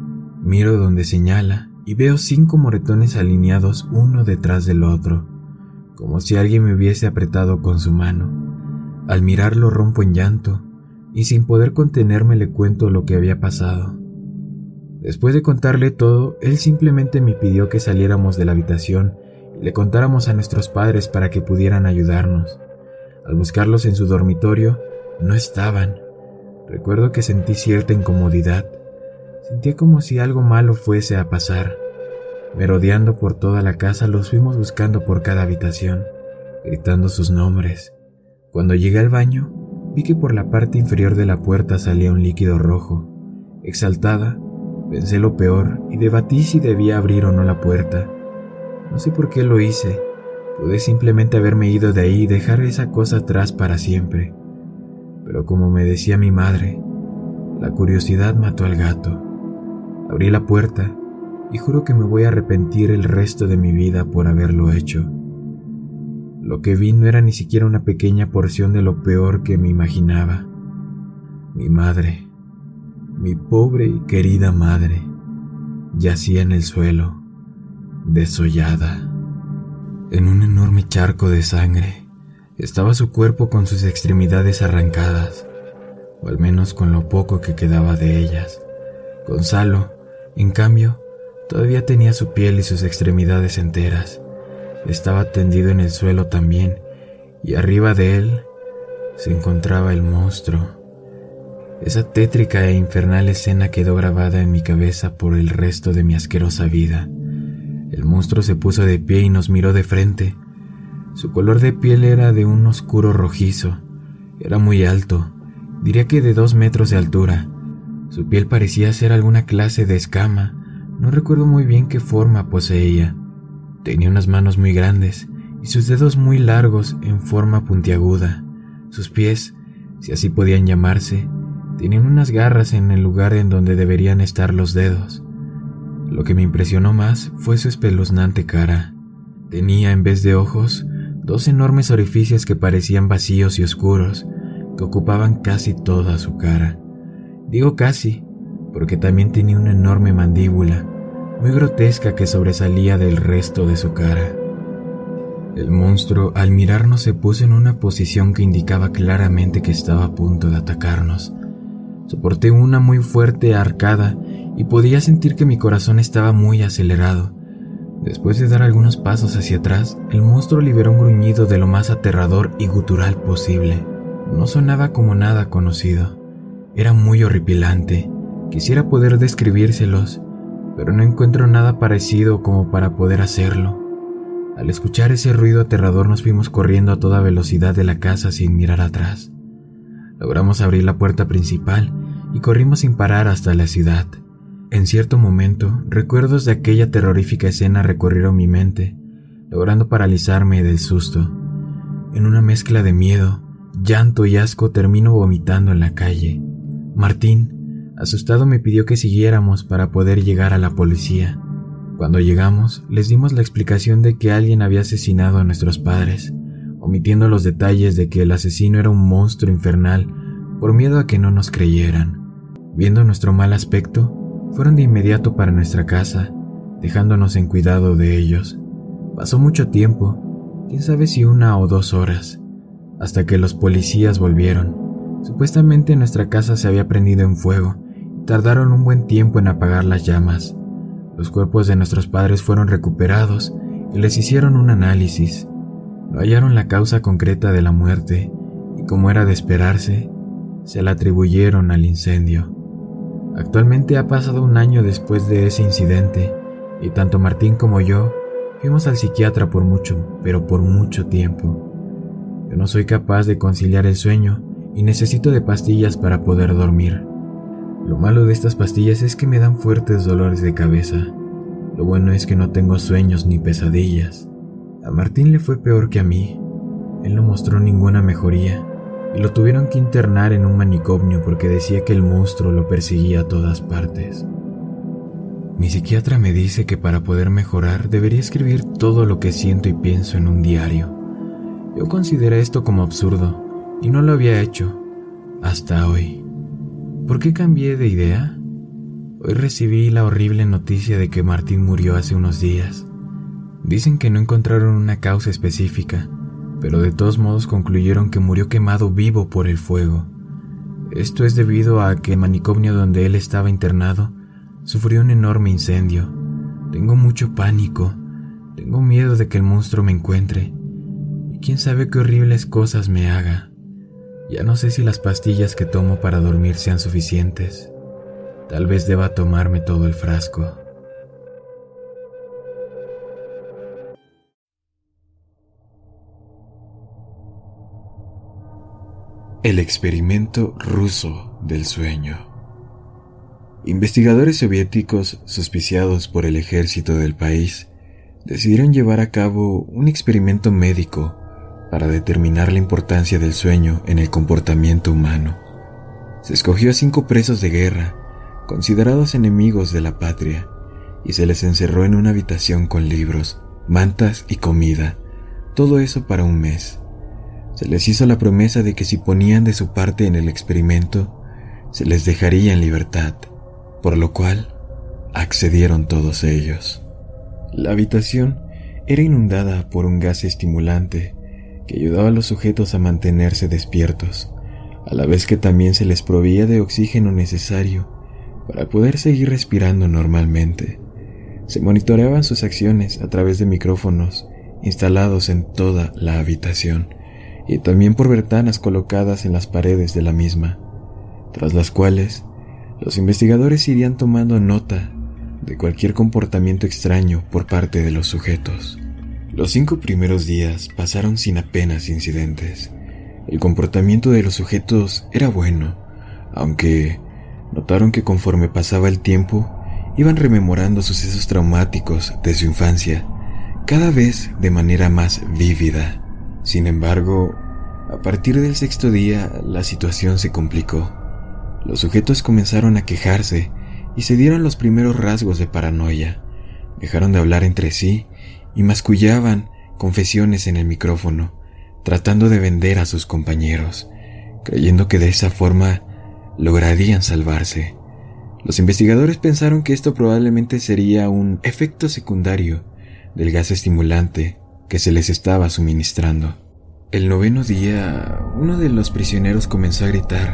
Miro donde señala y veo cinco moretones alineados uno detrás del otro, como si alguien me hubiese apretado con su mano. Al mirarlo rompo en llanto y sin poder contenerme le cuento lo que había pasado. Después de contarle todo, él simplemente me pidió que saliéramos de la habitación y le contáramos a nuestros padres para que pudieran ayudarnos. Al buscarlos en su dormitorio, no estaban. Recuerdo que sentí cierta incomodidad. Sentía como si algo malo fuese a pasar. Merodeando por toda la casa, los fuimos buscando por cada habitación, gritando sus nombres. Cuando llegué al baño, vi que por la parte inferior de la puerta salía un líquido rojo. Exaltada, pensé lo peor y debatí si debía abrir o no la puerta. No sé por qué lo hice. Pude simplemente haberme ido de ahí y dejar esa cosa atrás para siempre. Pero como me decía mi madre, la curiosidad mató al gato. Abrí la puerta y juro que me voy a arrepentir el resto de mi vida por haberlo hecho. Lo que vi no era ni siquiera una pequeña porción de lo peor que me imaginaba. Mi madre, mi pobre y querida madre, yacía en el suelo, desollada. En un enorme charco de sangre estaba su cuerpo con sus extremidades arrancadas, o al menos con lo poco que quedaba de ellas. Gonzalo, en cambio, todavía tenía su piel y sus extremidades enteras. Estaba tendido en el suelo también, y arriba de él se encontraba el monstruo. Esa tétrica e infernal escena quedó grabada en mi cabeza por el resto de mi asquerosa vida. El monstruo se puso de pie y nos miró de frente. Su color de piel era de un oscuro rojizo. Era muy alto, diría que de dos metros de altura. Su piel parecía ser alguna clase de escama. No recuerdo muy bien qué forma poseía. Tenía unas manos muy grandes y sus dedos muy largos en forma puntiaguda. Sus pies, si así podían llamarse, tenían unas garras en el lugar en donde deberían estar los dedos. Lo que me impresionó más fue su espeluznante cara. Tenía, en vez de ojos, dos enormes orificios que parecían vacíos y oscuros, que ocupaban casi toda su cara. Digo casi, porque también tenía una enorme mandíbula, muy grotesca, que sobresalía del resto de su cara. El monstruo, al mirarnos, se puso en una posición que indicaba claramente que estaba a punto de atacarnos. Soporté una muy fuerte arcada y podía sentir que mi corazón estaba muy acelerado. Después de dar algunos pasos hacia atrás, el monstruo liberó un gruñido de lo más aterrador y gutural posible. No sonaba como nada conocido. Era muy horripilante. Quisiera poder describírselos, pero no encuentro nada parecido como para poder hacerlo. Al escuchar ese ruido aterrador nos fuimos corriendo a toda velocidad de la casa sin mirar atrás. Logramos abrir la puerta principal y corrimos sin parar hasta la ciudad. En cierto momento, recuerdos de aquella terrorífica escena recorrieron mi mente, logrando paralizarme del susto. En una mezcla de miedo, llanto y asco termino vomitando en la calle. Martín, asustado, me pidió que siguiéramos para poder llegar a la policía. Cuando llegamos, les dimos la explicación de que alguien había asesinado a nuestros padres, omitiendo los detalles de que el asesino era un monstruo infernal por miedo a que no nos creyeran. Viendo nuestro mal aspecto, fueron de inmediato para nuestra casa, dejándonos en cuidado de ellos. Pasó mucho tiempo, quién sabe si una o dos horas, hasta que los policías volvieron. Supuestamente nuestra casa se había prendido en fuego y tardaron un buen tiempo en apagar las llamas. Los cuerpos de nuestros padres fueron recuperados y les hicieron un análisis. No hallaron la causa concreta de la muerte y, como era de esperarse, se la atribuyeron al incendio. Actualmente ha pasado un año después de ese incidente y tanto Martín como yo fuimos al psiquiatra por mucho, pero por mucho tiempo. Yo no soy capaz de conciliar el sueño y necesito de pastillas para poder dormir. Lo malo de estas pastillas es que me dan fuertes dolores de cabeza. Lo bueno es que no tengo sueños ni pesadillas. A Martín le fue peor que a mí. Él no mostró ninguna mejoría y lo tuvieron que internar en un manicomio porque decía que el monstruo lo perseguía a todas partes. Mi psiquiatra me dice que para poder mejorar debería escribir todo lo que siento y pienso en un diario. Yo consideré esto como absurdo y no lo había hecho hasta hoy. ¿Por qué cambié de idea? Hoy recibí la horrible noticia de que Martín murió hace unos días. Dicen que no encontraron una causa específica, pero de todos modos concluyeron que murió quemado vivo por el fuego. Esto es debido a que el manicomio donde él estaba internado sufrió un enorme incendio. Tengo mucho pánico, tengo miedo de que el monstruo me encuentre, y quién sabe qué horribles cosas me haga. Ya no sé si las pastillas que tomo para dormir sean suficientes. Tal vez deba tomarme todo el frasco. El experimento ruso del sueño. Investigadores soviéticos, auspiciados por el ejército del país, decidieron llevar a cabo un experimento médico para determinar la importancia del sueño en el comportamiento humano. Se escogió a cinco presos de guerra, considerados enemigos de la patria, y se les encerró en una habitación con libros, mantas y comida, todo eso para un mes. Se les hizo la promesa de que si ponían de su parte en el experimento, se les dejaría en libertad, por lo cual accedieron todos ellos. La habitación era inundada por un gas estimulante que ayudaba a los sujetos a mantenerse despiertos, a la vez que también se les proveía de oxígeno necesario para poder seguir respirando normalmente. Se monitoreaban sus acciones a través de micrófonos instalados en toda la habitación y también por ventanas colocadas en las paredes de la misma, tras las cuales los investigadores irían tomando nota de cualquier comportamiento extraño por parte de los sujetos. Los cinco primeros días pasaron sin apenas incidentes. El comportamiento de los sujetos era bueno, aunque notaron que conforme pasaba el tiempo, iban rememorando sucesos traumáticos de su infancia, cada vez de manera más vívida. Sin embargo, a partir del sexto día, la situación se complicó. Los sujetos comenzaron a quejarse y se dieron los primeros rasgos de paranoia. Dejaron de hablar entre sí y mascullaban confesiones en el micrófono, tratando de vender a sus compañeros, creyendo que de esa forma lograrían salvarse. Los investigadores pensaron que esto probablemente sería un efecto secundario del gas estimulante que se les estaba suministrando. El noveno día, uno de los prisioneros comenzó a gritar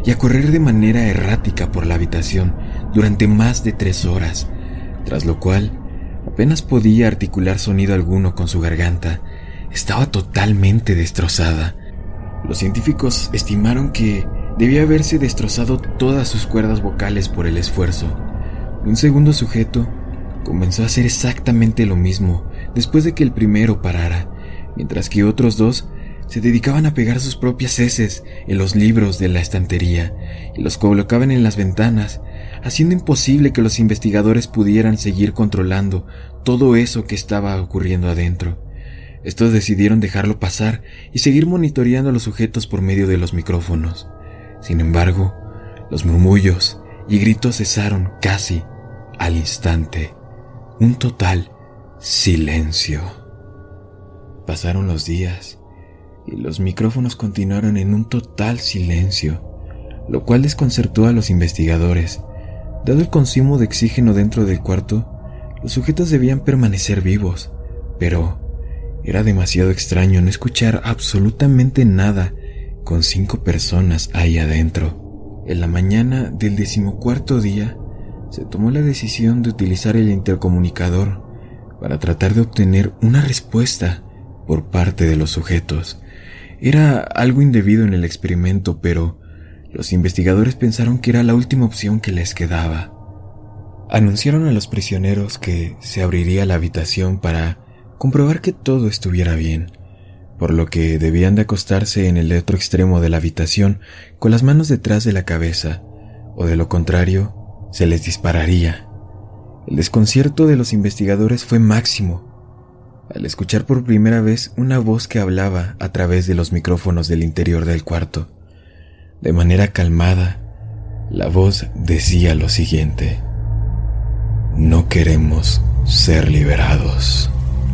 y a correr de manera errática por la habitación durante más de tres horas, tras lo cual apenas podía articular sonido alguno con su garganta. Estaba totalmente destrozada. Los científicos estimaron que debía haberse destrozado todas sus cuerdas vocales por el esfuerzo. Un segundo sujeto comenzó a hacer exactamente lo mismo después de que el primero parara, mientras que otros dos se dedicaban a pegar sus propias heces en los libros de la estantería y los colocaban en las ventanas, haciendo imposible que los investigadores pudieran seguir controlando todo eso que estaba ocurriendo adentro. Estos decidieron dejarlo pasar y seguir monitoreando a los sujetos por medio de los micrófonos. Sin embargo, los murmullos y gritos cesaron casi al instante. Un total silencio. Pasaron los días y los micrófonos continuaron en un total silencio, lo cual desconcertó a los investigadores. Dado el consumo de oxígeno dentro del cuarto, los sujetos debían permanecer vivos, pero era demasiado extraño no escuchar absolutamente nada con cinco personas ahí adentro. En la mañana del decimocuarto día, se tomó la decisión de utilizar el intercomunicador para tratar de obtener una respuesta por parte de los sujetos. Era algo indebido en el experimento, pero los investigadores pensaron que era la última opción que les quedaba. Anunciaron a los prisioneros que se abriría la habitación para comprobar que todo estuviera bien, por lo que debían de acostarse en el otro extremo de la habitación con las manos detrás de la cabeza, o de lo contrario, se les dispararía. El desconcierto de los investigadores fue máximo al escuchar por primera vez una voz que hablaba a través de los micrófonos del interior del cuarto. De manera calmada, la voz decía lo siguiente: no queremos ser liberados.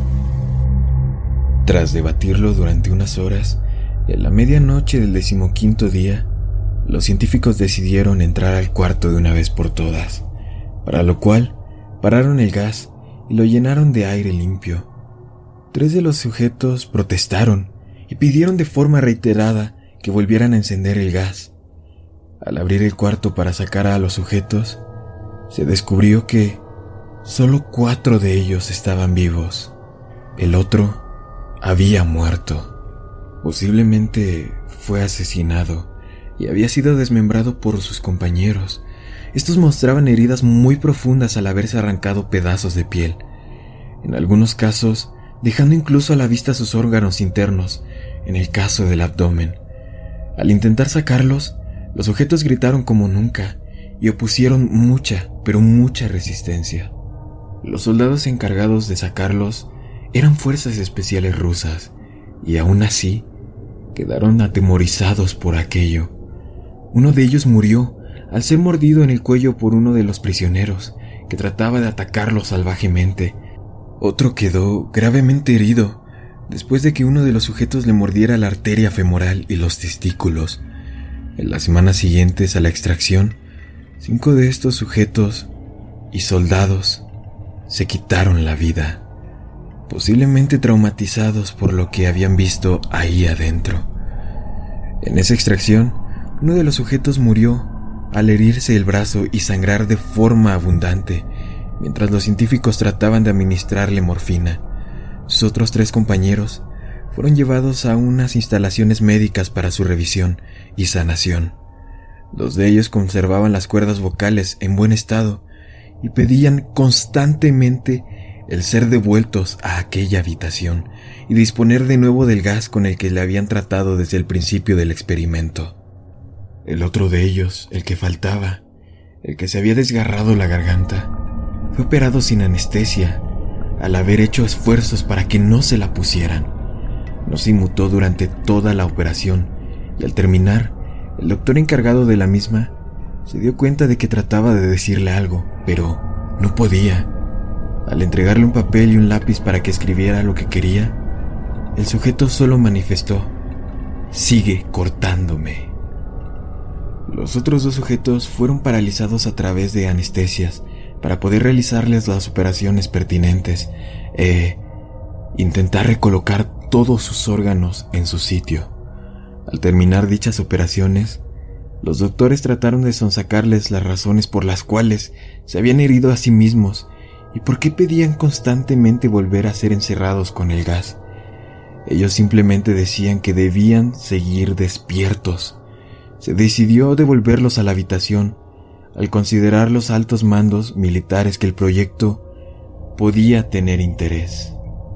Tras debatirlo durante unas horas, y a la medianoche del decimoquinto día, los científicos decidieron entrar al cuarto de una vez por todas, para lo cual pararon el gas y lo llenaron de aire limpio. Tres de los sujetos protestaron y pidieron de forma reiterada que volvieran a encender el gas. Al abrir el cuarto para sacar a los sujetos, se descubrió que solo cuatro de ellos estaban vivos. El otro había muerto. Posiblemente fue asesinado y había sido desmembrado por sus compañeros. Estos mostraban heridas muy profundas al haberse arrancado pedazos de piel, en algunos casos dejando incluso a la vista sus órganos internos, en el caso del abdomen. Al intentar sacarlos, los sujetos gritaron como nunca y opusieron mucha, pero mucha resistencia. Los soldados encargados de sacarlos eran fuerzas especiales rusas, y aún así quedaron atemorizados por aquello. Uno de ellos murió al ser mordido en el cuello por uno de los prisioneros, que trataba de atacarlo salvajemente. Otro quedó gravemente herido después de que uno de los sujetos le mordiera la arteria femoral y los testículos. En las semanas siguientes a la extracción, cinco de estos sujetos y soldados se quitaron la vida, posiblemente traumatizados por lo que habían visto ahí adentro. En esa extracción, uno de los sujetos murió al herirse el brazo y sangrar de forma abundante, mientras los científicos trataban de administrarle morfina. Sus otros tres compañeros fueron llevados a unas instalaciones médicas para su revisión y sanación. Dos de ellos conservaban las cuerdas vocales en buen estado y pedían constantemente el ser devueltos a aquella habitación y disponer de nuevo del gas con el que le habían tratado desde el principio del experimento. El otro de ellos, el que faltaba, el que se había desgarrado la garganta, fue operado sin anestesia, al haber hecho esfuerzos para que no se la pusieran. No se inmutó durante toda la operación, y al terminar, el doctor encargado de la misma se dio cuenta de que trataba de decirle algo, pero no podía. Al entregarle un papel y un lápiz para que escribiera lo que quería, el sujeto solo manifestó: «Sigue cortándome». Los otros dos sujetos fueron paralizados a través de anestesias para poder realizarles las operaciones pertinentes e intentar recolocar todos sus órganos en su sitio. Al terminar dichas operaciones, Los doctores trataron de sonsacarles las razones por las cuales se habían herido a sí mismos y por qué pedían constantemente volver a ser encerrados con el gas. Ellos simplemente decían que debían seguir despiertos. Se decidió devolverlos a la habitación, al considerar los altos mandos militares que el proyecto podía tener interés.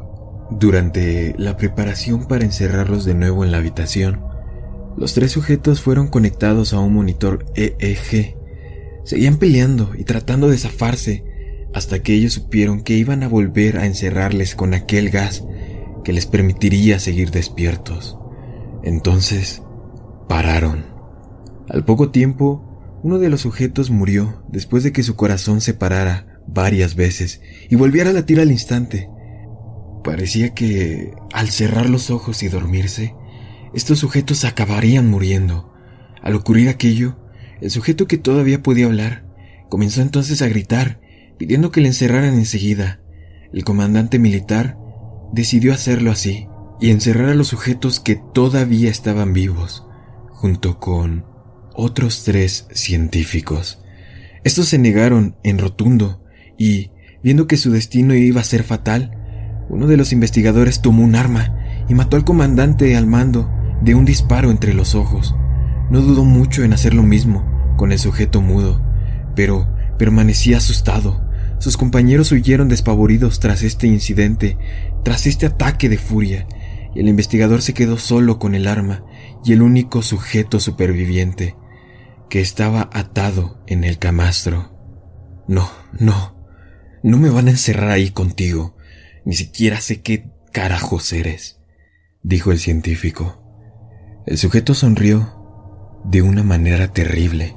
Durante la preparación para encerrarlos de nuevo en la habitación, los tres sujetos fueron conectados a un monitor E E G. Seguían peleando y tratando de zafarse hasta que ellos supieron que iban a volver a encerrarles con aquel gas que les permitiría seguir despiertos. Entonces, pararon. Al poco tiempo, uno de los sujetos murió después de que su corazón se parara varias veces y volviera a latir al instante. Parecía que, al cerrar los ojos y dormirse, estos sujetos acabarían muriendo. Al ocurrir aquello, el sujeto que todavía podía hablar comenzó entonces a gritar, pidiendo que le encerraran enseguida. El comandante militar decidió hacerlo así y encerrar a los sujetos que todavía estaban vivos, junto con otros tres científicos. Estos se negaron en rotundo y, viendo que su destino iba a ser fatal, uno de los investigadores tomó un arma y mató al comandante al mando de un disparo entre los ojos. No dudó mucho en hacer lo mismo con el sujeto mudo, pero permanecía asustado. Sus compañeros huyeron despavoridos tras este incidente, tras este ataque de furia, y el investigador se quedó solo con el arma y el único sujeto superviviente, que estaba atado en el camastro. No, no, no me van a encerrar ahí contigo. Ni siquiera sé qué carajos eres, dijo el científico. El sujeto sonrió de una manera terrible.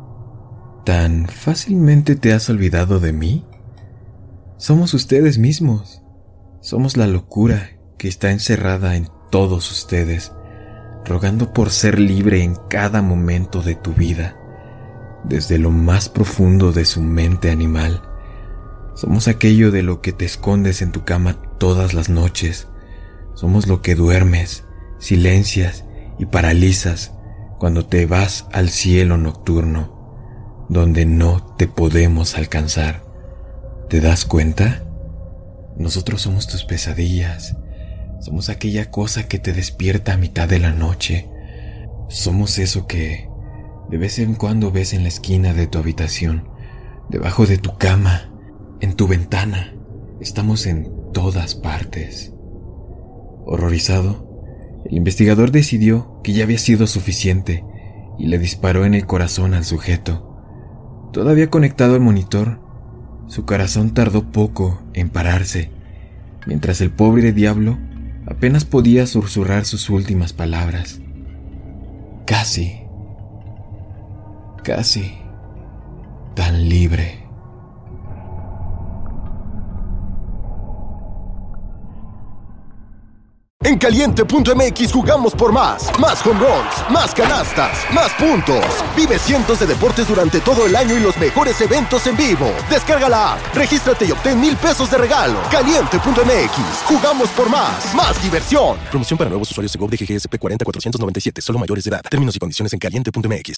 ¿Tan fácilmente te has olvidado de mí? Somos ustedes mismos. Somos la locura que está encerrada en todos ustedes, rogando por ser libre en cada momento de tu vida, desde lo más profundo de su mente animal. Somos aquello de lo que te escondes en tu cama todas las noches. Somos lo que duermes, silencias y paralizas cuando te vas al cielo nocturno, donde no te podemos alcanzar. ¿Te das cuenta? Nosotros somos tus pesadillas. Somos aquella cosa que te despierta a mitad de la noche. Somos eso que de vez en cuando ves en la esquina de tu habitación, debajo de tu cama, en tu ventana. Estamos en todas partes. Horrorizado, el investigador decidió que ya había sido suficiente y le disparó en el corazón al sujeto. Todavía conectado al monitor, su corazón tardó poco en pararse, mientras el pobre diablo apenas podía susurrar sus últimas palabras. Casi, casi tan libre. En Caliente punto M X jugamos por más. Más home runs, más canastas, más puntos. Vive cientos de deportes durante todo el año y los mejores eventos en vivo. Descarga la app, regístrate y obtén mil pesos de regalo. Caliente punto M X. Jugamos por más. Más diversión. Promoción para nuevos usuarios de G O V de G G S P cuarenta cuatrocientos noventa y siete. Solo mayores de edad. Términos y condiciones en Caliente punto M X.